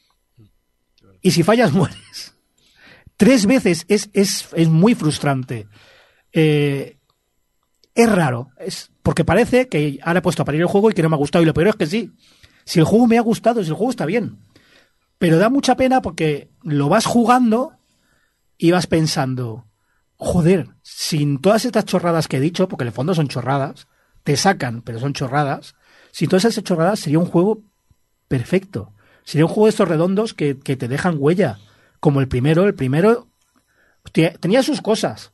Y si fallas, mueres. Tres veces es, es, es muy frustrante. Eh, es raro, es porque parece que ahora he puesto a parir el juego y que no me ha gustado. Y lo peor es que sí. Si el juego me ha gustado, si el juego está bien. Pero da mucha pena porque lo vas jugando y vas pensando, joder, sin todas estas chorradas que he dicho, porque en el fondo son chorradas, te sacan, pero son chorradas, sin todas esas chorradas sería un juego perfecto. Sería un juego de estos redondos que, que te dejan huella. Como el primero, el primero hostia, tenía sus cosas,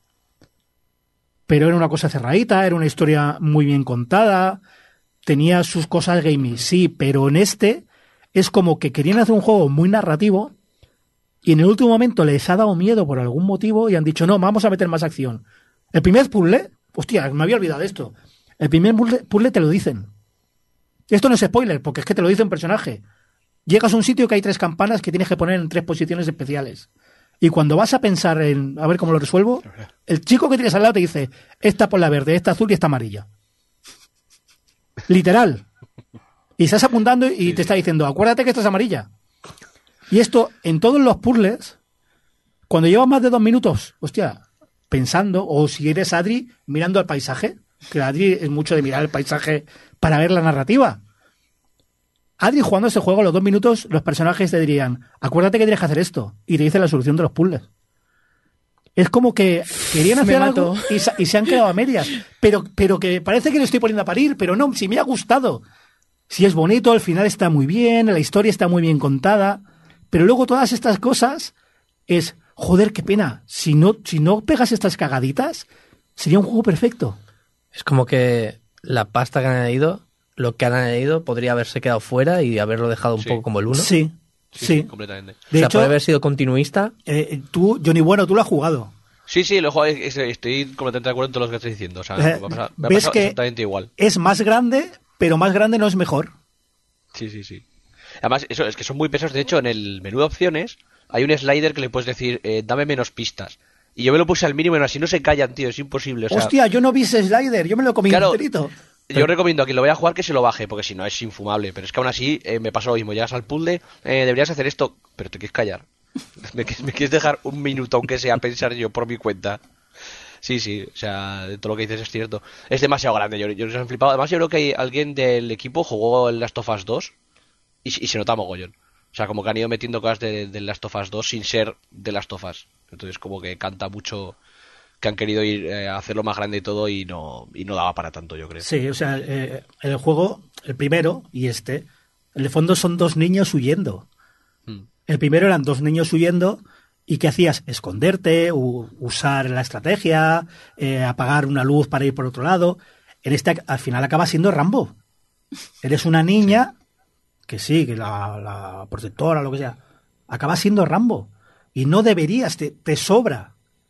pero era una cosa cerradita, era una historia muy bien contada, tenía sus cosas gaming, sí, pero en este es como que querían hacer un juego muy narrativo y en el último momento les ha dado miedo por algún motivo y han dicho, no, vamos a meter más acción. El primer puzzle, hostia, me había olvidado de esto, el primer puzzle, puzzle te lo dicen. Esto no es spoiler, porque es que te lo dice un personaje. Llegas a un sitio que hay tres campanas que tienes que poner en tres posiciones especiales. Y cuando vas a pensar en a ver cómo lo resuelvo, el chico que tienes al lado te dice, esta por la verde, esta azul y esta amarilla. Literal. Y estás apuntando y te está diciendo, acuérdate que esta es amarilla. Y esto, en todos los puzzles, Cuando llevas más de dos minutos, hostia, pensando, o si eres Adri, mirando al paisaje, que Adri es mucho de mirar el paisaje para ver la narrativa. Adri jugando este juego, a los dos minutos, los personajes te dirían, acuérdate que tienes que hacer esto, y te dice la solución de los puzzles. Es como que querían hacer algo y se, y se han quedado a medias, pero, pero que parece que le estoy poniendo a parir, pero no, si me ha gustado. Si es bonito, al final está muy bien, la historia está muy bien contada, pero luego todas estas cosas es, joder, qué pena, si no, si no pegas estas cagaditas, sería un juego perfecto. Es como que la pasta que han añadido, lo que han añadido, podría haberse quedado fuera y haberlo dejado un Sí. poco como el uno. Sí, Sí, sí. sí, completamente. De o sea, hecho, puede haber sido continuista. eh, tú, Johnny Bueno, tú lo has jugado. Sí, sí, lo he jugado, es- estoy completamente de acuerdo en todo lo que estás diciendo. O sea, Eh, me ha pasado, me ha ¿ves pasado que exactamente igual. Es más grande, pero más grande no es mejor. Sí, sí, sí. Además, eso es que son muy pesados. De hecho, en el menú de opciones hay un slider que le puedes decir, eh, dame menos pistas. Y yo me lo puse al mínimo y así no se callan, tío, es imposible. O sea, Hostia, yo no vi ese slider, yo me lo comí Claro. enterito. yo recomiendo a quien lo vaya a jugar que se lo baje, porque si no es infumable. Pero es que aún así eh, me pasó lo mismo. Llegas al puzzle, eh, deberías hacer esto, pero te quieres callar. me, quieres- me quieres dejar un minuto, aunque sea, a pensar yo por mi cuenta. Sí, sí, o sea, todo lo que dices es cierto. Es demasiado grande, yo, yo se han flipado. Además, yo creo que hay alguien del equipo jugó el Last of Us dos y, y se nota mogollón. O sea, como que han ido metiendo cosas de, de Last of Us dos sin ser de Last of Us. Entonces, como que canta mucho que han querido ir eh, a hacerlo más grande y todo y no, y no daba para tanto, yo creo. Sí, o sea, eh, el juego, el primero y este, en el fondo son dos niños huyendo. Mm. El primero eran dos niños huyendo y ¿qué hacías? Esconderte, u- usar la estrategia, eh, apagar una luz para ir por otro lado. En este al final acaba siendo Rambo. Eres una niña que sí, que la, la protectora, lo que sea, acaba siendo Rambo. Y no deberías, te, te sobra.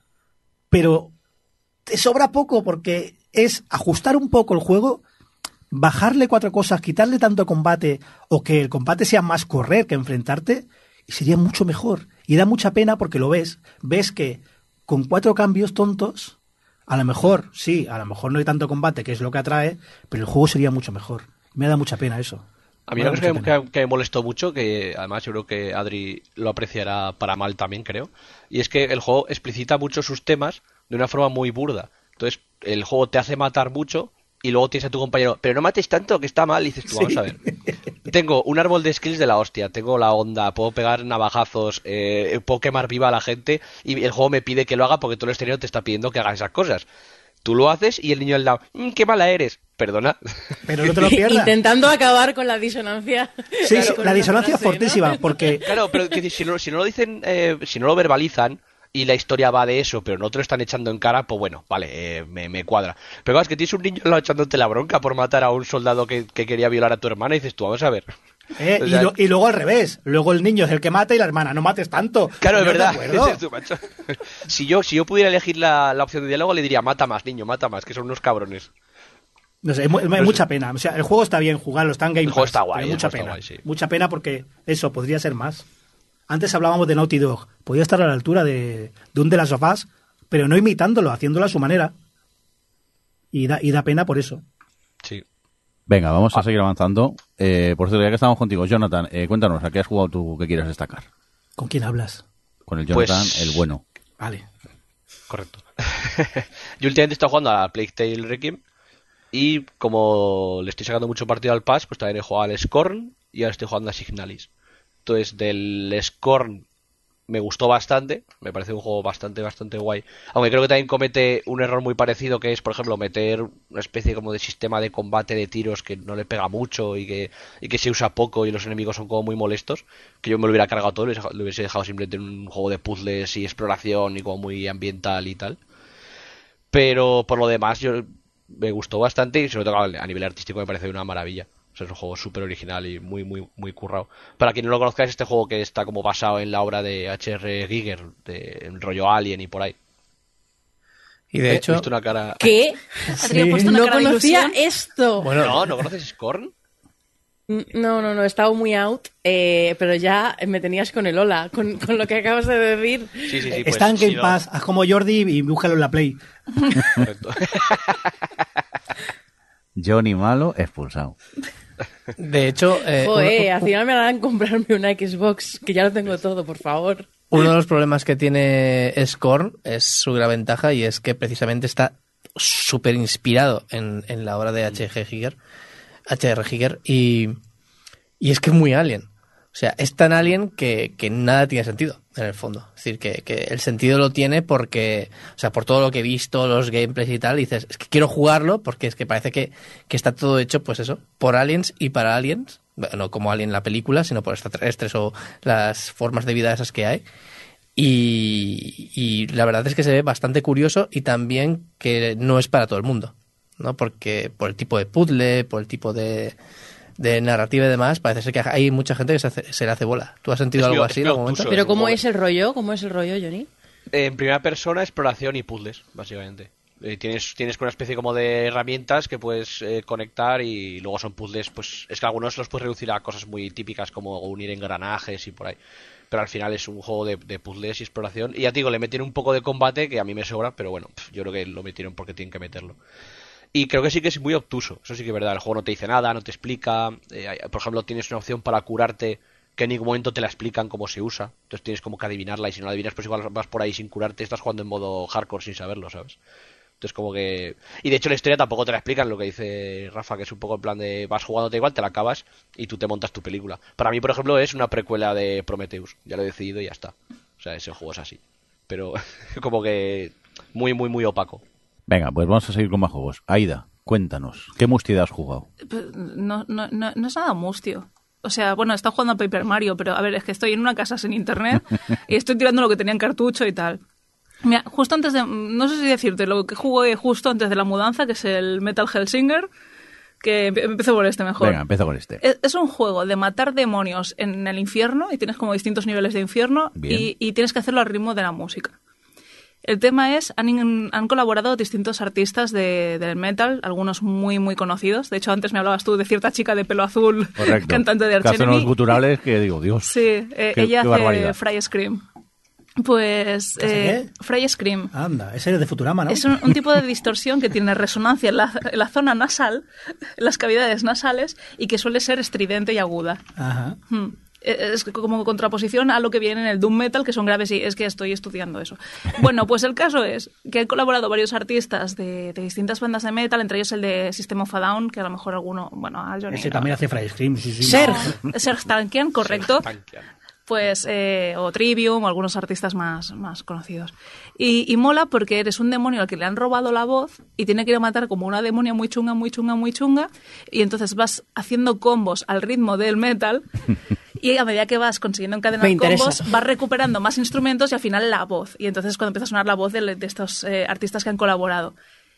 Pero te sobra poco porque es ajustar un poco el juego, bajarle cuatro cosas, quitarle tanto combate o que el combate sea más correr que enfrentarte y sería mucho mejor. Y da mucha pena porque lo ves, ves que con cuatro cambios tontos, a lo mejor, sí, a lo mejor no hay tanto combate, que es lo que atrae, pero el juego sería mucho mejor. Me da mucha pena eso. A mí Me una da cosa mucha que, pena. que- que me molestó mucho, que además yo creo que Adri lo apreciará para mal también, creo, y es que el juego explicita mucho sus temas de una forma muy burda. Entonces, el juego te hace matar mucho y luego tienes a tu compañero, pero no mates tanto que está mal, y dices tú, vamos Sí. a ver. Tengo un árbol de skills de la hostia, tengo la onda, puedo pegar navajazos, eh, puedo quemar viva a la gente y el juego me pide que lo haga porque todo el exterior te está pidiendo que hagas esas cosas. Tú lo haces y el niño al lado, "Mm, qué mala eres". Perdona. Pero no te lo pierdas. Intentando acabar con la disonancia. Sí, Claro, sí, con la una disonancia es frase, ¿no? fortísima porque Claro, pero que si no, si no lo dicen, eh, si no lo verbalizan y la historia va de eso, pero no te lo están echando en cara, pues bueno, vale, eh, me, me cuadra. Pero claro, es que tienes un niño al lado echándote la bronca por matar a un soldado que, que quería violar a tu hermana y dices tú, vamos a ver. Eh, O y, sea, lo- y luego al revés. Luego el niño es el que mata y la hermana. No mates tanto. Claro, es Yo de verdad. acuerdo. Dices tú, macho. Si yo, si yo pudiera elegir la, la opción de diálogo, le diría, mata más, niño, mata más, que son unos cabrones. No sé, es, mu- es No sé. mucha pena. O sea, el juego está bien jugarlo, está en Game El juego Pass, está guay, pero el mucha juego está pena. guay, sí. Mucha pena porque eso podría ser más. Antes hablábamos de Naughty Dog. Podría estar a la altura de, de un de las sofás, pero no imitándolo, haciéndolo a su manera. Y da, y da pena por eso. Sí. Venga, vamos a seguir avanzando. Eh, por cierto, ya que estamos contigo, Jonathan, eh, cuéntanos, ¿a qué has jugado tú que quieres destacar? ¿Con quién hablas? Con el Jonathan, Pues- el bueno. Vale. Correcto. Yo últimamente he estado jugando a Plague Tale Requiem y como le estoy sacando mucho partido al Pass, pues también he jugado al Scorn y ahora estoy jugando a Signalis. Entonces, del Scorn me gustó bastante, me parece un juego bastante, bastante guay. Aunque creo que también comete un error muy parecido, que es, por ejemplo, meter una especie como de sistema de combate de tiros que no le pega mucho y que, y que se usa poco y los enemigos son como muy molestos. Que yo me lo hubiera cargado todo, lo hubiese, lo hubiese dejado simplemente en un juego de puzzles y exploración y como muy ambiental y tal. Pero por lo demás, yo me gustó bastante y sobre todo a nivel artístico me parece una maravilla. O sea, es un juego súper original y muy, muy, muy currado. Para quien no lo conozca, es este juego que está como basado en la obra de H R Giger, de el rollo Alien y por ahí. Y de Eh, hecho, he visto una cara... ¿Qué? Adri ha Sí. puesto una No cara de conocía ilusión. esto. bueno, No, ¿no conoces Scorn? No, no, no, he estado muy out, eh, pero ya me tenías con el hola, con, con lo que acabas de decir. Sí, sí, sí. pues, Está en si Game no- Pass, haz como Jordi y búscalo en la Play. Correcto. Johnny Malo expulsado. de hecho, eh, Joder, uno- al final me harán comprarme una Xbox, que ya lo tengo todo, por favor. Uno de los problemas que tiene Scorn es su gran ventaja y es que precisamente está súper inspirado en, en la obra de H G Giger, H R Giger y, y es que es muy Alien. O sea, es tan Alien que, que nada tiene sentido, en el fondo. Es decir, que, que el sentido lo tiene porque, o sea, por todo lo que he visto, los gameplays y tal, y dices, es que quiero jugarlo porque es que parece que, que está todo hecho, pues eso, por aliens y para aliens. Bueno, no como Alien la película, sino por extraterrestres o las formas de vida esas que hay. Y, y la verdad es que se ve bastante curioso y también que no es para todo el mundo, ¿no? Porque por el tipo de puzzle, por el tipo de... de narrativa y demás, parece ser que hay mucha gente que se, hace, se le hace bola. ¿Tú has sentido Es algo mío, así es en algún obtuso, momento? Pero es ¿cómo como- es el rollo? ¿Cómo es el rollo, Johnny? En primera persona, exploración y puzzles, básicamente. Eh, tienes, tienes una especie como de herramientas que puedes eh, conectar y luego son puzzles, pues es que algunos los puedes reducir a cosas muy típicas como unir engranajes y por ahí. Pero al final es un juego de, de puzzles y exploración. Y ya te digo, le metieron un poco de combate que a mí me sobra, pero bueno, pf, yo creo que lo metieron porque tienen que meterlo. Y creo que sí que es muy obtuso, eso sí que es verdad. El juego no te dice nada, no te explica. Eh, hay- por ejemplo, tienes una opción para curarte que en ningún momento te la explican cómo se usa. Entonces tienes como que adivinarla y si no la adivinas, pues igual vas por ahí sin curarte, estás jugando en modo hardcore sin saberlo, ¿sabes? Entonces como que... Y de hecho la historia tampoco te la explican, lo que dice Rafa, que es un poco en plan de vas jugándote igual, te la acabas y tú te montas tu película. Para mí, por ejemplo, es una precuela de Prometheus. Ya lo he decidido y ya está. O sea, ese juego es así. Pero como que muy, muy, muy opaco. Venga, pues vamos a seguir con más juegos. Aida, cuéntanos, ¿qué mustida has jugado? Pues, No, no, no, no es nada mustio. O sea, bueno, he estado jugando a Paper Mario, pero a ver, es que estoy en una casa sin internet y estoy tirando lo que tenía en cartucho y tal. Mira, justo antes de... No sé si decirte lo que jugué justo antes de la mudanza, que es el Metal Hellsinger, que empe- empiezo por este mejor. Venga, empieza con este. Es, es un juego de matar demonios en el infierno y tienes como distintos niveles de infierno Bien. y, y tienes que hacerlo al ritmo de la música. El tema es, han, han colaborado distintos artistas de, del metal, algunos muy, muy conocidos. De hecho, antes me hablabas tú de cierta chica de pelo azul, Correcto. cantante de Que Arch hace unos Enemy. guturales que digo, Dios. Sí, eh, qué- ella qué hace barbaridad. Fry Scream. Pues, ¿Hace eh, Fry Scream. Anda, ese es de Futurama, ¿no? Es un, un tipo de distorsión que tiene resonancia en la, en la zona nasal, en las cavidades nasales, y que suele ser estridente y aguda. Ajá. Hmm. Es como contraposición a lo que viene en el Doom Metal, que son graves, y es que estoy estudiando eso. Bueno, pues el caso es que han colaborado varios artistas de, de distintas bandas de metal, entre ellos el de System of a Down, que a lo mejor alguno, bueno, a Johnny Ese no. también hace Fry Scream, sí, sí. Serg. Serg Tankian, correcto. Tankian. Pues, eh, o Trivium, o algunos artistas más, más conocidos. Y, y mola porque eres un demonio al que le han robado la voz y tiene que ir a matar como una demonia muy chunga, muy chunga, muy chunga. Y entonces vas haciendo combos al ritmo del metal. Y a medida que vas consiguiendo encadenar Me interesa. combos, vas recuperando más instrumentos y al final la voz. Y entonces es cuando empieza a sonar la voz de, de estos eh, artistas que han colaborado.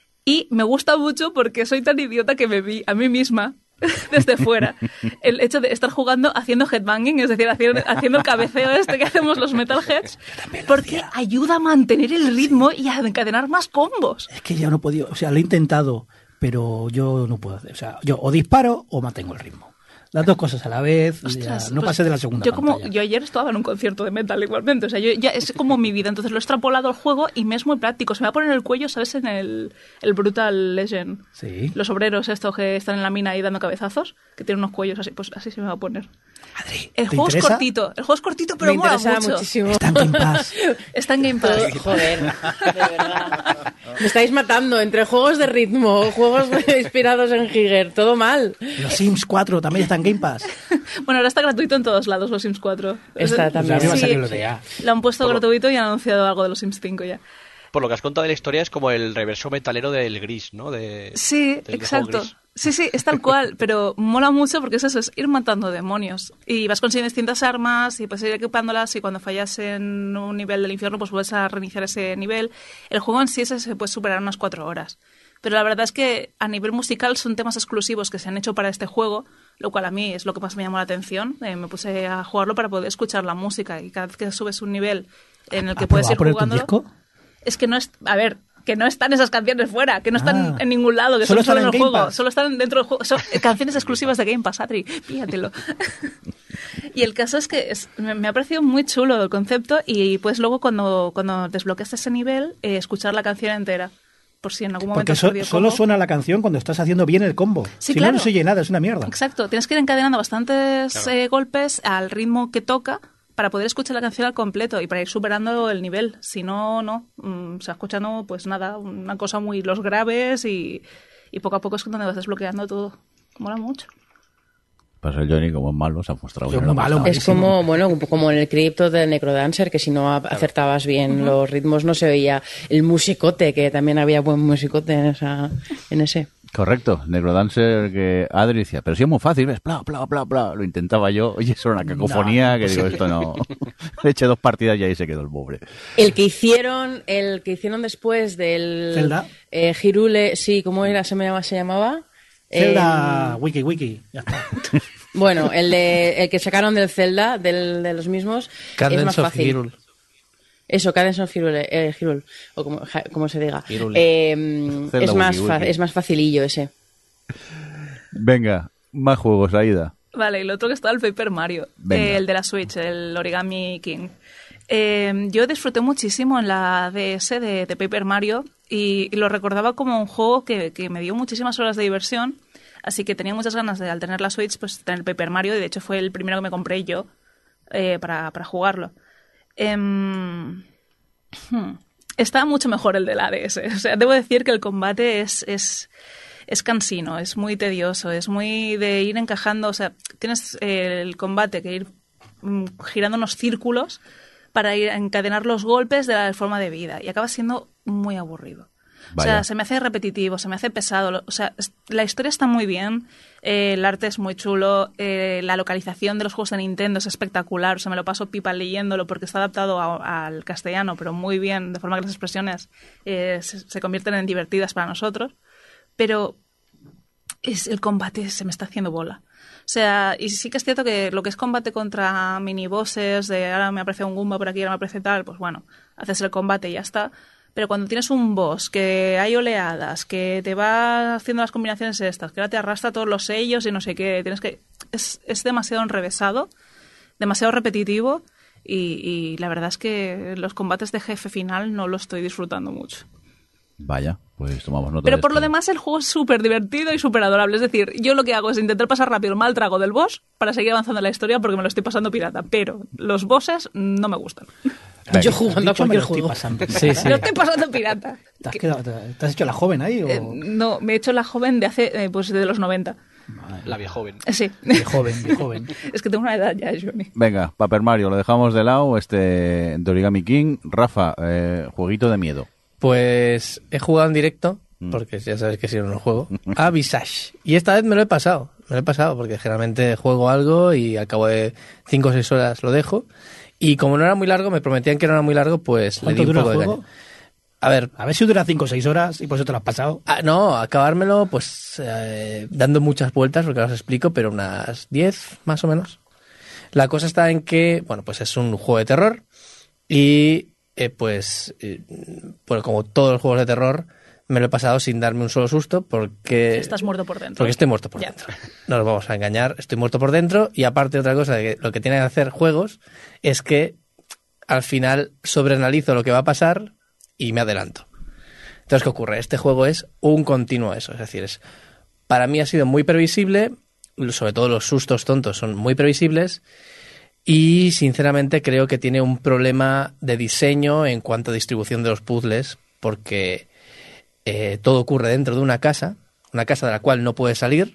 Y me gusta mucho porque soy tan idiota que me vi a mí misma desde fuera. El hecho de estar jugando haciendo headbanging, es decir, haciendo, haciendo el cabeceo este que hacemos los metalheads, porque ayuda a mantener el ritmo y a encadenar más combos. Es que ya no he podido, o sea, lo he intentado, pero yo no puedo hacer. O sea, yo o disparo o mantengo el ritmo. Las dos cosas a la vez, Ostras, ya no pues pasé de la segunda yo como pantalla. yo ayer estaba en un concierto de metal igualmente, o sea, yo ya es como mi vida, entonces lo he extrapolado al juego y me es muy práctico. Se me va a poner el cuello, ¿sabes? En el, el Brutal Legend. Sí. Los obreros estos que están en la mina ahí dando cabezazos, que tienen unos cuellos así, pues así se me va a poner. Adri, El ¿te juego es interesa? cortito, el juego es cortito, pero Me mola interesa mucho. muchísimo. Está en Game Pass. Está en Game Pass. Joder, de verdad. Me estáis matando entre juegos de ritmo, juegos inspirados en Giger, todo mal. Los Sims cuatro también están en Game Pass. Bueno, ahora está gratuito en todos lados los Sims cuatro. Está Es- también. Pues a mí me Sí, ha salido lo de ya. lo han puesto Por lo- gratuito y han anunciado algo de los Sims cinco ya. Por lo que has contado de la historia, es como el reverso metalero del gris, ¿no? De, Sí, del juego exacto. gris. Sí, sí, es tal cual, pero mola mucho porque es eso, es ir matando demonios. Y vas consiguiendo distintas armas y puedes ir equipándolas y cuando fallas en un nivel del infierno pues vuelves a reiniciar ese nivel. El juego en sí se se puede superar en unas cuatro horas. Pero la verdad es que a nivel musical son temas exclusivos que se han hecho para este juego, lo cual a mí es lo que más me llamó la atención. Eh, me puse a jugarlo para poder escuchar la música y cada vez que subes un nivel en el que ¿Has puedes probado ir a ponerte un jugando... disco? Es que no es... A ver, que no están esas canciones fuera, que no están Ah. en ningún lado, que Solo solo, están en están el en Game juego, Pass. solo están dentro del juego. Son canciones exclusivas de Game Pass, Adri, fíjatelo. Y el caso es que es- me, me ha parecido muy chulo el concepto y pues luego cuando, cuando desbloqueas ese nivel, eh, escuchar la canción entera. Por si en algún momento Porque has so- perdido solo combo. suena la canción cuando estás haciendo bien el combo. Sí, si claro. no, no se oye nada, es una mierda. Exacto, tienes que ir encadenando bastantes Claro. eh, golpes al ritmo que toca para poder escuchar la canción al completo y para ir superando el nivel. Si no, no. Mm, se va escuchando, pues nada, una cosa muy los graves y, y poco a poco es donde vas desbloqueando todo. Mola mucho. Pues el Johnny, como es malo, se ha mostrado. Yo muy malo, Es como, bueno, como en el Crypto de Necrodancer, que si no acertabas bien uh-huh. los ritmos no se oía el musicote, que también había buen musicote en, esa, en ese. Correcto, Necrodancer, que Adri decía, pero si es muy fácil, ves, bla, bla, bla, bla. Lo intentaba yo, oye, eso era una cacofonía, no, que digo, esto no. Le eché dos partidas y ahí se quedó el pobre. El que hicieron, el que hicieron después del... ¿Zelda? Eh, Hyrule, sí, ¿cómo era? ¿Se, me llama, se llamaba? Zelda, eh, Wiki Wiki, ya está. Bueno, el, de, el que sacaron del Zelda, del, de los mismos, Cadence es más fácil. Of Hyrule. Eso, Cadence of Hyrule, eh, Hyrule o como, como se diga. Eh, es, más fa- es más facilillo ese. Venga, más juegos, Aida. Vale, y el otro que está el Paper Mario, eh, el de la Switch, el Origami King. Eh, yo disfruté muchísimo en la D S de, de Paper Mario y, y lo recordaba como un juego que, que me dio muchísimas horas de diversión, así que tenía muchas ganas de, al tener la Switch, pues tener el Paper Mario, y de hecho fue el primero que me compré yo eh, para, para jugarlo. Eh, hmm. Está mucho mejor el de la D S. O sea, debo decir que el combate es, es, es cansino, es muy tedioso, es muy de ir encajando. O sea, tienes eh, el combate que ir mm, girando unos círculos para ir a encadenar los golpes de la forma de vida, y acaba siendo muy aburrido. Vaya. O sea, se me hace repetitivo, se me hace pesado. O sea, la historia está muy bien, eh, el arte es muy chulo, eh, la localización de los juegos de Nintendo es espectacular. O sea, me lo paso pipa leyéndolo porque está adaptado a, al castellano, pero muy bien, de forma que las expresiones eh, se, se convierten en divertidas para nosotros. Pero es, el combate se me está haciendo bola. O sea, y sí que es cierto que lo que es combate contra minibosses, de ahora me aparece un Goomba por aquí, ahora me aparece tal, pues bueno, haces el combate y ya está. Pero cuando tienes un boss, que hay oleadas, que te va haciendo las combinaciones estas, que ahora te arrastra todos los sellos y no sé qué, tienes que es, es demasiado enrevesado, demasiado repetitivo, y, y la verdad es que los combates de jefe final no lo estoy disfrutando mucho. Vaya, pues tomamos nota. Pero de por esto. lo demás el juego es súper divertido y súper adorable. Es decir, yo lo que hago es intentar pasar rápido el mal trago del boss para seguir avanzando en la historia porque me lo estoy pasando pirata. Pero los bosses no me gustan. Venga. Yo jugando a cualquier juego. Sí, sí. Lo estoy pasando pirata. ¿Te has, quedado, te has hecho la joven ahí? O... Eh, no, me he hecho la joven de hace, eh, pues de los noventa. Madre. La vieja joven. Eh, Sí. De joven, de joven. Es que tengo una edad ya, Johnny. Venga, Paper Mario, lo dejamos de lado, este de Origami King. Rafa, eh, jueguito de miedo. Pues he jugado en directo, porque ya sabes que si no, no juego, a Visage. Y esta vez me lo he pasado, me lo he pasado, porque generalmente juego algo y al cabo de cinco o seis horas lo dejo. Y como no era muy largo, me prometían que no era muy largo, pues le di un dura poco el de juego? caña. A ver, A ver si dura cinco o seis horas y por eso te lo has pasado. ah, no, acabármelo pues eh, dando muchas vueltas, porque ahora os explico, pero unas diez más o menos. La cosa está en que, bueno, pues es un juego de terror y eh, pues, eh, bueno, como todos los juegos de terror, me lo he pasado sin darme un solo susto porque... Estás muerto por dentro. Porque estoy muerto por Ya. dentro. No nos vamos a engañar, estoy muerto por dentro. Y aparte otra cosa, que lo que tienen que hacer juegos es que al final sobreanalizo lo que va a pasar y me adelanto. Entonces, ¿qué ocurre? Este juego es un continuo eso. Es decir, es, para mí ha sido muy previsible, sobre todo los sustos tontos son muy previsibles. Y sinceramente creo que tiene un problema de diseño en cuanto a distribución de los puzzles, porque eh, todo ocurre dentro de una casa, una casa de la cual no puedes salir,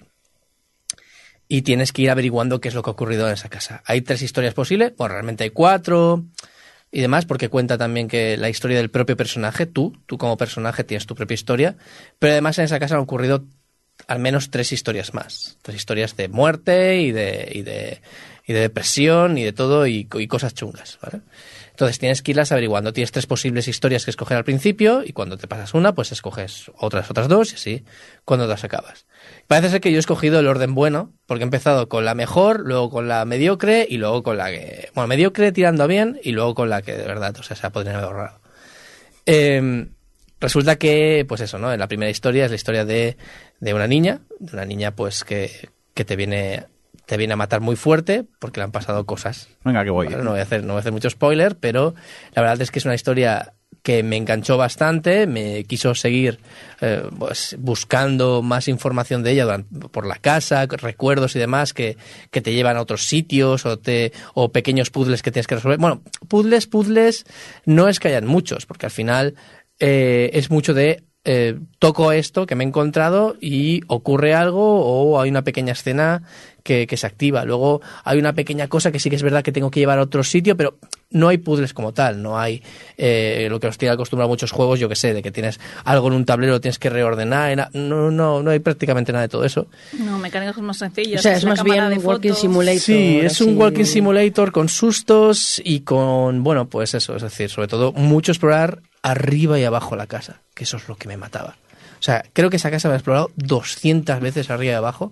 y tienes que ir averiguando qué es lo que ha ocurrido en esa casa. Hay tres historias posibles, bueno, realmente hay cuatro y demás, porque cuenta también que la historia del propio personaje, tú, tú como personaje tienes tu propia historia, pero además en esa casa han ocurrido al menos tres historias más, tres historias de muerte y de... Y de y de depresión y de todo y, y cosas chungas, ¿vale? Entonces tienes que irlas averiguando. Tienes tres posibles historias que escoger al principio y cuando te pasas una, pues escoges otras otras dos y así cuando las acabas. Parece ser que yo he escogido el orden bueno porque he empezado con la mejor, luego con la mediocre y luego con la que... Bueno, mediocre tirando a bien y luego con la que de verdad, o sea, se podría haber ahorrado. Eh, resulta que, pues eso, ¿no? En la primera historia es la historia de, de una niña, de una niña pues que, que te viene... te viene a matar muy fuerte porque le han pasado cosas. Venga, que voy. Vale, no voy a hacer, no voy a hacer mucho spoiler, pero la verdad es que es una historia que me enganchó bastante, me quiso seguir eh, pues, buscando más información de ella durante, por la casa, recuerdos y demás que, que te llevan a otros sitios o, te, o pequeños puzzles que tienes que resolver. Bueno, puzzles, puzzles, no es que hayan muchos, porque al final eh, es mucho de eh, toco esto que me he encontrado y ocurre algo o hay una pequeña escena que, que se activa. Luego hay una pequeña cosa que sí que es verdad que tengo que llevar a otro sitio, pero no hay puzzles como tal, no hay eh, lo que nos tiene acostumbrado a muchos juegos, yo que sé, de que tienes algo en un tablero, tienes que reordenar, no, no, no hay prácticamente nada de todo eso. No, mecánicas más sencillas. O sea, es más bien un walking simulator. Sí, es así. un walking simulator con sustos y con, bueno, pues eso, es decir, sobre todo mucho explorar arriba y abajo la casa, que eso es lo que me mataba. O sea, creo que esa casa me ha explorado doscientas veces arriba y abajo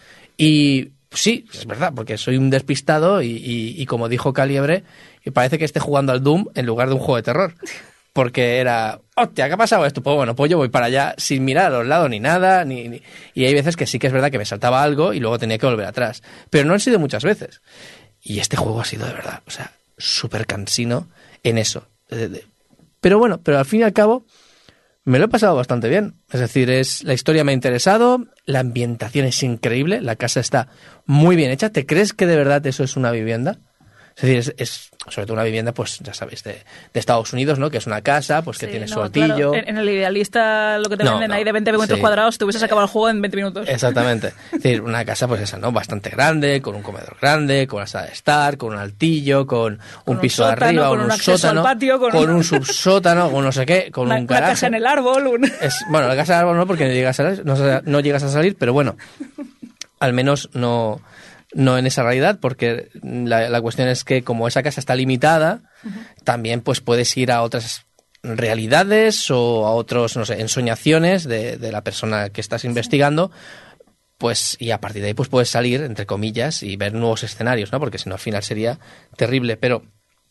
y sí, es verdad, porque soy un despistado y, y, y como dijo Caliebre, parece que esté jugando al Doom en lugar de un juego de terror. Porque era, hostia, ¿qué ha pasado esto? Pues bueno, pues yo voy para allá sin mirar a los lados ni nada. Ni, ni... Y hay veces que sí que es verdad que me saltaba algo y luego tenía que volver atrás. Pero no han sido muchas veces. Y este juego ha sido de verdad, o sea, súper cansino en eso. Pero bueno, pero al fin y al cabo me lo he pasado bastante bien. Es decir, es la historia me ha interesado, la ambientación es increíble, la casa está muy bien hecha. ¿Te crees que de verdad eso es una vivienda? Es decir, es, es sobre todo una vivienda, pues ya sabéis, de, de Estados Unidos, ¿no? Que es una casa, pues que sí, tiene no, su altillo. Claro. En, en el Idealista lo que te no, venden no, ahí de veinte metros sí. cuadrados, te hubieses acabado el juego en veinte minutos. Exactamente. Es decir, una casa, pues esa, ¿no? Bastante grande, con un comedor grande, con una sala de estar, con un altillo, con, con un piso sótano, arriba, con un, un sótano, patio, con, con un subsótano, con no sé qué, con una, un garaje. Una casa en el árbol. Un... Es, bueno, la casa en el árbol no, porque no llegas a, no, no llegas a salir, pero bueno, al menos no... No en esa realidad, porque la, la cuestión es que como esa casa está limitada, uh-huh. también pues puedes ir a otras realidades o a otros, no sé, ensoñaciones de, de la persona que estás investigando, sí. pues y a partir de ahí pues puedes salir, entre comillas, y ver nuevos escenarios, ¿no? Porque si no al final sería terrible. Pero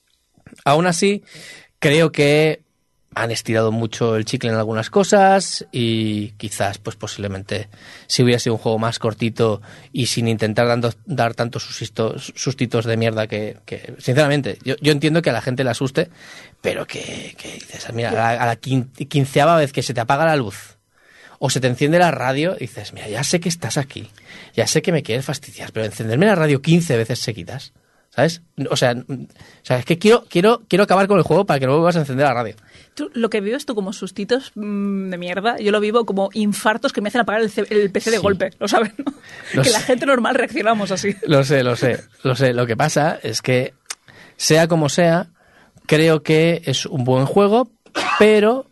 aún así, creo que han estirado mucho el chicle en algunas cosas y quizás, pues posiblemente, si hubiera sido un juego más cortito y sin intentar dando, dar tantos sustitos, sustitos de mierda que, que sinceramente, yo, yo entiendo que a la gente le asuste, pero que, que dices, mira, a la, a la quinceava vez que se te apaga la luz o se te enciende la radio, dices, mira, ya sé que estás aquí, ya sé que me quieres fastidiar, pero encenderme la radio quince veces seguidas, ¿sabes? O sea, o sea es que quiero, quiero, quiero acabar con el juego para que no vuelvas a encender la radio. Tú, lo que vives tú como sustitos mmm, de mierda, yo lo vivo como infartos que me hacen apagar el, C- el P C de sí. golpe, ¿lo sabes? ¿No? Lo que sé. La gente normal reaccionamos así. Lo sé, lo sé, lo sé. Lo que pasa es que, sea como sea, creo que es un buen juego, pero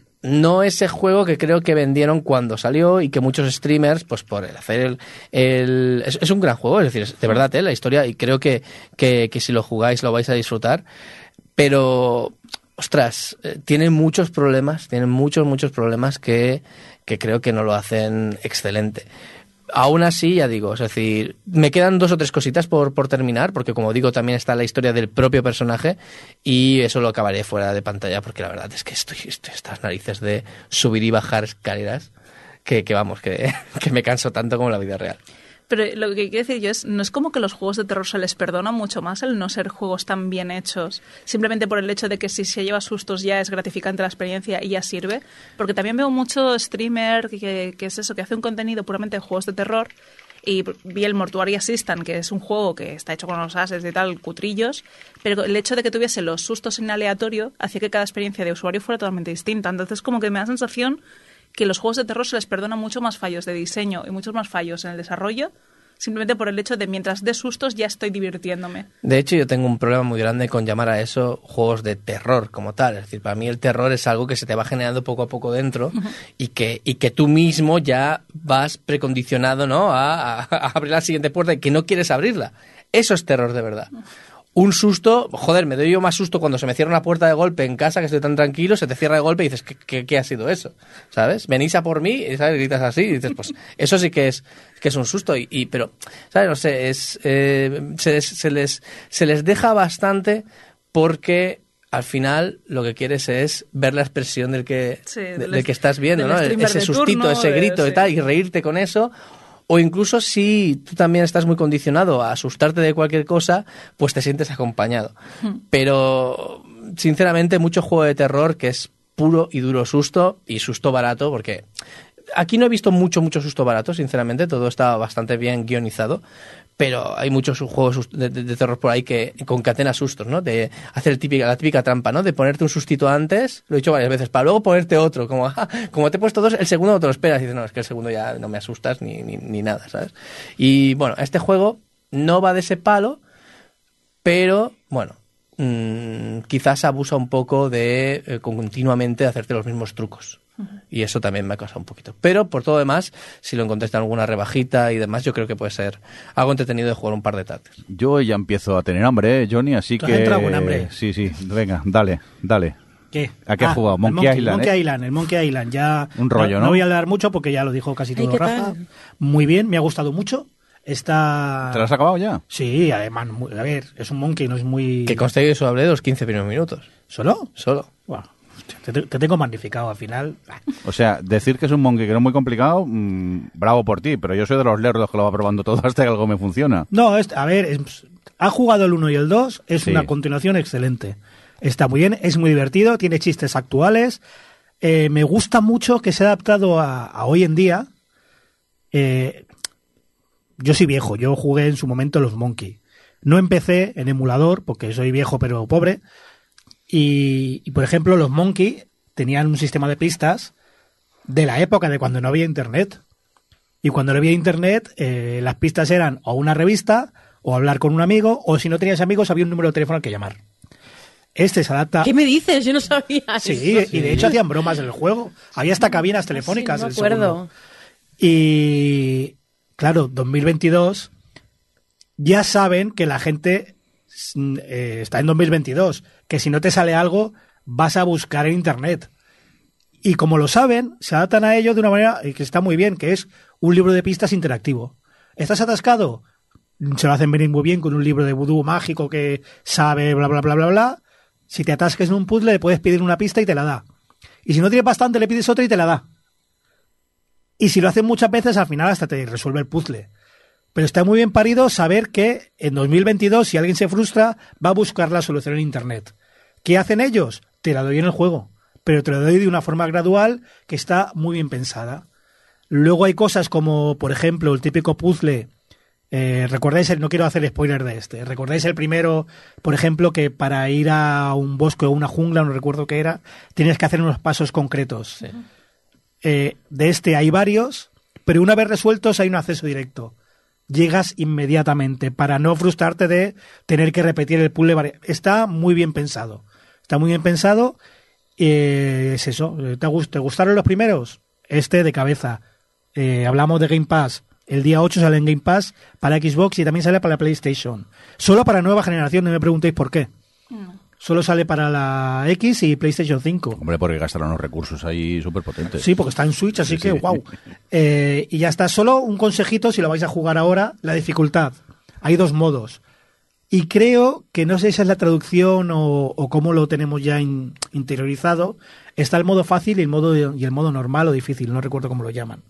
no ese juego que creo que vendieron cuando salió y que muchos streamers, pues por el hacer el... el es, es un gran juego, es decir, es de verdad, ¿eh? La historia, y creo que, que, que si lo jugáis lo vais a disfrutar, pero... Ostras, eh, tienen muchos problemas, tienen muchos, muchos problemas que, que creo que no lo hacen excelente. Aún así, ya digo, es decir, me quedan dos o tres cositas por, por terminar, porque como digo, también está la historia del propio personaje y eso lo acabaré fuera de pantalla, porque la verdad es que estoy, estoy estas narices de subir y bajar escaleras, que, que vamos, que, que me canso tanto como en la vida real. Pero lo que quiero decir yo es, no es como que los juegos de terror se les perdona mucho más el no ser juegos tan bien hechos, simplemente por el hecho de que si se lleva sustos ya es gratificante la experiencia y ya sirve, porque también veo mucho streamer que, que es eso, que hace un contenido puramente de juegos de terror, y vi el Mortuary Assistant, que es un juego que está hecho con los assets y tal, cutrillos, pero el hecho de que tuviese los sustos en aleatorio hacía que cada experiencia de usuario fuera totalmente distinta, entonces como que me da la sensación que los juegos de terror se les perdona mucho más fallos de diseño y muchos más fallos en el desarrollo, simplemente por el hecho de mientras dé sustos ya estoy divirtiéndome. De hecho, yo tengo un problema muy grande con llamar a eso juegos de terror como tal. Es decir, para mí el terror es algo que se te va generando poco a poco dentro uh-huh. y, que, y que tú mismo ya vas precondicionado, ¿no? a, a, a abrir la siguiente puerta y que no quieres abrirla. Eso es terror de verdad. Uh-huh. Un susto, joder, me doy yo más susto cuando se me cierra una puerta de golpe en casa, que estoy tan tranquilo, se te cierra de golpe y dices, ¿qué, qué, qué ha sido eso? ¿Sabes? Venís a por mí, ¿sabes? Gritas así y dices, pues eso sí que es que es un susto. Y, y pero, ¿sabes? No sé, es, eh, se, les, se, les, se les deja bastante porque al final lo que quieres es ver la expresión del que, sí, del, del que estás viendo, ¿no? Ese sustito, turno, ese grito de, y tal, sí. y reírte con eso. O incluso si tú también estás muy condicionado a asustarte de cualquier cosa, pues te sientes acompañado. Pero, sinceramente, mucho juego de terror que es puro y duro susto, y susto barato, porque aquí no he visto mucho, mucho susto barato, sinceramente, todo está bastante bien guionizado, pero hay muchos juegos de, de, de terror por ahí que concatenan sustos, ¿no? De hacer el típica, la típica trampa, ¿no? De ponerte un sustito antes, lo he dicho varias veces, para luego ponerte otro, como, ah, como te he puesto dos, el segundo no te lo esperas, y dices, no, es que el segundo ya no me asustas ni, ni, ni nada, ¿sabes? Y bueno, este juego no va de ese palo, pero bueno, mmm, quizás abusa un poco de eh, continuamente hacerte los mismos trucos. Y eso también me ha causado un poquito. Pero por todo demás, si lo encontráis en alguna rebajita y demás, yo creo que puede ser algo entretenido de jugar un par de tardes. Yo ya empiezo a tener hambre, ¿eh, Johnny? Así ¿Tú que... has entrado con hambre? Sí, sí. Venga, dale, dale. ¿Qué? ¿A qué has jugado? el Monkey Island, Monkey ¿eh? Island, el Monkey Island. Ya Un rollo, ¿no? No voy a hablar mucho porque ya lo dijo casi todo Ay, ¿qué Rafa. tal? Muy bien, me ha gustado mucho. Está... ¿Te lo has acabado ya? Sí, además, muy- a ver, es un monkey, no es muy... Que conste que eso hablé de los quince primeros minutos. ¿Solo? Solo. Buah, hostia, te, te tengo magnificado al final. O sea, decir que es un monkey que no es muy complicado, mmm, bravo por ti, pero yo soy de los lerdos que lo va probando todo hasta que algo me funciona. No, es- a ver, es- ha jugado el uno y el dos, es Sí. una continuación excelente. Está muy bien, es muy divertido, tiene chistes actuales. Eh, me gusta mucho que se ha adaptado a, a hoy en día. Eh, yo soy viejo, yo jugué en su momento los Monkey. No empecé en emulador porque soy viejo pero pobre. Y, y, por ejemplo, los Monkey tenían un sistema de pistas de la época de cuando no había internet. Y cuando no había internet, eh, las pistas eran o una revista, o hablar con un amigo, o si no tenías amigos, había un número de teléfono al que llamar. Este se adapta... ¿Qué me dices? Yo no sabía Sí, eso. y de hecho hacían bromas en el juego. Había hasta cabinas telefónicas. Sí, no el me acuerdo. segundo. Y claro, dos mil veintidós ya saben que la gente mm, eh, está en dos mil veintidós, que si no te sale algo vas a buscar en internet. Y como lo saben, se adaptan a ello de una manera que está muy bien, que es un libro de pistas interactivo. ¿Estás atascado? Se lo hacen venir muy bien con un libro de vudú mágico que sabe bla bla bla bla bla. Si te atasques en un puzzle le puedes pedir una pista y te la da. Y si no tienes bastante le pides otra y te la da. Y si lo hacen muchas veces, al final hasta te resuelve el puzzle. Pero está muy bien parido saber que en dos mil veintidós, si alguien se frustra, va a buscar la solución en Internet. ¿Qué hacen ellos? Te la doy en el juego, pero te la doy de una forma gradual que está muy bien pensada. Luego hay cosas como, por ejemplo, el típico puzzle. Eh, ¿Recordáis? El, no quiero hacer spoiler de este. ¿Recordáis el primero, por ejemplo, que para ir a un bosque o una jungla, no recuerdo qué era, tienes que hacer unos pasos concretos? Sí. Eh, de este hay varios, pero una vez resueltos hay un acceso directo. Llegas inmediatamente para no frustrarte de tener que repetir el puzzle. vari- Está muy bien pensado. Está muy bien pensado. Eh, es eso. ¿Te, gust- ¿Te gustaron los primeros? Este de cabeza. Eh, hablamos de Game Pass. El día ocho sale en Game Pass para Xbox y también sale para la PlayStation. Solo para nueva generación, no me preguntéis por qué. Solo sale para la X y PlayStation cinco. Hombre, porque gastaron los recursos ahí súper potentes. Sí, porque está en Switch, así Sí, que sí. wow. Eh, y ya está. Solo un consejito si lo vais a jugar ahora, la dificultad. Hay dos modos. Y creo que no sé si es la traducción o, o cómo lo tenemos ya in- interiorizado. Está el modo fácil y el modo, y el modo normal o difícil, no recuerdo cómo lo llaman.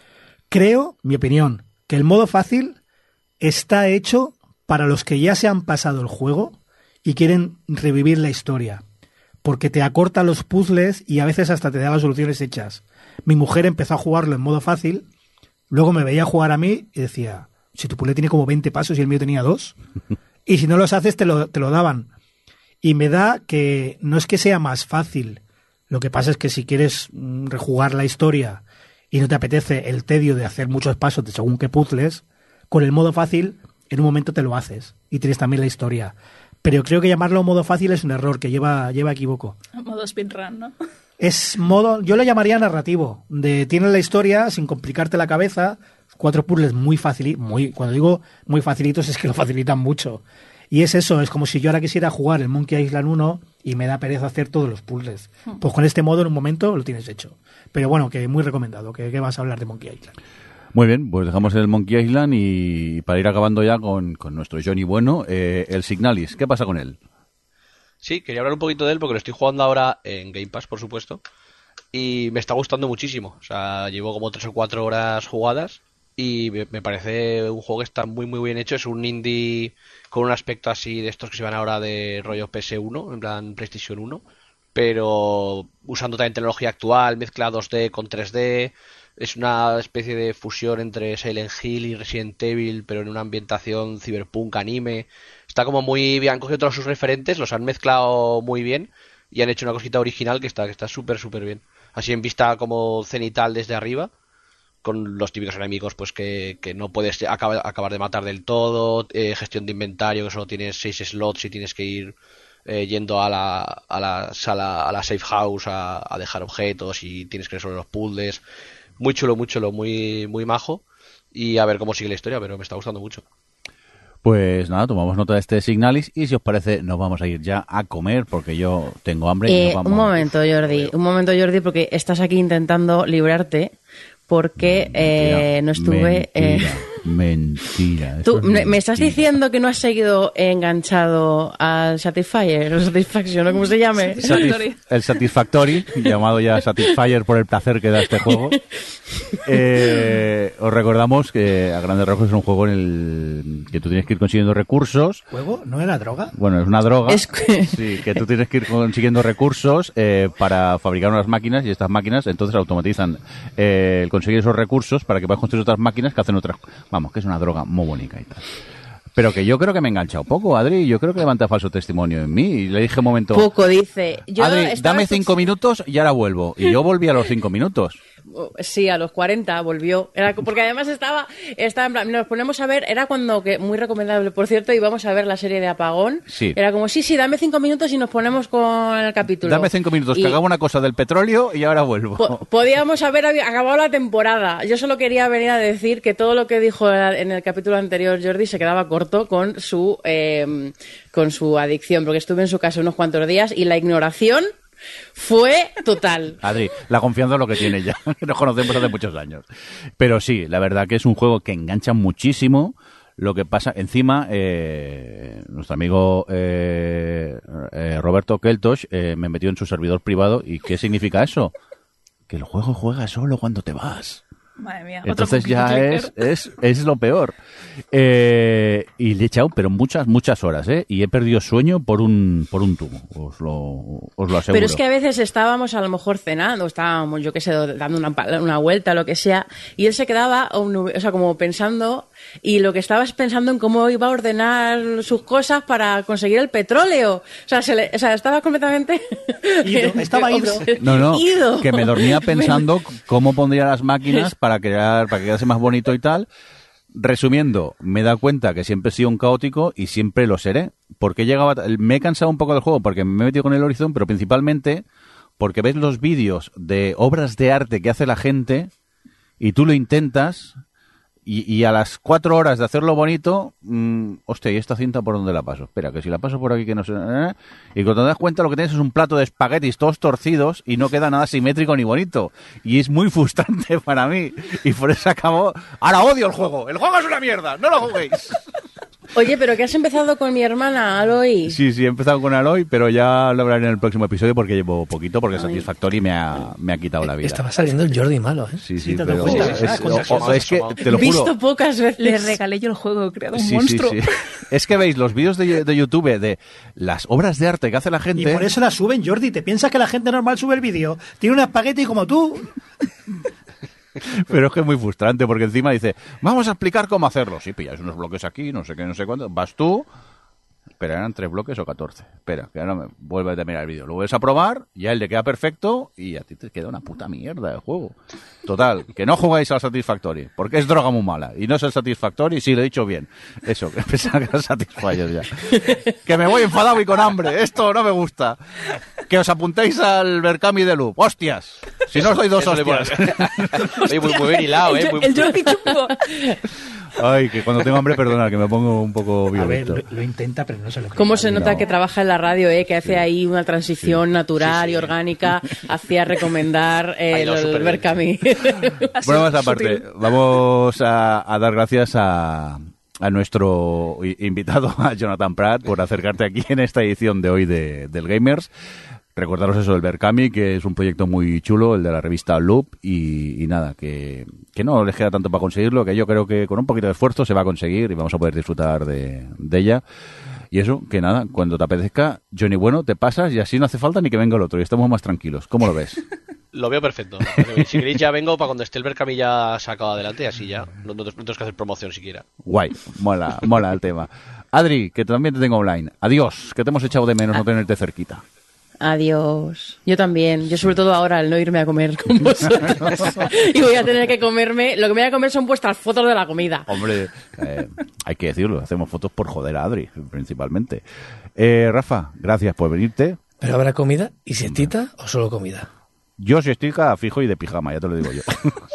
Creo, mi opinión, que el modo fácil está hecho para los que ya se han pasado el juego y quieren revivir la historia, porque te acorta los puzzles y a veces hasta te da las soluciones hechas. Mi mujer empezó a jugarlo en modo fácil, luego me veía jugar a mí y decía, si tu puzzle tiene como veinte pasos y el mío tenía dos, y si no los haces te lo, te lo daban. Y me da que no es que sea más fácil, lo que pasa es que si quieres mm, rejugar la historia y no te apetece el tedio de hacer muchos pasos de según qué puzzles, con el modo fácil en un momento te lo haces y tienes también la historia. Pero creo que llamarlo modo fácil es un error, que lleva, lleva equivoco. Modo speedrun, ¿no? Es modo, yo lo llamaría narrativo, de tienes la historia sin complicarte la cabeza, cuatro puzzles muy facilitos, muy, cuando digo muy facilitos es que lo facilitan mucho. Y es eso, es como si yo ahora quisiera jugar el Monkey Island uno y me da pereza hacer todos los puzzles. Pues con este modo en un momento lo tienes hecho. Pero bueno, que muy recomendado, que, que vas a hablar de Monkey Island. Muy bien, pues dejamos el Monkey Island y para ir acabando ya con, con nuestro Johnny bueno, eh, el Signalis. ¿Qué pasa con él? Sí, quería hablar un poquito de él porque lo estoy jugando ahora en Game Pass, por supuesto. Y me está gustando muchísimo. O sea, llevo como tres o cuatro horas jugadas y me, me parece un juego que está muy muy bien hecho. Es un indie con un aspecto así de estos que se van ahora de rollo P S uno, en plan PlayStation uno, pero usando también tecnología actual, mezcla dos D con tres D. Es una especie de fusión entre Silent Hill y Resident Evil, pero en una ambientación cyberpunk, anime. Está como muy bien, han cogido todos sus referentes, los han mezclado muy bien y han hecho una cosita original que está que está súper súper bien. Así en vista como cenital desde arriba, con los típicos enemigos pues que, que no puedes acabar, acabar de matar del todo, eh, gestión de inventario que solo tienes seis slots y tienes que ir eh, yendo a la, a la sala, a la safe house a, a dejar objetos y tienes que resolver los puzzles. Muy chulo, muy chulo, muy, muy majo. Y a ver cómo sigue la historia, pero me está gustando mucho. Pues nada, tomamos nota de este Signalis y si os parece nos vamos a ir ya a comer porque yo tengo hambre. Y Eh, nos vamos... un momento, Jordi, un momento, Jordi, porque estás aquí intentando librarte porque eh, no estuve... eh, Mentira, mentira. eso Tú es me, me estás mentira. diciendo que no has seguido enganchado al Satisfyer, o Satisfaction, ¿no? ¿Cómo se llame? Satis- el Satisfactory, llamado ya Satisfyer por el placer que da este juego. Eh, os recordamos que a grandes rasgos es un juego en el que tú tienes que ir consiguiendo recursos. ¿Juego? ¿No era droga? Bueno, es una droga. Es que- Sí, que tú tienes que ir consiguiendo recursos eh, para fabricar unas máquinas y estas máquinas entonces automatizan eh, el conseguir esos recursos para que puedas construir otras máquinas que hacen otras... Vamos, que es una droga muy bonita y tal. Pero que yo creo que me he enganchado poco, Adri. Yo creo que levanta falso testimonio en mí. Y le dije un momento... Poco, dice. Yo Adri, estaba dame escuch- cinco minutos y ahora vuelvo. Y yo volví a los cinco minutos. Sí, a los cuarenta volvió. Era, porque además estaba, estaba en plan, nos ponemos a ver, era cuando, que muy recomendable, por cierto, íbamos a ver la serie de Apagón. Sí. Era como, sí, sí, dame cinco minutos y nos ponemos con el capítulo. Dame cinco minutos, Y que haga una cosa del petróleo y ahora vuelvo. po- podíamos haber habi- acabado la temporada. Yo solo quería venir a decir que todo lo que dijo en el capítulo anterior Jordi se quedaba corto con su, eh, con su adicción, porque estuve en su casa unos cuantos días y la ignoración fue total. Adri, la confianza es lo que tiene ya. Nos conocemos hace muchos años. Pero sí, la verdad que es un juego que engancha muchísimo. Lo que pasa, encima, eh, nuestro amigo eh, eh, Roberto Keltosh eh, me metió en su servidor privado. ¿Y qué significa eso? Que el juego juega solo cuando te vas. Madre mía. otro Entonces cookie ya clicker. es, es, es lo peor. Eh, y le he echado, pero muchas, muchas horas, ¿eh? Y he perdido sueño por un, por un tubo, os lo, os lo aseguro. Pero es que a veces estábamos a lo mejor cenando, estábamos, yo qué sé, dando una, pa- una vuelta, lo que sea, y él se quedaba, o sea, como pensando, y lo que estaba es pensando en cómo iba a ordenar sus cosas para conseguir el petróleo. O sea, se le- o sea estaba completamente... Ido, estaba ido. No, no, Ido. que me dormía pensando cómo pondría las máquinas para crear, para que quedase más bonito y tal. Resumiendo, me he dado cuenta que siempre he sido un caótico y siempre lo seré. Porque llegaba, me he cansado un poco del juego porque me he metido con el Horizon, pero principalmente porque ves los vídeos de obras de arte que hace la gente y tú lo intentas y, y a las cuatro horas de hacerlo bonito, mmm, hostia, ¿y esta cinta por dónde la paso? Espera, que si la paso por aquí que no sé... ¿eh? Y cuando te das cuenta lo que tienes es un plato de espaguetis todos torcidos y no queda nada simétrico ni bonito. Y es muy frustrante para mí. Y por eso acabo... Ahora odio el juego. El juego es una mierda. No lo juguéis. Oye, pero que has empezado con mi hermana, Aloy. Sí, sí, he empezado con Aloy, pero ya lo hablaré en el próximo episodio porque llevo poquito, porque Ay. Satisfactory me ha, me ha quitado la vida. Estaba saliendo el Jordi malo, ¿eh? Sí, sí, Sí, te pero... das cuenta, es, ¿verdad? Cuando o- o- es que, te lo juro... Visto pocas veces. Le regalé yo el juego, he creado un Sí, sí, monstruo. sí. Es que veis los vídeos de, de YouTube de las obras de arte que hace la Y gente. por eso la suben, Jordi. ¿Te piensas que la gente normal sube el vídeo? Tiene un espagueti como tú. Pero es que es muy frustrante porque encima dice, vamos a explicar cómo hacerlo. Sí, pillas unos bloques aquí, no sé qué, no sé cuánto. Vas tú. Espera, ¿eran tres bloques o catorce? Espera, que ahora me vuelve a terminar el vídeo. Lo vuelves a probar, ya él le queda perfecto y a ti te queda una puta mierda de juego. Total, que no jugáis al Satisfactory, porque es droga muy mala. Y no es el Satisfactory, sí, lo he dicho bien. Eso, que pensaba que era el Satisfyer ya. Que me voy enfadado y con hambre. Esto no me gusta. Que os apuntéis al Berkami de Loop. ¡Hostias! Si no os doy dos Eso le hostias. pone- Oye, muy, muy bien hilado, El, ¿eh? Jo- Muy- el Jordi chungo. Ay, que cuando tengo hambre, perdona, que me pongo un poco A ver, violento. lo, lo intenta, pero no se lo cree. ¿Cómo se nadie. nota No. que trabaja en la radio, eh? Que hace ahí una transición natural y orgánica hacia recomendar eh, Ay, no, el súper bien. Berkami. Así, Bueno, más aparte, sutil. vamos a, a dar gracias a, a nuestro i- invitado, a Jonathan Pratt, por acercarte aquí en esta edición de hoy de, del Gamers. recordaros eso del Berkami, que es un proyecto muy chulo, el de la revista Loop, y, y nada, que, que no les queda tanto para conseguirlo, que yo creo que con un poquito de esfuerzo se va a conseguir y vamos a poder disfrutar de, de ella. Y eso, que nada, cuando te apetezca, Johnny Bueno, te pasas y así no hace falta ni que venga el otro y estamos más tranquilos. ¿Cómo lo ves? Lo veo perfecto. Si queréis ya vengo para cuando esté el Berkami ya sacado adelante y así ya no, no, no tengo que hacer promoción siquiera. Guay, mola, mola el tema. Adri, que también te tengo online. Adiós, que te hemos echado de menos no tenerte cerquita. Adiós. Yo también. Yo sobre todo ahora al no irme a comer con vosotros. Y voy a tener que comerme... Lo que me voy a comer son vuestras fotos de la comida. Hombre, eh, hay que decirlo. Hacemos fotos por joder a Adri, principalmente. Eh, Rafa, gracias por venirte. ¿Pero habrá comida y siestita o solo comida? Yo siestica fijo y de pijama, ya te lo digo yo.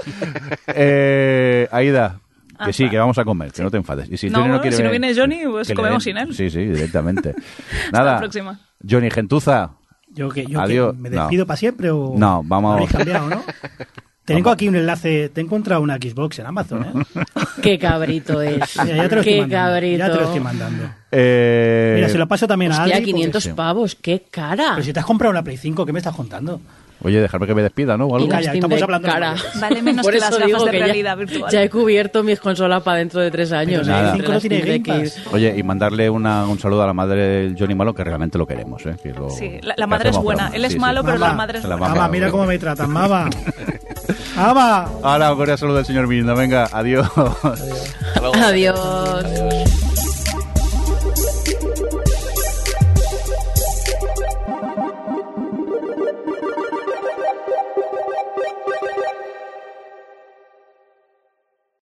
eh, Aida, que Ah, sí, va. que vamos a comer, que no te enfades. Y si No, Johnny no quiere si no venir, viene Johnny, pues que le comemos den. sin él. Sí, sí, directamente. Hasta Nada, la próxima. Johnny Gentuza. ¿Yo que yo Adiós. que me despido No. para siempre o No, vamos- lo habéis cambiado, ¿no? Tengo Vamos. aquí un enlace, te he encontrado una Xbox en Amazon, ¿eh? Qué cabrito es. Mira, ya te lo estoy Qué mandando. cabrito. Ya te lo estoy mandando. Eh, Mira, se lo paso también a Hostia, Adri. porque- quinientos sí. pavos. Qué cara. Pero si te has comprado una Play cinco, ¿qué me estás contando? Oye, dejarme que me despida, ¿no? O algo. Y la Calla, Steam estamos Deck, hablando de cara. mayores. Vale menos Por que eso las digo gafas de que ya- realidad virtual. Ya he cubierto mis consolas para dentro de tres años. Pero ¿eh? nada. el Entre cinco no la tiene Steam Game Deck y- Pass. Oye, y mandarle una, un saludo a la madre del Johnny Malo, que realmente lo queremos, ¿eh? Que lo- Sí, la, que la madre es hacemos buena. broma. Él es Sí, sí. malo, pero Mamá, la madre es se la buena. Mamá, Ama, mira güey. cómo me tratan, Mama. Ama. Ahora, un cordial saludo del señor Mirinda. Venga, adiós. Hasta luego. Adiós.